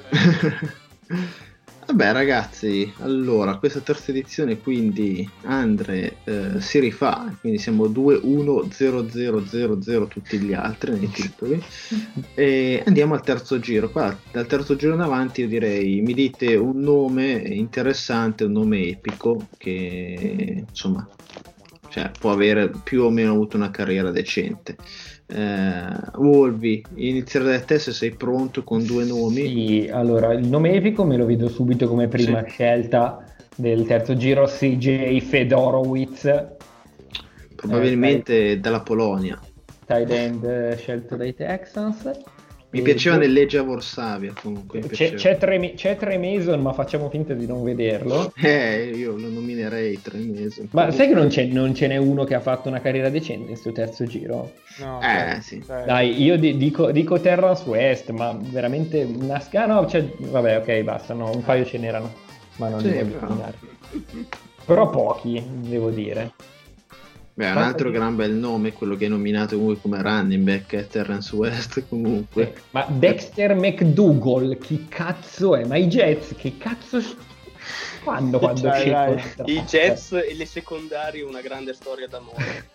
Vabbè ragazzi, allora questa terza edizione quindi Andre eh, si rifà, quindi siamo due uno zero zero zero zero tutti gli altri nei titoli e andiamo al terzo giro. Qua dal terzo giro in avanti io direi mi dite un nome interessante, un nome epico che insomma cioè, può avere più o meno avuto una carriera decente. Eh, Wolvi, inizierei da te se sei pronto con due nomi. Sì, allora il nome epico me lo vedo subito come prima Sì. scelta del terzo giro, C J Fedorowicz, Probabilmente Eh, dalla Polonia. tight end eh, scelto dai Texans. Mi E piaceva poi- nel Legge a Vorsavia comunque. mi C'è, piaceva. c'è, Tre- c'è Tremason, ma facciamo finta di non vederlo. Eh, io lo nominerei tre mesi. Ma sai che non, c'è, non ce n'è uno che ha fatto una carriera decente in questo terzo giro? No, Eh, cioè, sì. cioè, Dai, io di- dico, dico Terrence West, ma veramente una scala. No, cioè, vabbè, ok, basta, no, un paio ce n'erano, ma non Sì, li voglio però. nominare. Però pochi, devo dire. Beh, un altro gran bel nome, quello che hai nominato lui come running back è Terrence West comunque. Eh, ma Dexter McDougall, chi cazzo è? Ma i Jets, che cazzo... Quando, quando Dai, scelgono dai. il draft? I Jets e le secondarie una grande storia d'amore.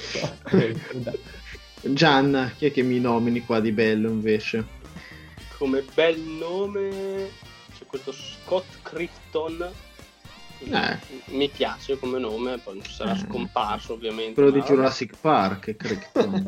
Gianna, chi è che mi nomini qua di bello invece? Come bel nome c'è questo Scott Crichton. Eh. Mi piace come nome, poi sarà Eh. scomparso ovviamente. Quello ma di vabbè. Jurassic Park, Crichton.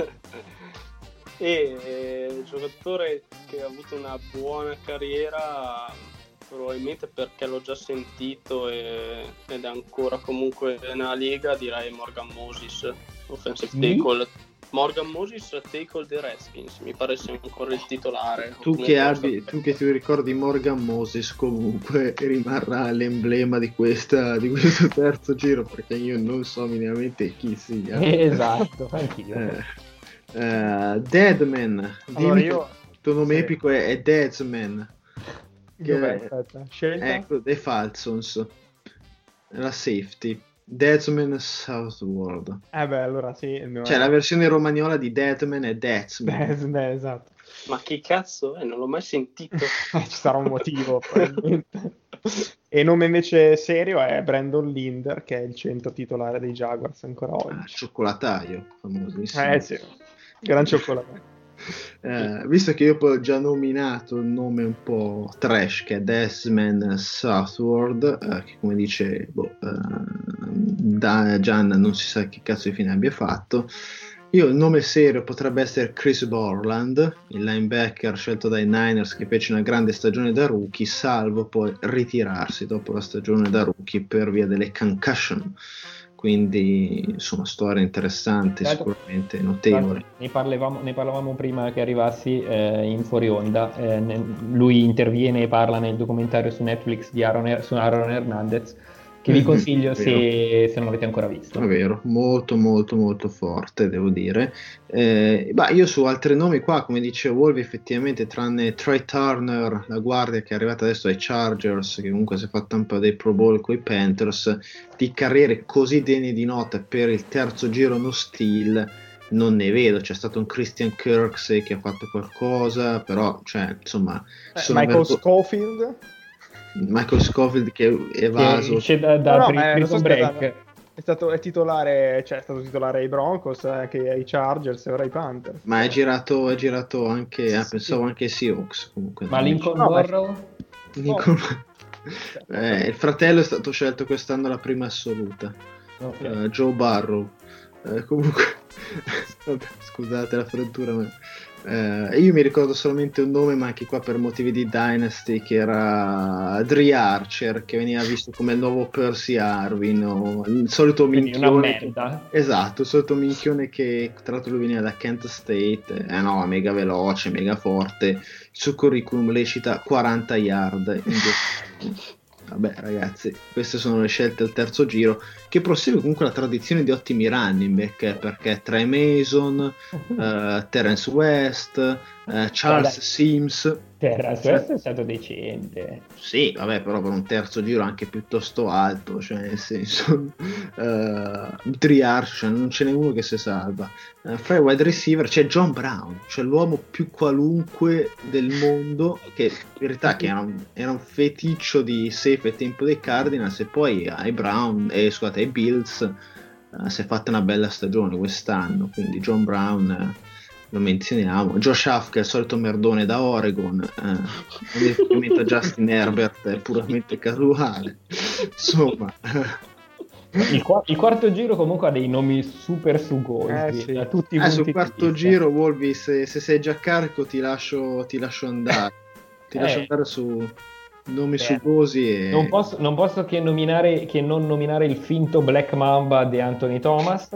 E eh, il giocatore che ha avuto una buona carriera probabilmente perché l'ho già sentito e, ed è ancora comunque nella Liga, direi Morgan Moses, offensive Sì. tackle. Morgan Moses, tackle dei Redskins, mi pare sia ancora il titolare. tu, Comunque che è abbi, stato- tu che ti ricordi Morgan Moses comunque rimarrà l'emblema di, questa, di questo terzo giro perché io non so minimamente chi sia. Esatto, anch'io. Eh, eh, Deadman, dimmi Allora che io... il tuo nome sì. epico è, è Deadsman, che Dov'è? è- Aspetta, scelta? ecco, dei Falcons, la safety, Deadsman Southward. Eh beh, allora sì, il mio Cioè la versione romagnola di Deadman è Deadsman. Beh, beh, esatto. Ma chi cazzo è? Non l'ho mai sentito. Ci sarà un motivo, probabilmente. E nome invece serio è Brandon Linder, che è il centro titolare dei Jaguars ancora Ah, oggi. cioccolataio, famosissimo. Eh sì, gran cioccolato. Eh, visto che io poi ho già nominato il nome un po' trash che è Desmond Southward, eh, che come dice boh, eh, da Gian non si sa che cazzo di fine abbia fatto, io il nome serio potrebbe essere Chris Borland, il linebacker scelto dai Niners che fece una grande stagione da rookie, salvo poi ritirarsi dopo la stagione da rookie per via delle concussion. Quindi insomma storia interessante, Certo. sicuramente notevole. Ne parlavamo, ne parlavamo prima che arrivassi eh, in fuori onda. Eh, ne- lui interviene e parla nel documentario su Netflix di Aaron, Er- su Aaron Hernandez, che vi Mhm, consiglio vero. se, se non l'avete ancora visto. È vero, molto molto molto forte devo dire. Eh, bah, io su altri nomi qua, come dice Wolvi, effettivamente tranne Trey Turner, la guardia che è arrivata adesso ai Chargers, che comunque si è fatto un po' dei Pro Bowl con i Panthers, di carriere così degne di nota per il terzo giro no steal non ne vedo. C'è stato un Christian Kirksey che ha fatto qualcosa, però cioè insomma Eh, sono Michael vergo- Scofield. Michael Scofield che è evaso. Che esce da, da No, no, Pri- ma, eh, Prison non so, Break. aspetta, è stato è titolare, cioè è stato titolare ai Broncos, anche ai Chargers e ora ai Panthers. Ma è girato, è girato anche, ah, Sì, pensavo sì. anche ai Seahawks comunque. Ma Lincoln No, ma- Burrow? Lincoln- Eh, il fratello è stato scelto quest'anno alla prima assoluta. okay. uh, Joe Burrow. Uh, comunque, scusate la freddura, ma uh, io mi ricordo solamente un nome, ma anche qua per motivi di Dynasty, che era Dre Archer, che veniva visto come il nuovo Percy Harvin, o il solito Quindi minchione. una merda. Esatto, il solito minchione che tra l'altro lui veniva da Kent State, eh no, mega veloce, mega forte, il suo curriculum le cita quaranta yard in Vabbè ragazzi, queste sono le scelte al terzo giro, che prosegue comunque la tradizione di ottimi running back, perché Trey Mason, uh, Terrence West, uh, Charles Dai. Sims. Terrence West è stato decente. Sì, vabbè, però per un terzo giro anche piuttosto alto, cioè nel senso uh, Triarch, cioè non ce n'è uno che si salva. Uh, fra i wide receiver c'è John Brown, cioè l'uomo più qualunque del mondo, che in verità che era un, era un feticcio di safe ai tempo dei Cardinals, e poi ai Brown, eh, scusate, ai Bills uh, si è fatta una bella stagione quest'anno, quindi John Brown... Uh, lo menzioniamo. Josh Huff, che è il solito merdone da Oregon, eh, un riferimento a Justin Herbert è puramente casuale, insomma. Il, qu- il quarto giro comunque ha dei nomi super sugosi, eh, sì. da tutti i eh, punti sul di quarto vista. giro, Wolvi, se, se sei già carico ti lascio, ti lascio andare ti Eh. lascio andare su nomi Beh, sugosi e... non posso, non posso che, nominare, che non nominare il finto Black Mamba di Anthony Thomas.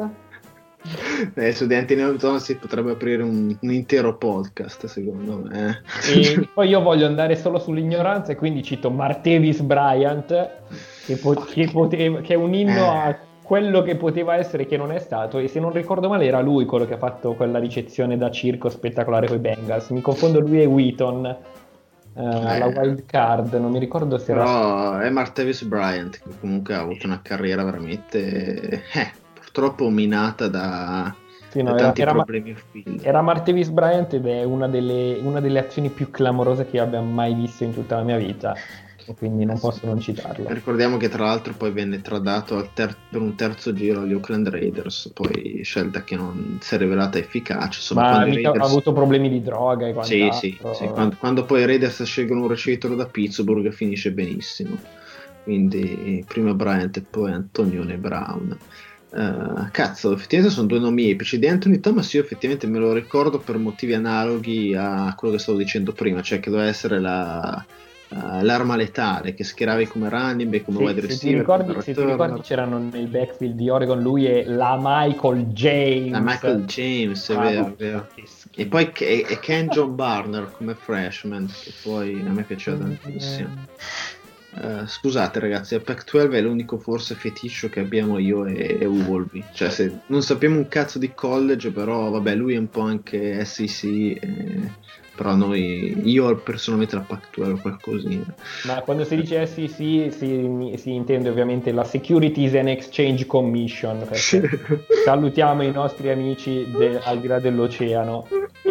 Eh, su Anthony Thomas si potrebbe aprire un, un intero podcast, secondo me. E poi io voglio andare solo sull'ignoranza e quindi cito Martavis Bryant, che, po- che, poteva, che è un inno a quello che poteva essere, che non è stato, e se non ricordo male era lui quello che ha fatto quella ricezione da circo spettacolare con i Bengals. Mi confondo lui e Wheaton, eh, alla wild card, non mi ricordo se era... Però è Martavis Bryant, che comunque ha avuto una carriera veramente... Eh, troppo minata da, Sì, no, da era, tanti era, problemi off field. era Martavis Bryant ed è una delle, una delle azioni più clamorose che abbia mai visto in tutta la mia vita, e quindi non posso non citarlo. Ricordiamo che tra l'altro poi venne tradato al ter- per un terzo giro agli Oakland Raiders, poi scelta che non si è rivelata efficace. Insomma, Ma quando i mica Raiders... ha avuto problemi di droga e Sì, quant'altro. sì, sì. Quando, quando poi i Raiders scelgono un ricevitore da Pittsburgh finisce benissimo. Quindi prima Bryant e poi Antonione Brown. Uh, cazzo, effettivamente sono due nomi epici. Di Anthony Thomas io effettivamente me lo ricordo per motivi analoghi a quello che stavo dicendo prima, cioè che doveva essere la, uh, l'arma letale, che schieravi come running back, come Sì, wide se ti receiver, ricordi, come se ti returner. ricordi c'erano nel backfield di Oregon lui e la Michael James. La Michael James, è Ah, vero, no, è vero. che schifo. E poi e, e Ken John Barner come freshman, che poi a me piaceva tantissimo. Uh, scusate ragazzi, la Pac dodici è l'unico forse feticcio che abbiamo io e, e Wolvi, cioè se non sappiamo un cazzo di college, però vabbè, lui è un po' anche S E C, eh, però noi, io personalmente la Pac dodici o qualcosina. Ma quando si dice S E C si, si intende ovviamente la Securities and Exchange Commission, perché salutiamo i nostri amici de, al di là dell'oceano.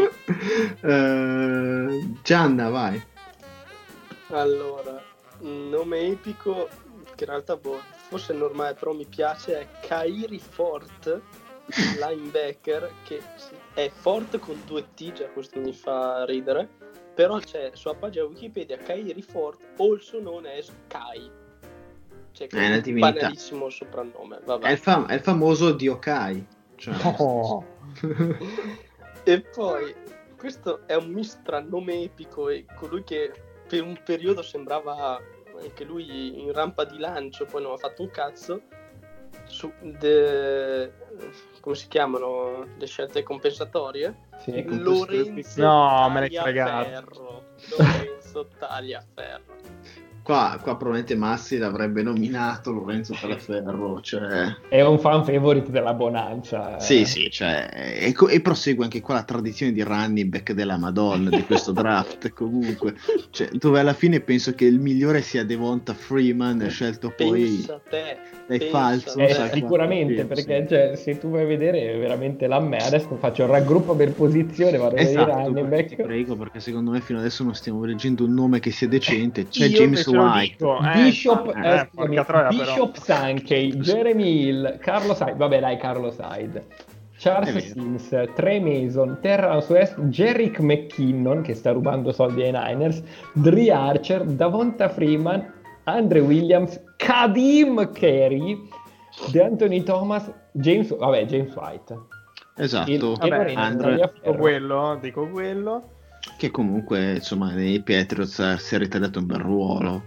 uh, Gianna, vai. Allora, un nome epico che in realtà boh, forse è normale, però mi piace, è Kairi Fort, linebacker, che è Fort con due T, già questo mi fa ridere, però c'è sulla pagina Wikipedia Kairi Fort, also known as Kai, cioè che è è una un divinità. banalissimo soprannome, vabbè. È il, fam- è il famoso Dio Kai, cioè, Oh. E poi questo è un mistranome epico, e colui che per un periodo sembrava anche lui in rampa di lancio, poi non ha fatto un cazzo, su de... come si chiamano le scelte compensatorie? Sì, Lorenzo No, me l'hai fregato. Tagliaferro. Lorenzo Tagliaferro. Qua, qua probabilmente Massi l'avrebbe nominato Lorenzo Tagliaferro, cioè... è un fan favorite della Bonanza. Sì, eh. sì, cioè, e, co- e prosegue anche qua la tradizione di running back della Madonna di questo draft, comunque, cioè, dove alla fine penso che il migliore sia Devonta Freeman, scelto poi Pensa te, dai pensa falso, te. Eh, sai, sicuramente, quanto perché tempo, cioè, se tu vai a vedere è veramente la me. Adesso faccio il raggruppo per posizione, vado sì. a vedere Esatto, running ti back. prego, perché secondo me fino adesso non stiamo leggendo un nome che sia decente. C'è Io James te lo White. dico, eh, Bishop, eh, eh, porca scusami, troia, Bishop Sankey, Jeremy Hill, Carlos Hyde, vabbè dai Carlos Hyde, Charles È vero. Sims, Trey Mason, Terrence West, Jerick McKinnon che sta rubando soldi ai Niners, Dre Archer, Davonta Freeman, Andre Williams, Kadeem Carey, De Anthony Thomas, James, vabbè, James White. Esatto. E, Vabbè, e Lorenzo Andre- Tagliaferro. Dico quello, dico quello. Che comunque, insomma, nei Patriots si è ritagliato un bel ruolo.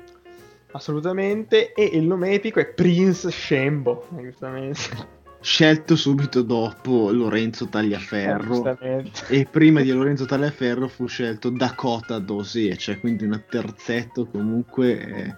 Assolutamente. E il nome epico è Prince Shambo, giustamente. Scelto subito dopo Lorenzo Tagliaferro. Giustamente. E prima di Lorenzo Tagliaferro fu scelto Dakota Dozier, cioè quindi un terzetto comunque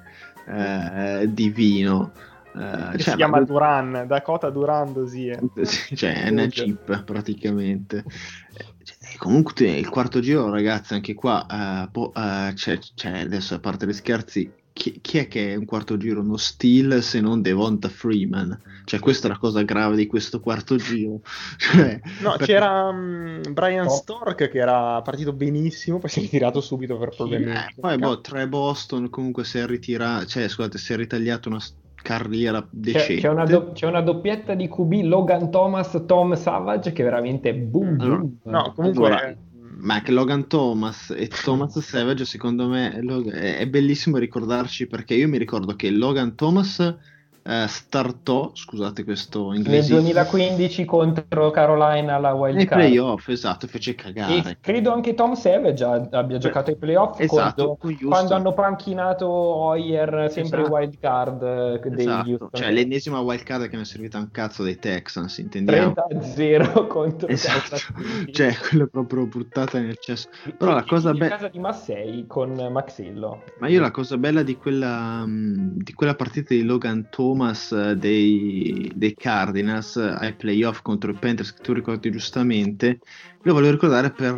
eh, eh, divino. Eh, Che cioè, si chiama ma- Duran, Dakota Duran Dozier. Sì, cioè è una jeep praticamente. Eh, cioè, comunque te- il quarto giro, ragazzi, anche qua eh, boh, eh, c'è, c'è- adesso a parte gli scherzi, chi, chi è che è un quarto giro uno steal se non Devonta Freeman? Cioè questa è la cosa grave di questo quarto giro. Cioè, No, perché- c'era mm, Brian Oh. Stork che era partito benissimo, poi si è ritirato subito per problemi. Eh, poi boh, tre Boston comunque si è ritirato, cioè scusate, si è ritagliato una s- carriera C'è, decente. c'è una do- c'è una doppietta di Q B Logan Thomas, Tom Savage che veramente boom Allora, boom. No, comunque Allora, ma anche Logan Thomas e Thomas Savage, secondo me, Log- è è bellissimo ricordarci, perché io mi ricordo che Logan Thomas eh, startò, scusate questo Nel inglesismo, duemilaquindici contro Carolina alla wild nei card. playoff, esatto, fece E cagare. credo anche Tom Savage a- abbia giocato ai playoff Esatto, quando, con Houston. quando hanno panchinato Hoyer sempre Esatto. wild card eh, dei Esatto, Houston. cioè l'ennesima wild card che non è servita un cazzo dei Texans, intendiamo. trenta a zero contro Esatto, Kansas City. cioè quella è proprio buttata nel cesso. Però la cosa in bella, casa di Massey con Maxillo. ma io la cosa bella di quella, mh, di quella partita di Logan Thomas eh, dei, dei Cardinals eh, ai playoff contro i Panthers, che tu ricordi giustamente, lo volevo ricordare per,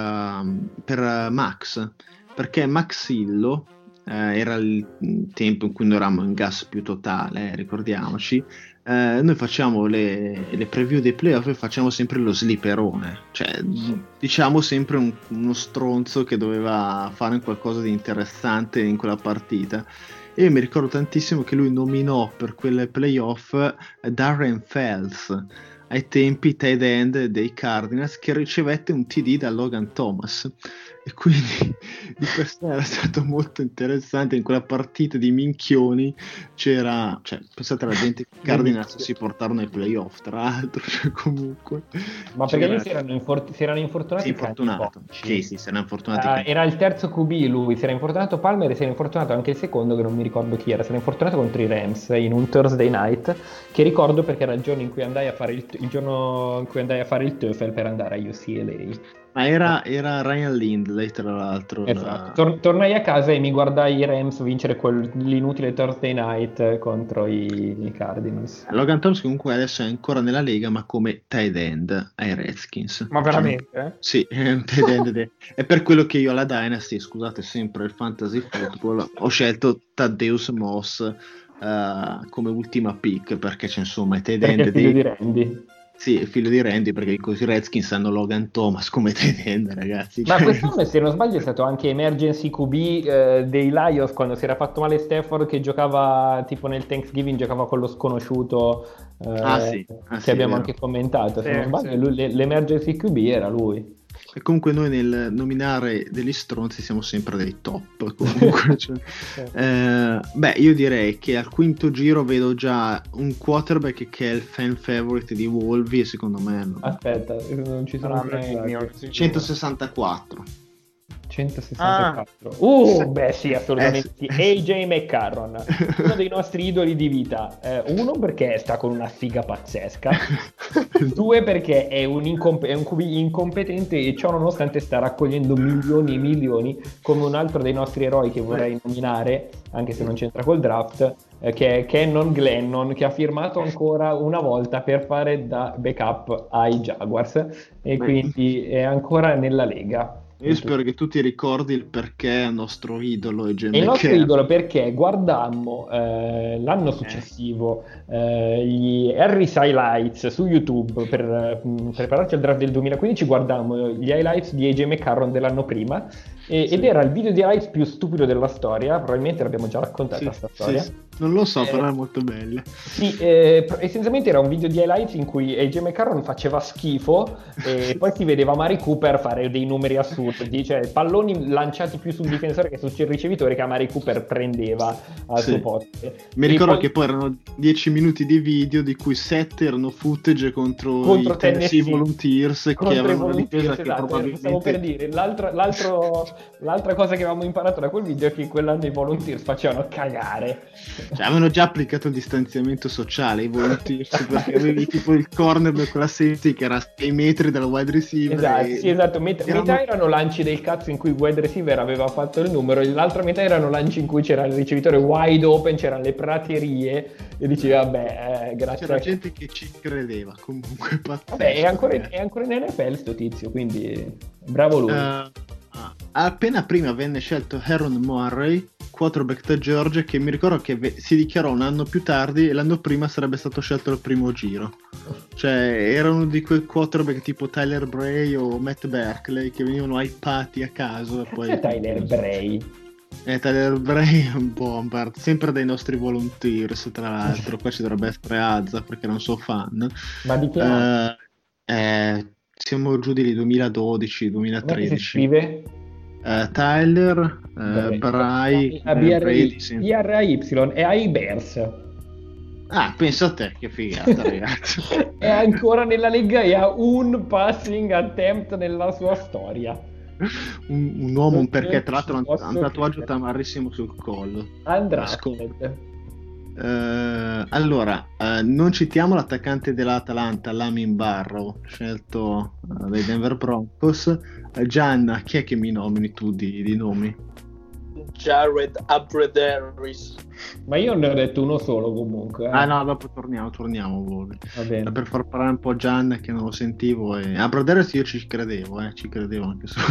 eh, per eh, Max, perché Maxillo eh, era il tempo in cui noi eravamo in gas più totale, eh, ricordiamoci. Eh, noi facciamo le, le preview dei playoff e facciamo sempre lo slipperone, cioè diciamo sempre un- uno stronzo che doveva fare qualcosa di interessante in quella partita. E io mi ricordo tantissimo che lui nominò per quelle playoff eh, Darren Fells, ai tempi tight end dei Cardinals, che ricevette un T D da Logan Thomas. E quindi di per sé era stato molto interessante. In quella partita di minchioni c'era, cioè, pensate alla gente che i Cardinals si portarono ai playoff, tra l'altro, cioè, comunque Ma perché c'era- lì si erano, infor- si erano infortunati si è infortunato. Candy Sì, Bosch. sì, se ne è infortunati. Ah, era il terzo Q B lui, si era infortunato Palmer e si era infortunato anche il secondo che non mi ricordo chi era, si era infortunato contro i Rams in un Thursday night, che ricordo perché era il giorno in cui andai a fare il, il giorno in cui andai a fare il TOEFL per andare a U C L A. Ma era, era Ryan Lindley, tra l'altro. Esatto. la- Tor- tornai a casa e mi guardai i Rams vincere quell'inutile Thursday night contro i, i Cardinals. Logan Thomas comunque adesso è ancora nella Lega, ma come tight end ai Redskins. Ma veramente? eh? Sì, è un tight end de- è per quello che io alla Dynasty, scusate sempre il fantasy football, ho scelto Thaddeus Moss eh, come ultima pick, perché c'è insomma i tight Perché end è figlio dei... di Randy. Sì, il figlio di Randy, perché così i Redskins hanno Logan Thomas come tight end, ragazzi. Ma Cioè- quest'anno, se non sbaglio, è stato anche emergency Q B eh, dei Lions quando si era fatto male Stafford, che giocava tipo nel Thanksgiving, giocava con lo sconosciuto eh, Ah, sì. Ah, che sì, abbiamo vero. anche commentato. Se Sì, non sbaglio, sì. lui- le- l'emergency Q B era lui. E comunque noi nel nominare degli stronzi siamo sempre dei top. Comunque, cioè. Eh, beh, io direi che al quinto giro vedo già un quarterback che è il fan favorite di Wolvi e secondo me no. Aspetta, non ci sono Saranno ancora il mio, andati. sicuro. centosessantaquattro. centosessantaquattro. Uh, Sì. beh sì, assolutamente Eh, sì. A J McCarron, uno dei nostri idoli di vita. Eh, uno perché sta con una figa pazzesca. Due perché è un, incomp- è un Q B incompetente e ciò nonostante sta raccogliendo milioni e milioni, come un altro dei nostri eroi che vorrei nominare, anche se non c'entra col draft, eh, che è Cannon Glennon, che ha firmato ancora una volta per fare da backup ai Jaguars e Beh. quindi è ancora nella Lega. Io spero che tu ti ricordi il perché è il nostro idolo e È il nostro idolo perché guardammo eh, l'anno successivo eh, gli Harris Highlights su YouTube per eh, prepararci al draft del duemilaquindici, guardammo gli highlights di A J McCarron dell'anno prima E, Sì. Ed era il video di highlights più stupido della storia, probabilmente l'abbiamo già raccontata Sì, questa sì, storia. sì. Non lo so, Eh, però è molto bella. Sì, eh, pr- essenzialmente era un video di highlights in cui A J McCarron faceva schifo e poi si vedeva Mari Cooper fare dei numeri assurdi, cioè palloni lanciati più sul difensore che sul ricevitore che Mari Cooper prendeva al Sì. suo posto. Mi E ricordo poi- che poi erano dieci minuti di video di cui sette erano footage contro, Contro i Tennessee Tennessee. Volunteers che contro i avevano una Volunteers, difesa che esatto, probabilmente stavo per dire, l'altro- l'altro- l'altra cosa che avevamo imparato da quel video è che quell'anno i Volunteers facevano cagare. cioè, avevano già applicato il distanziamento sociale i Volunteers perché avevi tipo il cornerback con la safety che era a sei metri dal wide receiver Esatto, e- sì, esatto. Met- erano- metà erano lanci del cazzo in cui il wide receiver aveva fatto il numero, e l'altra metà erano lanci in cui c'era il ricevitore wide open, c'erano le praterie e dici vabbè, eh, grazie. c'era gente che ci credeva comunque pazzesco. Vabbè, è ancora, in, è ancora in N F L sto tizio, quindi bravo lui. Eh, appena prima venne scelto Aaron Murray, quarterback da Georgia, che mi ricordo che ve- si dichiarò un anno più tardi e l'anno prima sarebbe stato scelto al primo giro. Cioè era uno di quei quarterback tipo Tyler Bray o Matt Barkley che venivano hypati a caso e poi C'è Tyler Bray. eh, Tyler Bray è un bombard, sempre dai nostri Volunteers tra l'altro. Qua ci dovrebbe essere Azza perché non so fan. Ma di che anno? Eh, eh, siamo giù di lì duemiladodici Com'è che si duemilatredici. scrive? Eh, Tyler, eh, Bray, A eh, B R Brady, I sì. B R Y e ai Bears. Ah, pensa a te, che figata, ragazzi. È ancora nella Lega e ha un passing attempt nella sua storia. un, un uomo, un perché tra l'altro ha un- Posso ha un tatuaggio credere. tamarrissimo sul collo. Undrafted. Eh, allora, eh, non citiamo l'attaccante dell'Atalanta, Lamin Barrow, scelto eh, dai Denver Broncos. Eh, Gianna, chi è che mi nomini tu di, di nomi? Jared Abbrederis. Ma io ne ho detto uno solo comunque. eh. Ah no, dopo torniamo, torniamo voi. Va bene. Per far parlare un po' Gianna che non lo sentivo e... a Brothers io ci credevo, eh, ci credevo anche su...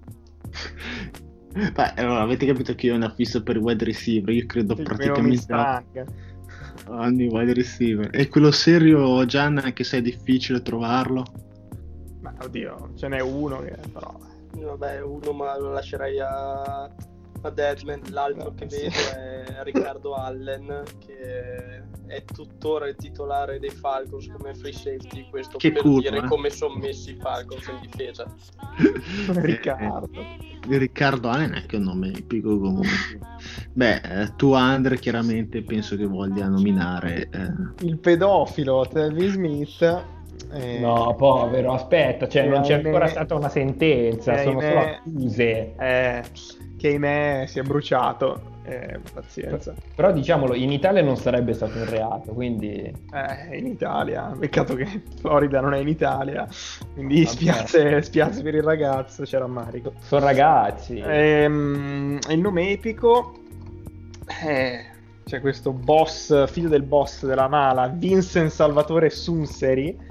Beh, allora avete capito che io ho una fissa per i wide receiver, io credo Sì, praticamente meno mi stanca. ogni wide receiver. E quello serio, Gianna, anche se è difficile trovarlo. Ma oddio, ce n'è uno che però... Vabbè, uno ma lo lascerei a, a Deadman. L'altro che vedo è Riccardo Allen, che è tuttora il titolare dei Falcons come free safety. Questo Che per curva, dire eh. come sono messi i Falcons in difesa. Riccardo. Eh, Riccardo Allen è che un nome epico comunque. Beh, eh, tu Andre chiaramente penso che voglia nominare... eh, Il pedofilo Travis Smith. eh, No, povero, aspetta, cioè Eh, non c'è ahimè. ancora stata una sentenza, Eh, sono solo ahimè. accuse. eh, che ahimè si è bruciato. Eh, pazienza. Però diciamolo, in Italia non sarebbe stato un reato, quindi... Eh, in Italia, peccato che Florida non è in Italia, quindi Vabbè. spiace, spiace per il ragazzo, c'era rammarico. Sono ragazzi. Ehm, il nome epico, eh, c'è questo boss, figlio del boss della mala, Vincent Salvatore Sunseri.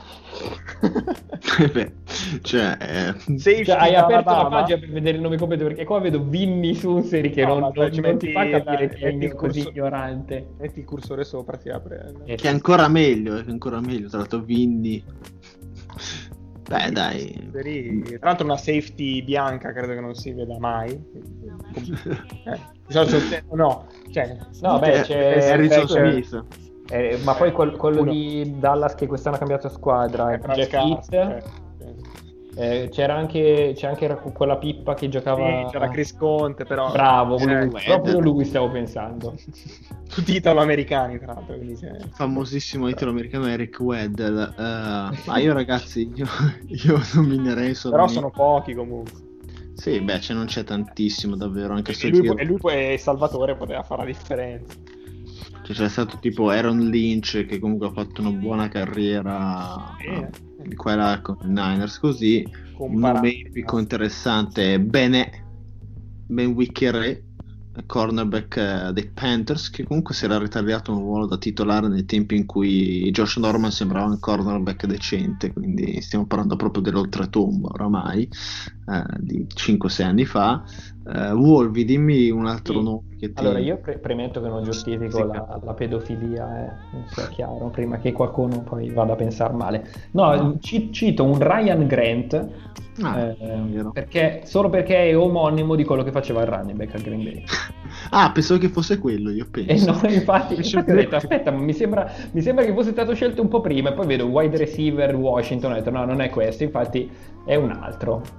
beh, cioè... eh, Safety Cioè, hai da aperto la Alabama. pagina per vedere il nome completo, perché qua vedo Vinny Sunseri che No, non, vabbè, non- ci non ti metti fa capire la- che è metti il così corso- ignorante. Metti il cursore sopra, si apre. Eh, che è ancora meglio, è ancora meglio, tra l'altro Vinny. Beh, dai. Sunseri, Tra l'altro una safety bianca credo che non si veda mai. Eh, di solito- no, cioè, No, beh, Eh, c'è... è Harrison c'è- Smith. eh, ma poi quel- quello Uno. di Dallas che quest'anno ha cambiato squadra, è Jeff Heath. eh, Eh, c'era anche, c'è anche quella pippa che giocava... sì, c'era Chris Conte, però Bravo, eh, lui, proprio lui stavo pensando. tutti italo-americani tra l'altro, quindi c'è- Famosissimo italo-americano Eric Weddle. Eh, ma io ragazzi, io, io nominerei solo... però sono pochi comunque. Sì, beh, cioè non c'è tantissimo davvero, anche se E lui, e lui poi Salvatore poteva fare la differenza. cioè, c'è stato tipo Aaron Lynch che comunque ha fatto una buona carriera Sì, eh, eh. di qua e là con i Niners, così un Comparato. nome epico interessante è Bene Ben Wickere, cornerback eh, dei Panthers, che comunque si era ritagliato un ruolo da titolare nei tempi in cui Josh Norman sembrava un cornerback decente, quindi stiamo parlando proprio dell'oltretomba oramai, eh, di cinque sei anni fa. Uh, Wolvi, dimmi un altro Sì. nome che ti... Allora, io pre- premetto che non giustifico la, la pedofilia, eh, non sia chiaro, prima che qualcuno poi vada a pensare male. No, No. ci- cito un Ryan Grant, Ah, eh, vero. perché, solo perché è omonimo di quello che faceva il running back al Green Bay. Ah, pensavo che fosse quello, io E penso. no, infatti, infatti ho detto, aspetta, ma mi sembra, mi sembra che fosse stato scelto un po' prima, e poi vedo wide receiver Washington, ho detto no, non è questo, infatti è un altro.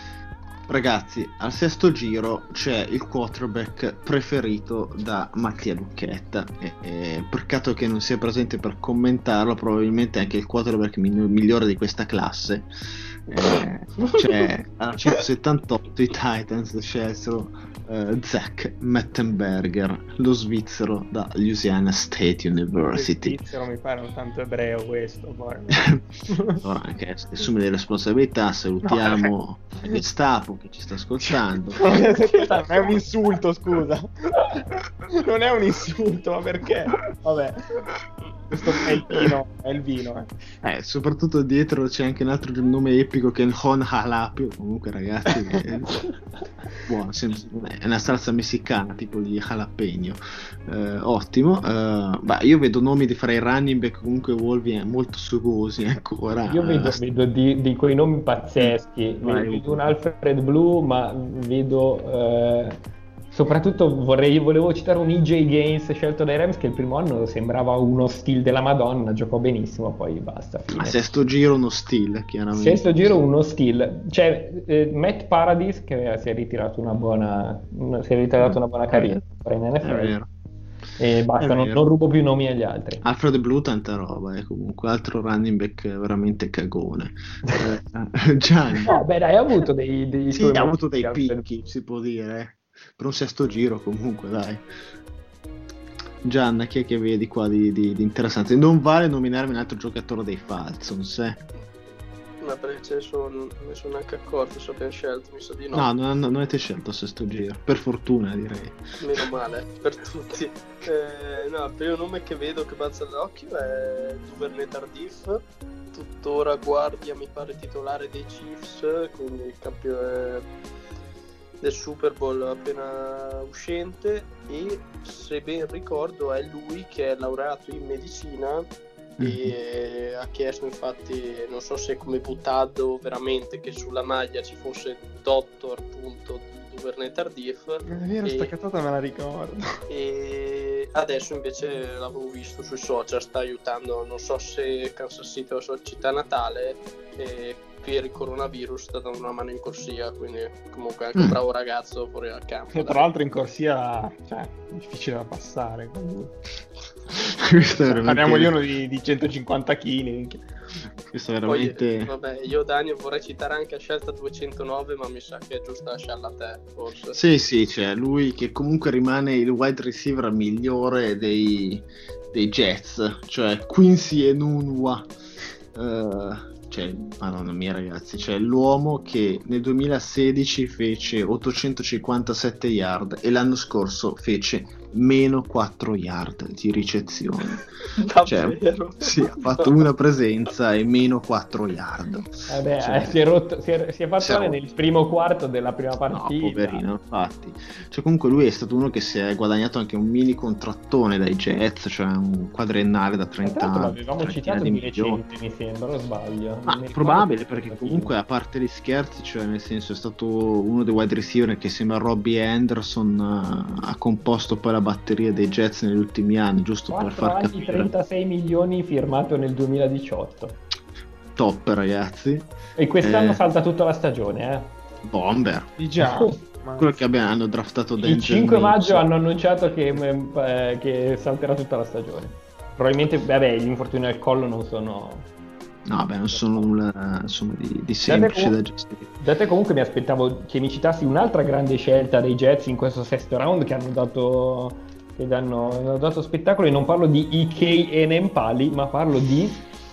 Ragazzi, al sesto giro c'è il quarterback preferito da Mattia Lucchetta. E, e, peccato che non sia presente per commentarlo, probabilmente anche il quarterback mi- migliore di questa classe. Eh, cioè, al centosettantotto i Titans scelsero eh, Zach Mettenberger, lo svizzero da Louisiana State University. Il svizzero mi pare un tanto ebreo questo. Poi. Allora, anche assume le responsabilità, salutiamo il Gestapo che ci sta ascoltando. Non è un insulto, scusa. Non è un insulto, ma perché? Vabbè. Questo è il vino, è il vino. Eh. Eh, soprattutto dietro c'è anche un altro nome epico che è il Hon Halapio. Comunque, ragazzi, è, buono, sem- è una salsa messicana tipo di jalapeno. Eh, ottimo. Eh, beh, io vedo nomi di fra i running back comunque Wolvi eh, molto sugosi ancora. Io vedo, Eh, vedo di, di quei nomi pazzeschi, Vai. vedo un Alfred Blue, ma vedo eh, soprattutto vorrei, volevo citare un E J Gaines scelto dai Rams che il primo anno sembrava uno stile della Madonna, giocò benissimo, poi basta. a Fine. sesto giro uno stile, chiaramente. Sesto giro uno stile, c'è eh, Matt Paradis che si è ritirato una buona, una- si è ritirato una buona carriera in N F È L vero. e basta, È non, vero. non rubo più nomi agli altri. Alfred Blue tanta roba, eh, comunque altro running back veramente cagone. Eh, Gianni, No, beh dai, ha avuto dei, dei sì, suoi ha avuto dei momenti, Alfred. picchi, si può dire, eh. Per un sesto giro comunque, dai. Gianna, chi è che vedi qua di, di- di interessante? Non vale nominarmi un altro giocatore dei Falcons, eh? Ma perché sono, mi sono anche accorto se abbiamo scelto, mi sa di no. No, non, non avete scelto a sesto giro, per fortuna direi. Meno male per tutti. Eh, no, il primo nome che vedo che balza all'occhio è Duvernay Tardif, tuttora guardia mi pare titolare dei Chiefs, quindi il campione del Super Bowl appena uscente, e se ben ricordo è lui che è laureato in medicina e ha chiesto, infatti non so se come buttato veramente, che sulla maglia ci fosse Doctor punto Duvernay Tardif, È vero, e- sta cazzata me la ricordo. e adesso invece l'avevo visto sui social, sta aiutando, non so se Kansas City o la sua città natale, e per il coronavirus sta dando una mano in corsia, quindi comunque anche un bravo ragazzo fuori dal campo. E tra l'altro in corsia, cioè, difficile da passare. Quindi... Questo è veramente, Parliamo di uno di, di centocinquanta chili. questo è Poi, veramente... vabbè, io Daniel vorrei citare anche a scelta duecentonove, ma mi sa che è giusto lasciarla a te, forse. Sì, sì, cioè lui che comunque rimane il wide receiver migliore dei, dei Jets, cioè Quincy Enunwa, eh, cioè, madonna mia ragazzi, cioè l'uomo che nel duemilasedici fece ottocentocinquantasette yard e l'anno scorso fece meno quattro yard di ricezione. Cioè, Davvero? sì, ha fatto una presenza e meno quattro yard. Vabbè, Cioè- eh, si, è rotto, si, è, si è fatto Si è male rotto. nel primo quarto della prima No, partita. poverino, infatti. Cioè, comunque lui è stato uno che si è guadagnato anche un mini contrattone dai Jets, cioè un quadriennale da Tra trenta l'altro anni. l'avevamo trentina citato di di milioni. recente, mi sembra, o sbaglio? Ma Non mi ricordo probabile, più perché il comunque a parte gli scherzi, cioè nel senso è stato uno dei wide receiver che sembra Robbie Anderson, eh, ha composto poi la batteria dei Jets negli ultimi anni, giusto per quattro far anni, capire. trentasei milioni firmato nel duemiladiciotto. Top ragazzi. E quest'anno Eh. salta tutta la stagione, eh. Bomber. Di già. Ma... Quello che abbiamo, hanno draftato Il Danger cinque maggio Mouse. hanno annunciato che, eh, che salterà tutta la stagione. Probabilmente, vabbè, gli infortuni al collo non sono... No, beh, non sono nulla insomma, di, di Da te, semplice da comu- gestire. da te comunque mi aspettavo che mi citassi un'altra grande scelta dei Jets in questo sesto round che hanno dato, che danno, hanno dato spettacolo, e non parlo di I K e Nempali, ma parlo di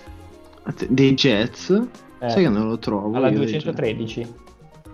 Dei Jets? eh, Sai che non lo trovo. alla io dei duecentotredici. Jets.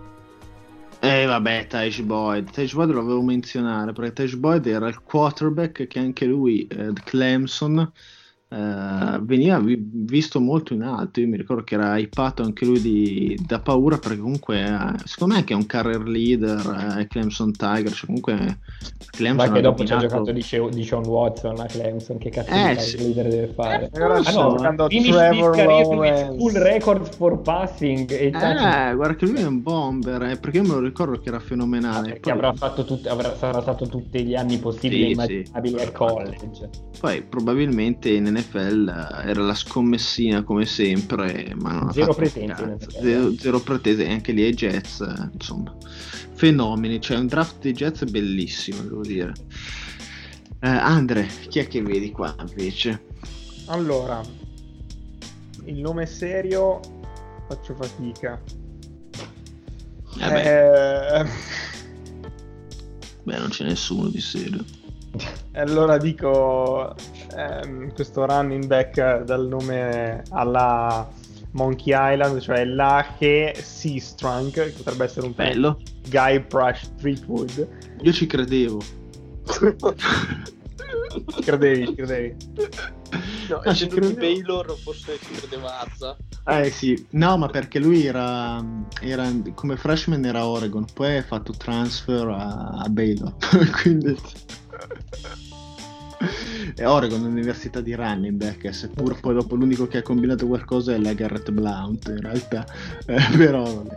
Eh vabbè, Taj Boyd. Taj Boyd lo volevo menzionare perché Taj Boyd era il quarterback che anche lui, eh, Clemson, eh, veniva vi- visto molto in alto. Io mi ricordo che era hypato anche lui di, da paura, perché comunque eh, secondo me è che è un career leader, eh, Clemson Tiger, cioè comunque Clemson Ma che ha dopo ci ha dominato- giocato di, Sha- di Sean Watson a Clemson, che cazzo Eh, di sì. leader deve fare? E ora Ah, sta no, giocando Finish this Trevor career with Lawrence. full record for passing e Eh, guarda che lui è un bomber, eh, perché io me lo ricordo che era fenomenale. che Poi, avrà fatto tutti, avrà sarà stato tutti gli anni possibili Sì, e immaginabili sì. al college. poi probabilmente in N F L eh, era la scommessina come sempre, ma non ha Zero fatto un pretese in cazzo. N F L. Zero, zero pretese, e anche lì ai Jets, eh, insomma, fenomeni. Cioè un draft dei Jets bellissimo, devo dire. Eh, Andre, chi è che vedi qua invece? Allora, il nome serio faccio fatica. Eh beh, Eh, beh, non c'è nessuno di serio. allora dico ehm, questo running back dal nome alla Monkey Island, cioè Lache Seastrunk, che potrebbe essere un po' Bello, Guy Brush Threepwood. io ci credevo. Credevi, ci credevi. No, Ah, ci essendo di credevo. Baylor forse ci credeva Azza. Eh sì, no, ma perché lui era, era come freshman era a Oregon, poi ha fatto transfer a, a Baylor, quindi è Oregon, l'università di running back, seppur poi dopo l'unico che ha combinato qualcosa è la Garrett Blount in realtà, eh, però vabbè.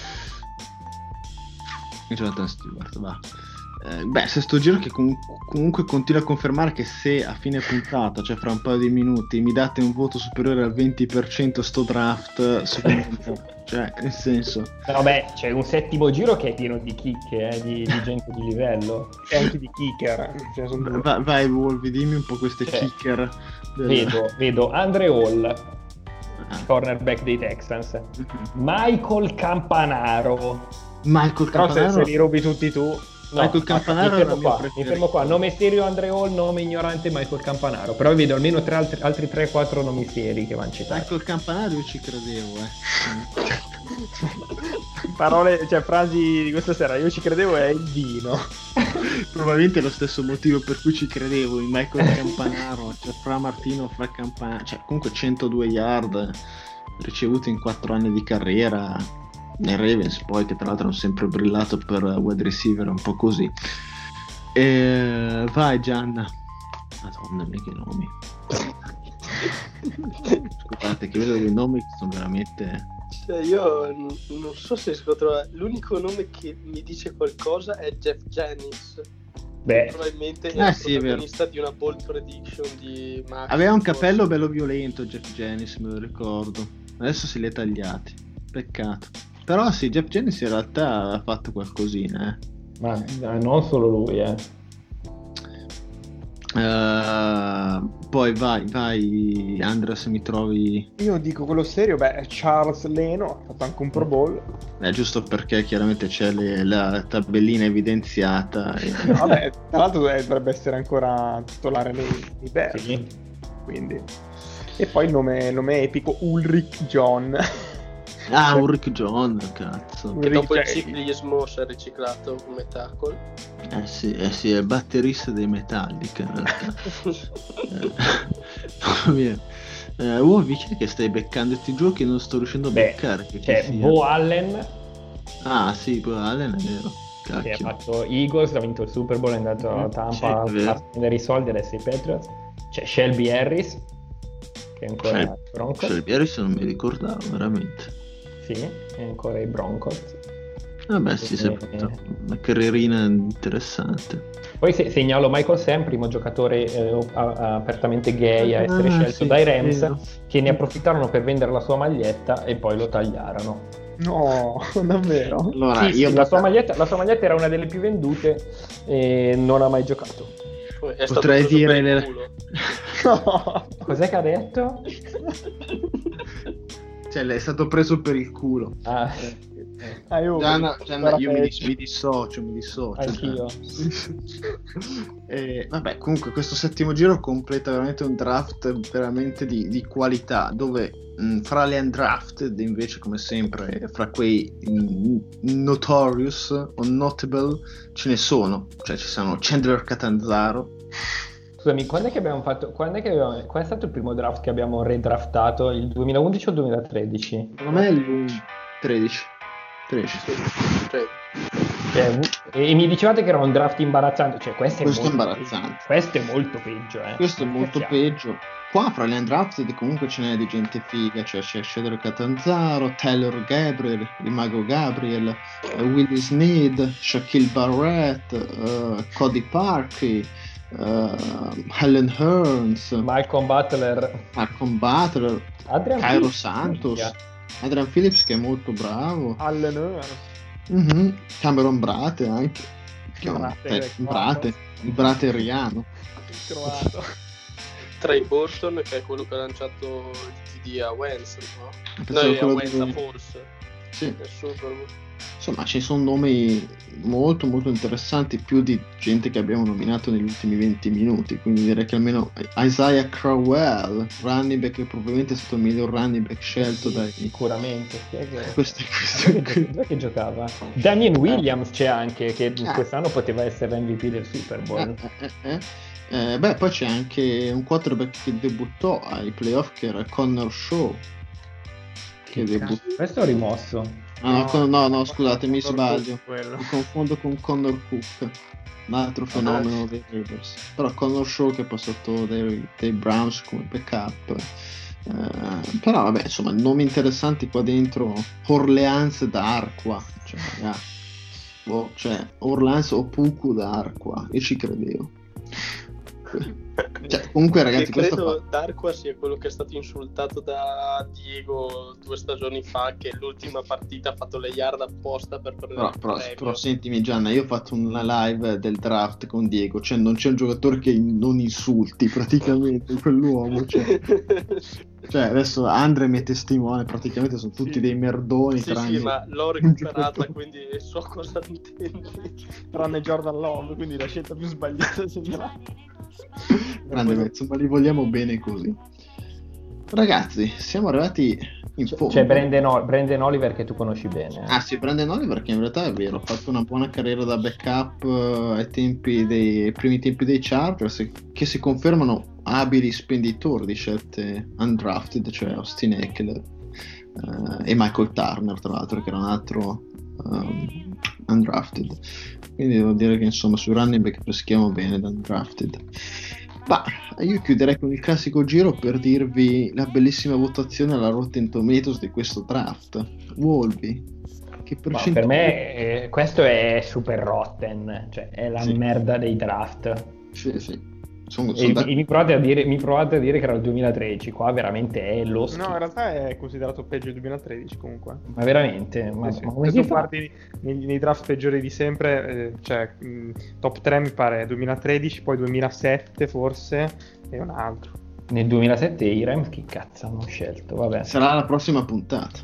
Jonathan Stewart, va. Eh, beh, se sto giro che com- comunque continua a confermare che se a fine puntata, cioè fra un paio di minuti, mi date un voto superiore al venti per cento sto draft, secondo me, cioè, nel senso, Vabbè, c'è un settimo giro che è pieno di chicche, eh, di, di gente di livello. E anche di kicker. Ce ne sono due. va- vai Wolvi, dimmi un po' queste Cioè, kicker. del- Vedo, vedo Andre Hall, Ah. cornerback dei Texans, Michael Campanaro. Michael Però se, Campanaro, se li rubi tutti tu. No, Michael Campanaro mi era fermo, il mio qua, mi preferito. fermo qua, nome serio Andre Hall, nome ignorante Michael Campanaro, però vedo almeno tre altri, altri tre quattro nomi seri che vanno citati. Michael Campanaro io ci credevo, eh. Parole, cioè frasi di questa sera. Io ci credevo è il vino. Probabilmente è lo stesso motivo per cui ci credevo in Michael Campanaro, cioè fra Martino, fra Campanaro, cioè comunque centodue yard ricevuti in quattro anni di carriera nei Ravens, poi che tra l'altro hanno sempre brillato per wide receiver, un po' così. E vai Gianna. Madonna mia che nomi. Scusate che vedo dei nomi che sono veramente... Cioè, io n- non so se riesco a trovare. L'unico nome che mi dice qualcosa è Jeff Jennings. Beh, Probabilmente Eh, è il sì, è vero. protagonista di una bold prediction di Max. Aveva un forse. capello bello violento Jeff Jennings, me lo ricordo. Adesso se li è tagliati. Peccato. Però sì, Jeff Jennings in realtà ha fatto qualcosina, eh. ma eh, non solo lui, eh. Eh, poi vai, vai Andrea, se mi trovi... Io dico quello serio, beh, Charles Leno ha fatto anche un Pro Bowl. Eh, giusto perché chiaramente c'è le- la tabellina evidenziata. e- Vabbè, tra l'altro eh, dovrebbe essere ancora titolare nei, nei Bears, Sì. quindi. E poi il nome, il nome epico Ulrich John. Ah, Ulrich John, cazzo. Che dopo il Cioè, ciclismo si è riciclato come tackle. Eh sì, eh sì, è batterista dei Metallica in realtà. Eh, mamma mia. Eh, Uovi, chi è che stai beccando? Ti giuro che non sto riuscendo a Beh, beccare. Che c'è chi sia. Bo Allen, Ah sì, poi Allen è vero. che ha Cacchio. fatto Eagles, ha vinto il Super Bowl, è andato a Mm, Tampa sì, è vero. a spendere i soldi, adesso i Patriots. C'è Shelby Harris, che è ancora Shel- ai Broncos. Shelby Harris non mi ricordavo, veramente. Sì, è ancora ai Broncos. Vabbè, sì, si è fatto una carrierina interessante. Poi se- segnalo Michael Sam, primo giocatore eh, a- a- apertamente gay a essere Ah, scelto sì, dai Rams, vero. che ne approfittarono per vendere la sua maglietta e poi lo tagliarono. No, davvero? Allora, Sì, sì, io la, sua maglietta, la sua maglietta era una delle più vendute e non ha mai giocato. È stato potrei preso dire per il le- culo. No. Cos'è che ha detto? Cioè, è stato preso per il culo. Ah, Ah, io- Gianna, Gianna, Guarda io mi, peggio. dis- mi dissocio, mi dissocio. anch'io. Eh, vabbè, comunque questo settimo giro completa veramente un draft veramente di, di qualità, dove mh, fra le undrafted invece, come sempre, fra quei mh, notorious o notable ce ne sono, cioè ci sono Chandler Catanzaro, Scusami, quando è che abbiamo fatto, quando è che abbiamo, qual è stato il primo draft che abbiamo redraftato? Il duemilaundici o il duemilatredici? Secondo me è il tredici. tredici. Cioè, e mi dicevate che era un draft imbarazzante, cioè questo è Questo è molto imbarazzante. peggio. Questo è molto peggio, eh. Questo è molto Scherziamo. peggio. Qua fra gli undrafted comunque ce n'è di gente figa, cioè c'è Cedro Catanzaro, Taylor Gabriel, il mago Gabriel, uh, Willie Snead, Shaquille Barrett, uh, Cody Parkey, uh, Helen Hearns, Malcolm Butler, Malcolm Butler, Adrian Cairo Phillips, Santos, minchia. Adrian Phillips che è molto bravo, Allen Hurst. Mhm. Cameron Brate anche, che è un- Brate, eh, ecco. Brate, il brateriano. Il croato. Trey Burton, che è quello che ha lanciato il T D a Wentz, no? Pensavo No, a quello Wentz a di- Force Sì. nel Super Bowl. Insomma, ci sono nomi molto molto interessanti, più di gente che abbiamo nominato negli ultimi venti minuti, quindi direi che almeno Isaiah Crowell, running back, che probabilmente è stato il miglior running back scelto dai... Sicuramente. Chi è che... Questo, Chi è che, chi è che giocava? Damien Williams c'è anche, che Ah. quest'anno poteva essere l'M V P del Super Bowl. Eh, eh, eh. Eh, beh, poi c'è anche un quarterback che debuttò ai playoff, che era Connor Shaw, che debuttò... Questo ho rimosso. Ah, no, con- no, no, scusate, mi Connor sbaglio. Cook, quello. Mi confondo con Connor Cook, un altro fenomeno dei Raiders. Però Connor Shaw che è passato dai, dai Browns come backup. Eh, però vabbè, insomma, nomi interessanti qua dentro. Orleans d'Arqua, cioè, ragazzi, boh, cioè Orleans o Puku d'Arqua, io ci credevo. Cioè, comunque ragazzi, Che questo credo fa... Darqua sia quello che è stato insultato da Diego due stagioni fa, che l'ultima partita ha fatto le yard apposta per prendere Però, il però, premio. però sentimi Gianna, io ho fatto una live del draft con Diego, cioè non c'è un giocatore che non insulti praticamente quell'uomo, cioè, cioè adesso Andre mi è testimone, praticamente sono tutti Sì. dei merdoni, Sì, tranne sì, ma l'ho un recuperata, giocatore. quindi so cosa intendi. Tranne Jordan Love, quindi la scelta più sbagliata segnalata. Grande mezzo, ma li vogliamo bene così. Ragazzi, siamo arrivati in fondo. C'è Brandon, O- Brandon Oliver che tu conosci bene. eh. Ah sì, Brandon Oliver, che in realtà è vero, ha fatto una buona carriera da backup eh, ai tempi dei ai primi tempi dei Chargers, e- che si confermano abili spenditori di scelte undrafted, cioè Austin Eckler eh, e Michael Turner, tra l'altro, che era un altro um, undrafted. Quindi devo dire che insomma sui running back peschiamo bene da undrafted. Ma io chiuderei con il classico giro per dirvi la bellissima votazione alla Rotten Tomatoes di questo draft. Wolby, che Ma percentuale? per me eh, questo è super rotten, cioè è la Sì. merda dei draft. Sì, sì. Sono, E, sono da- e mi, provate a dire, mi provate a dire che era il duemilatredici, qua veramente è lo schifo. No, in realtà è considerato peggio il duemilatredici comunque. Ma veramente? Ma, Sì, sì. ma come Se si tu fa? parti nei, nei draft peggiori di sempre, eh, cioè mh, top tre mi pare duemilatredici, poi duemilasette forse e un altro. Nel duemilasette i Rams che cazzo hanno scelto? Vabbè. sarà la prossima puntata.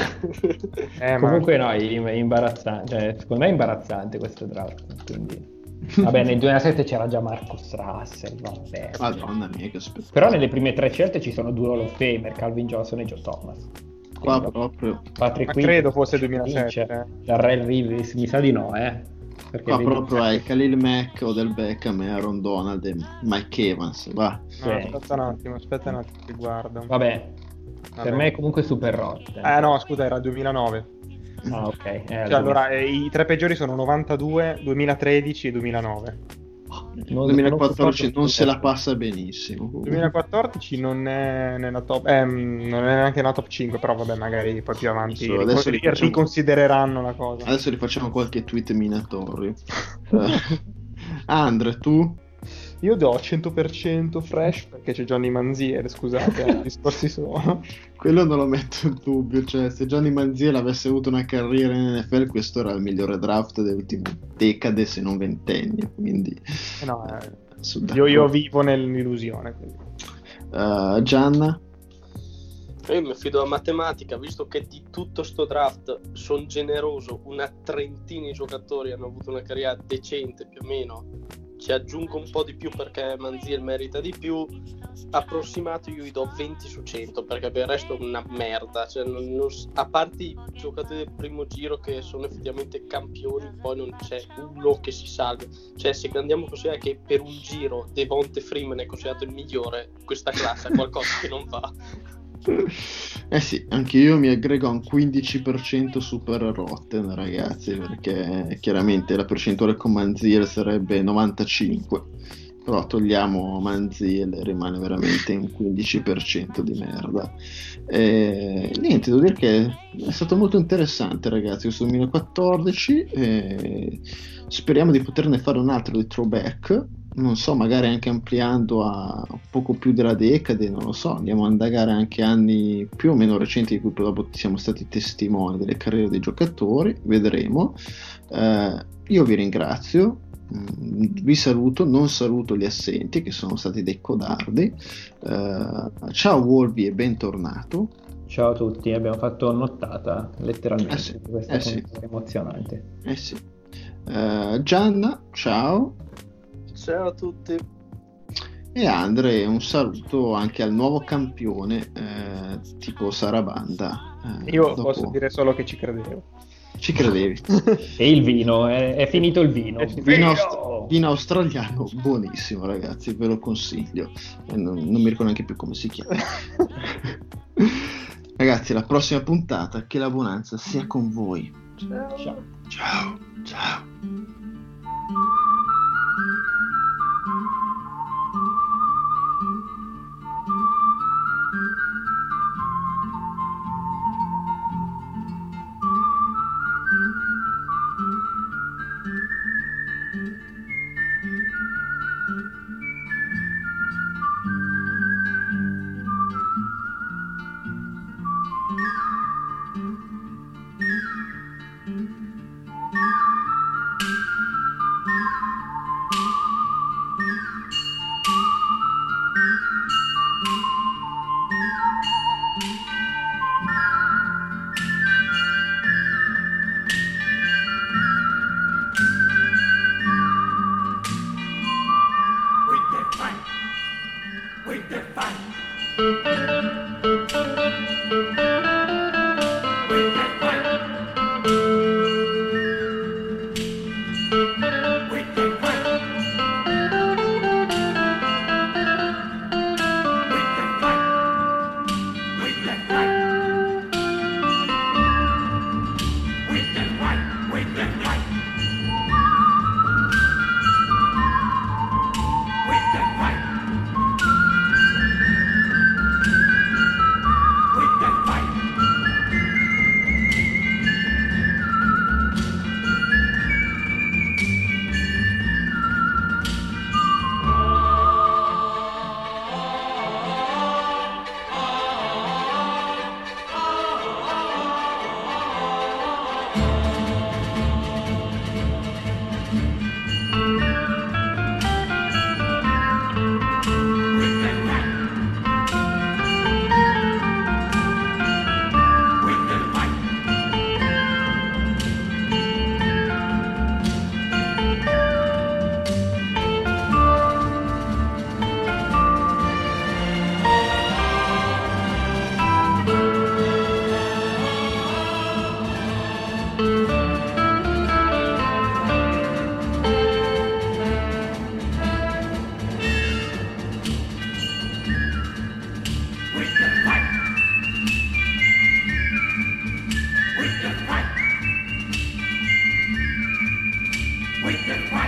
Eh, Comunque no, è è imbarazzante, cioè, secondo me è imbarazzante questo draft, quindi... Vabbè, nel duemilasette c'era già Marcus Russell, vabbè. Madonna mia, che spettacolo. Però nelle prime tre scelte ci sono due Hall of Famer, Calvin Johnson e Joe Thomas. Qua Quindi, proprio, Patrick Ma Quinn, credo fosse Lynch, duemilasette. Darrell Reeves, mi sa di no, eh. Perché qua vedi- proprio è Khalil Mack, Odell Beckham e Aaron Donald e Mike Evans. Va. No, Sì. aspetta un attimo, aspetta un attimo, ti guardo. Vabbè, per Vabbè. me è comunque super rotte. Eh no, scusa, era duemilanove. Ah, ok. Eh, Cioè, allora, eh, i tre peggiori sono novantadue, duemilatredici e duemilanove. non- duemilaquattordici non non se la ricordo. passa benissimo. duemilaquattordici non è nella top, ehm, non è neanche nella top cinque, però vabbè, magari poi più avanti Adesso- adesso ricon- rifacciamo- riconsidereranno la cosa. Adesso rifacciamo qualche tweet minatorio. Eh, Andre, tu? Io do cento per cento fresh perché c'è Johnny Manziel, scusate, eh, i discorsi sono. Quello non lo metto in dubbio, cioè se Johnny Manziel avesse avuto una carriera in N F L questo era il migliore draft delle ultime decade, se non ventenni, quindi Eh no, eh, sono io, io d'accordo. vivo nell'illusione. Quindi. Eh, Gianna? Io mi fido a matematica, visto che di tutto sto draft sono generoso, una trentina di giocatori hanno avuto una carriera decente più o meno, ci aggiungo un po' di più perché Manziel merita di più, approssimato io gli do venti su cento perché per il resto è una merda, cioè, non, non, a parte i giocatori del primo giro che sono effettivamente campioni, poi non c'è uno che si salve, cioè se andiamo a considerare che per un giro Devonte Freeman è considerato il migliore, questa classe ha qualcosa che non va. Eh sì, anche io mi aggrego a un quindici per cento super rotten, ragazzi, perché chiaramente la percentuale con Manziel sarebbe novantacinque, però togliamo Manziel e rimane veramente un quindici per cento di merda. E, niente, devo dire che è stato molto interessante, ragazzi, questo duemilaquattordici, e speriamo di poterne fare un altro di throwback. Non so, magari anche ampliando a un poco più della decade, non lo so, andiamo a indagare anche anni più o meno recenti di cui poi dopo siamo stati testimoni delle carriere dei giocatori, vedremo. Eh, io vi ringrazio, vi saluto, non saluto gli assenti che sono stati dei codardi. Eh, ciao Wolvi e bentornato. Ciao a tutti, abbiamo fatto nottata letteralmente, eh sì, questa eh è sì. emozionante. Eh sì. Eh, Gianna, ciao. Ciao a tutti. E Andre, un saluto anche al nuovo campione, eh, tipo Sarabanda. Eh, Io dopo... posso dire solo che ci credevo. Ci credevi? E il vino, è, è finito il vino. È finito. Vino, aust- vino australiano buonissimo, ragazzi, ve lo consiglio. Eh, non, non mi ricordo neanche più come si chiama. Ragazzi, la prossima puntata, che la buonanza sia con voi. Ciao. Ciao. Ciao, ciao. We can fight.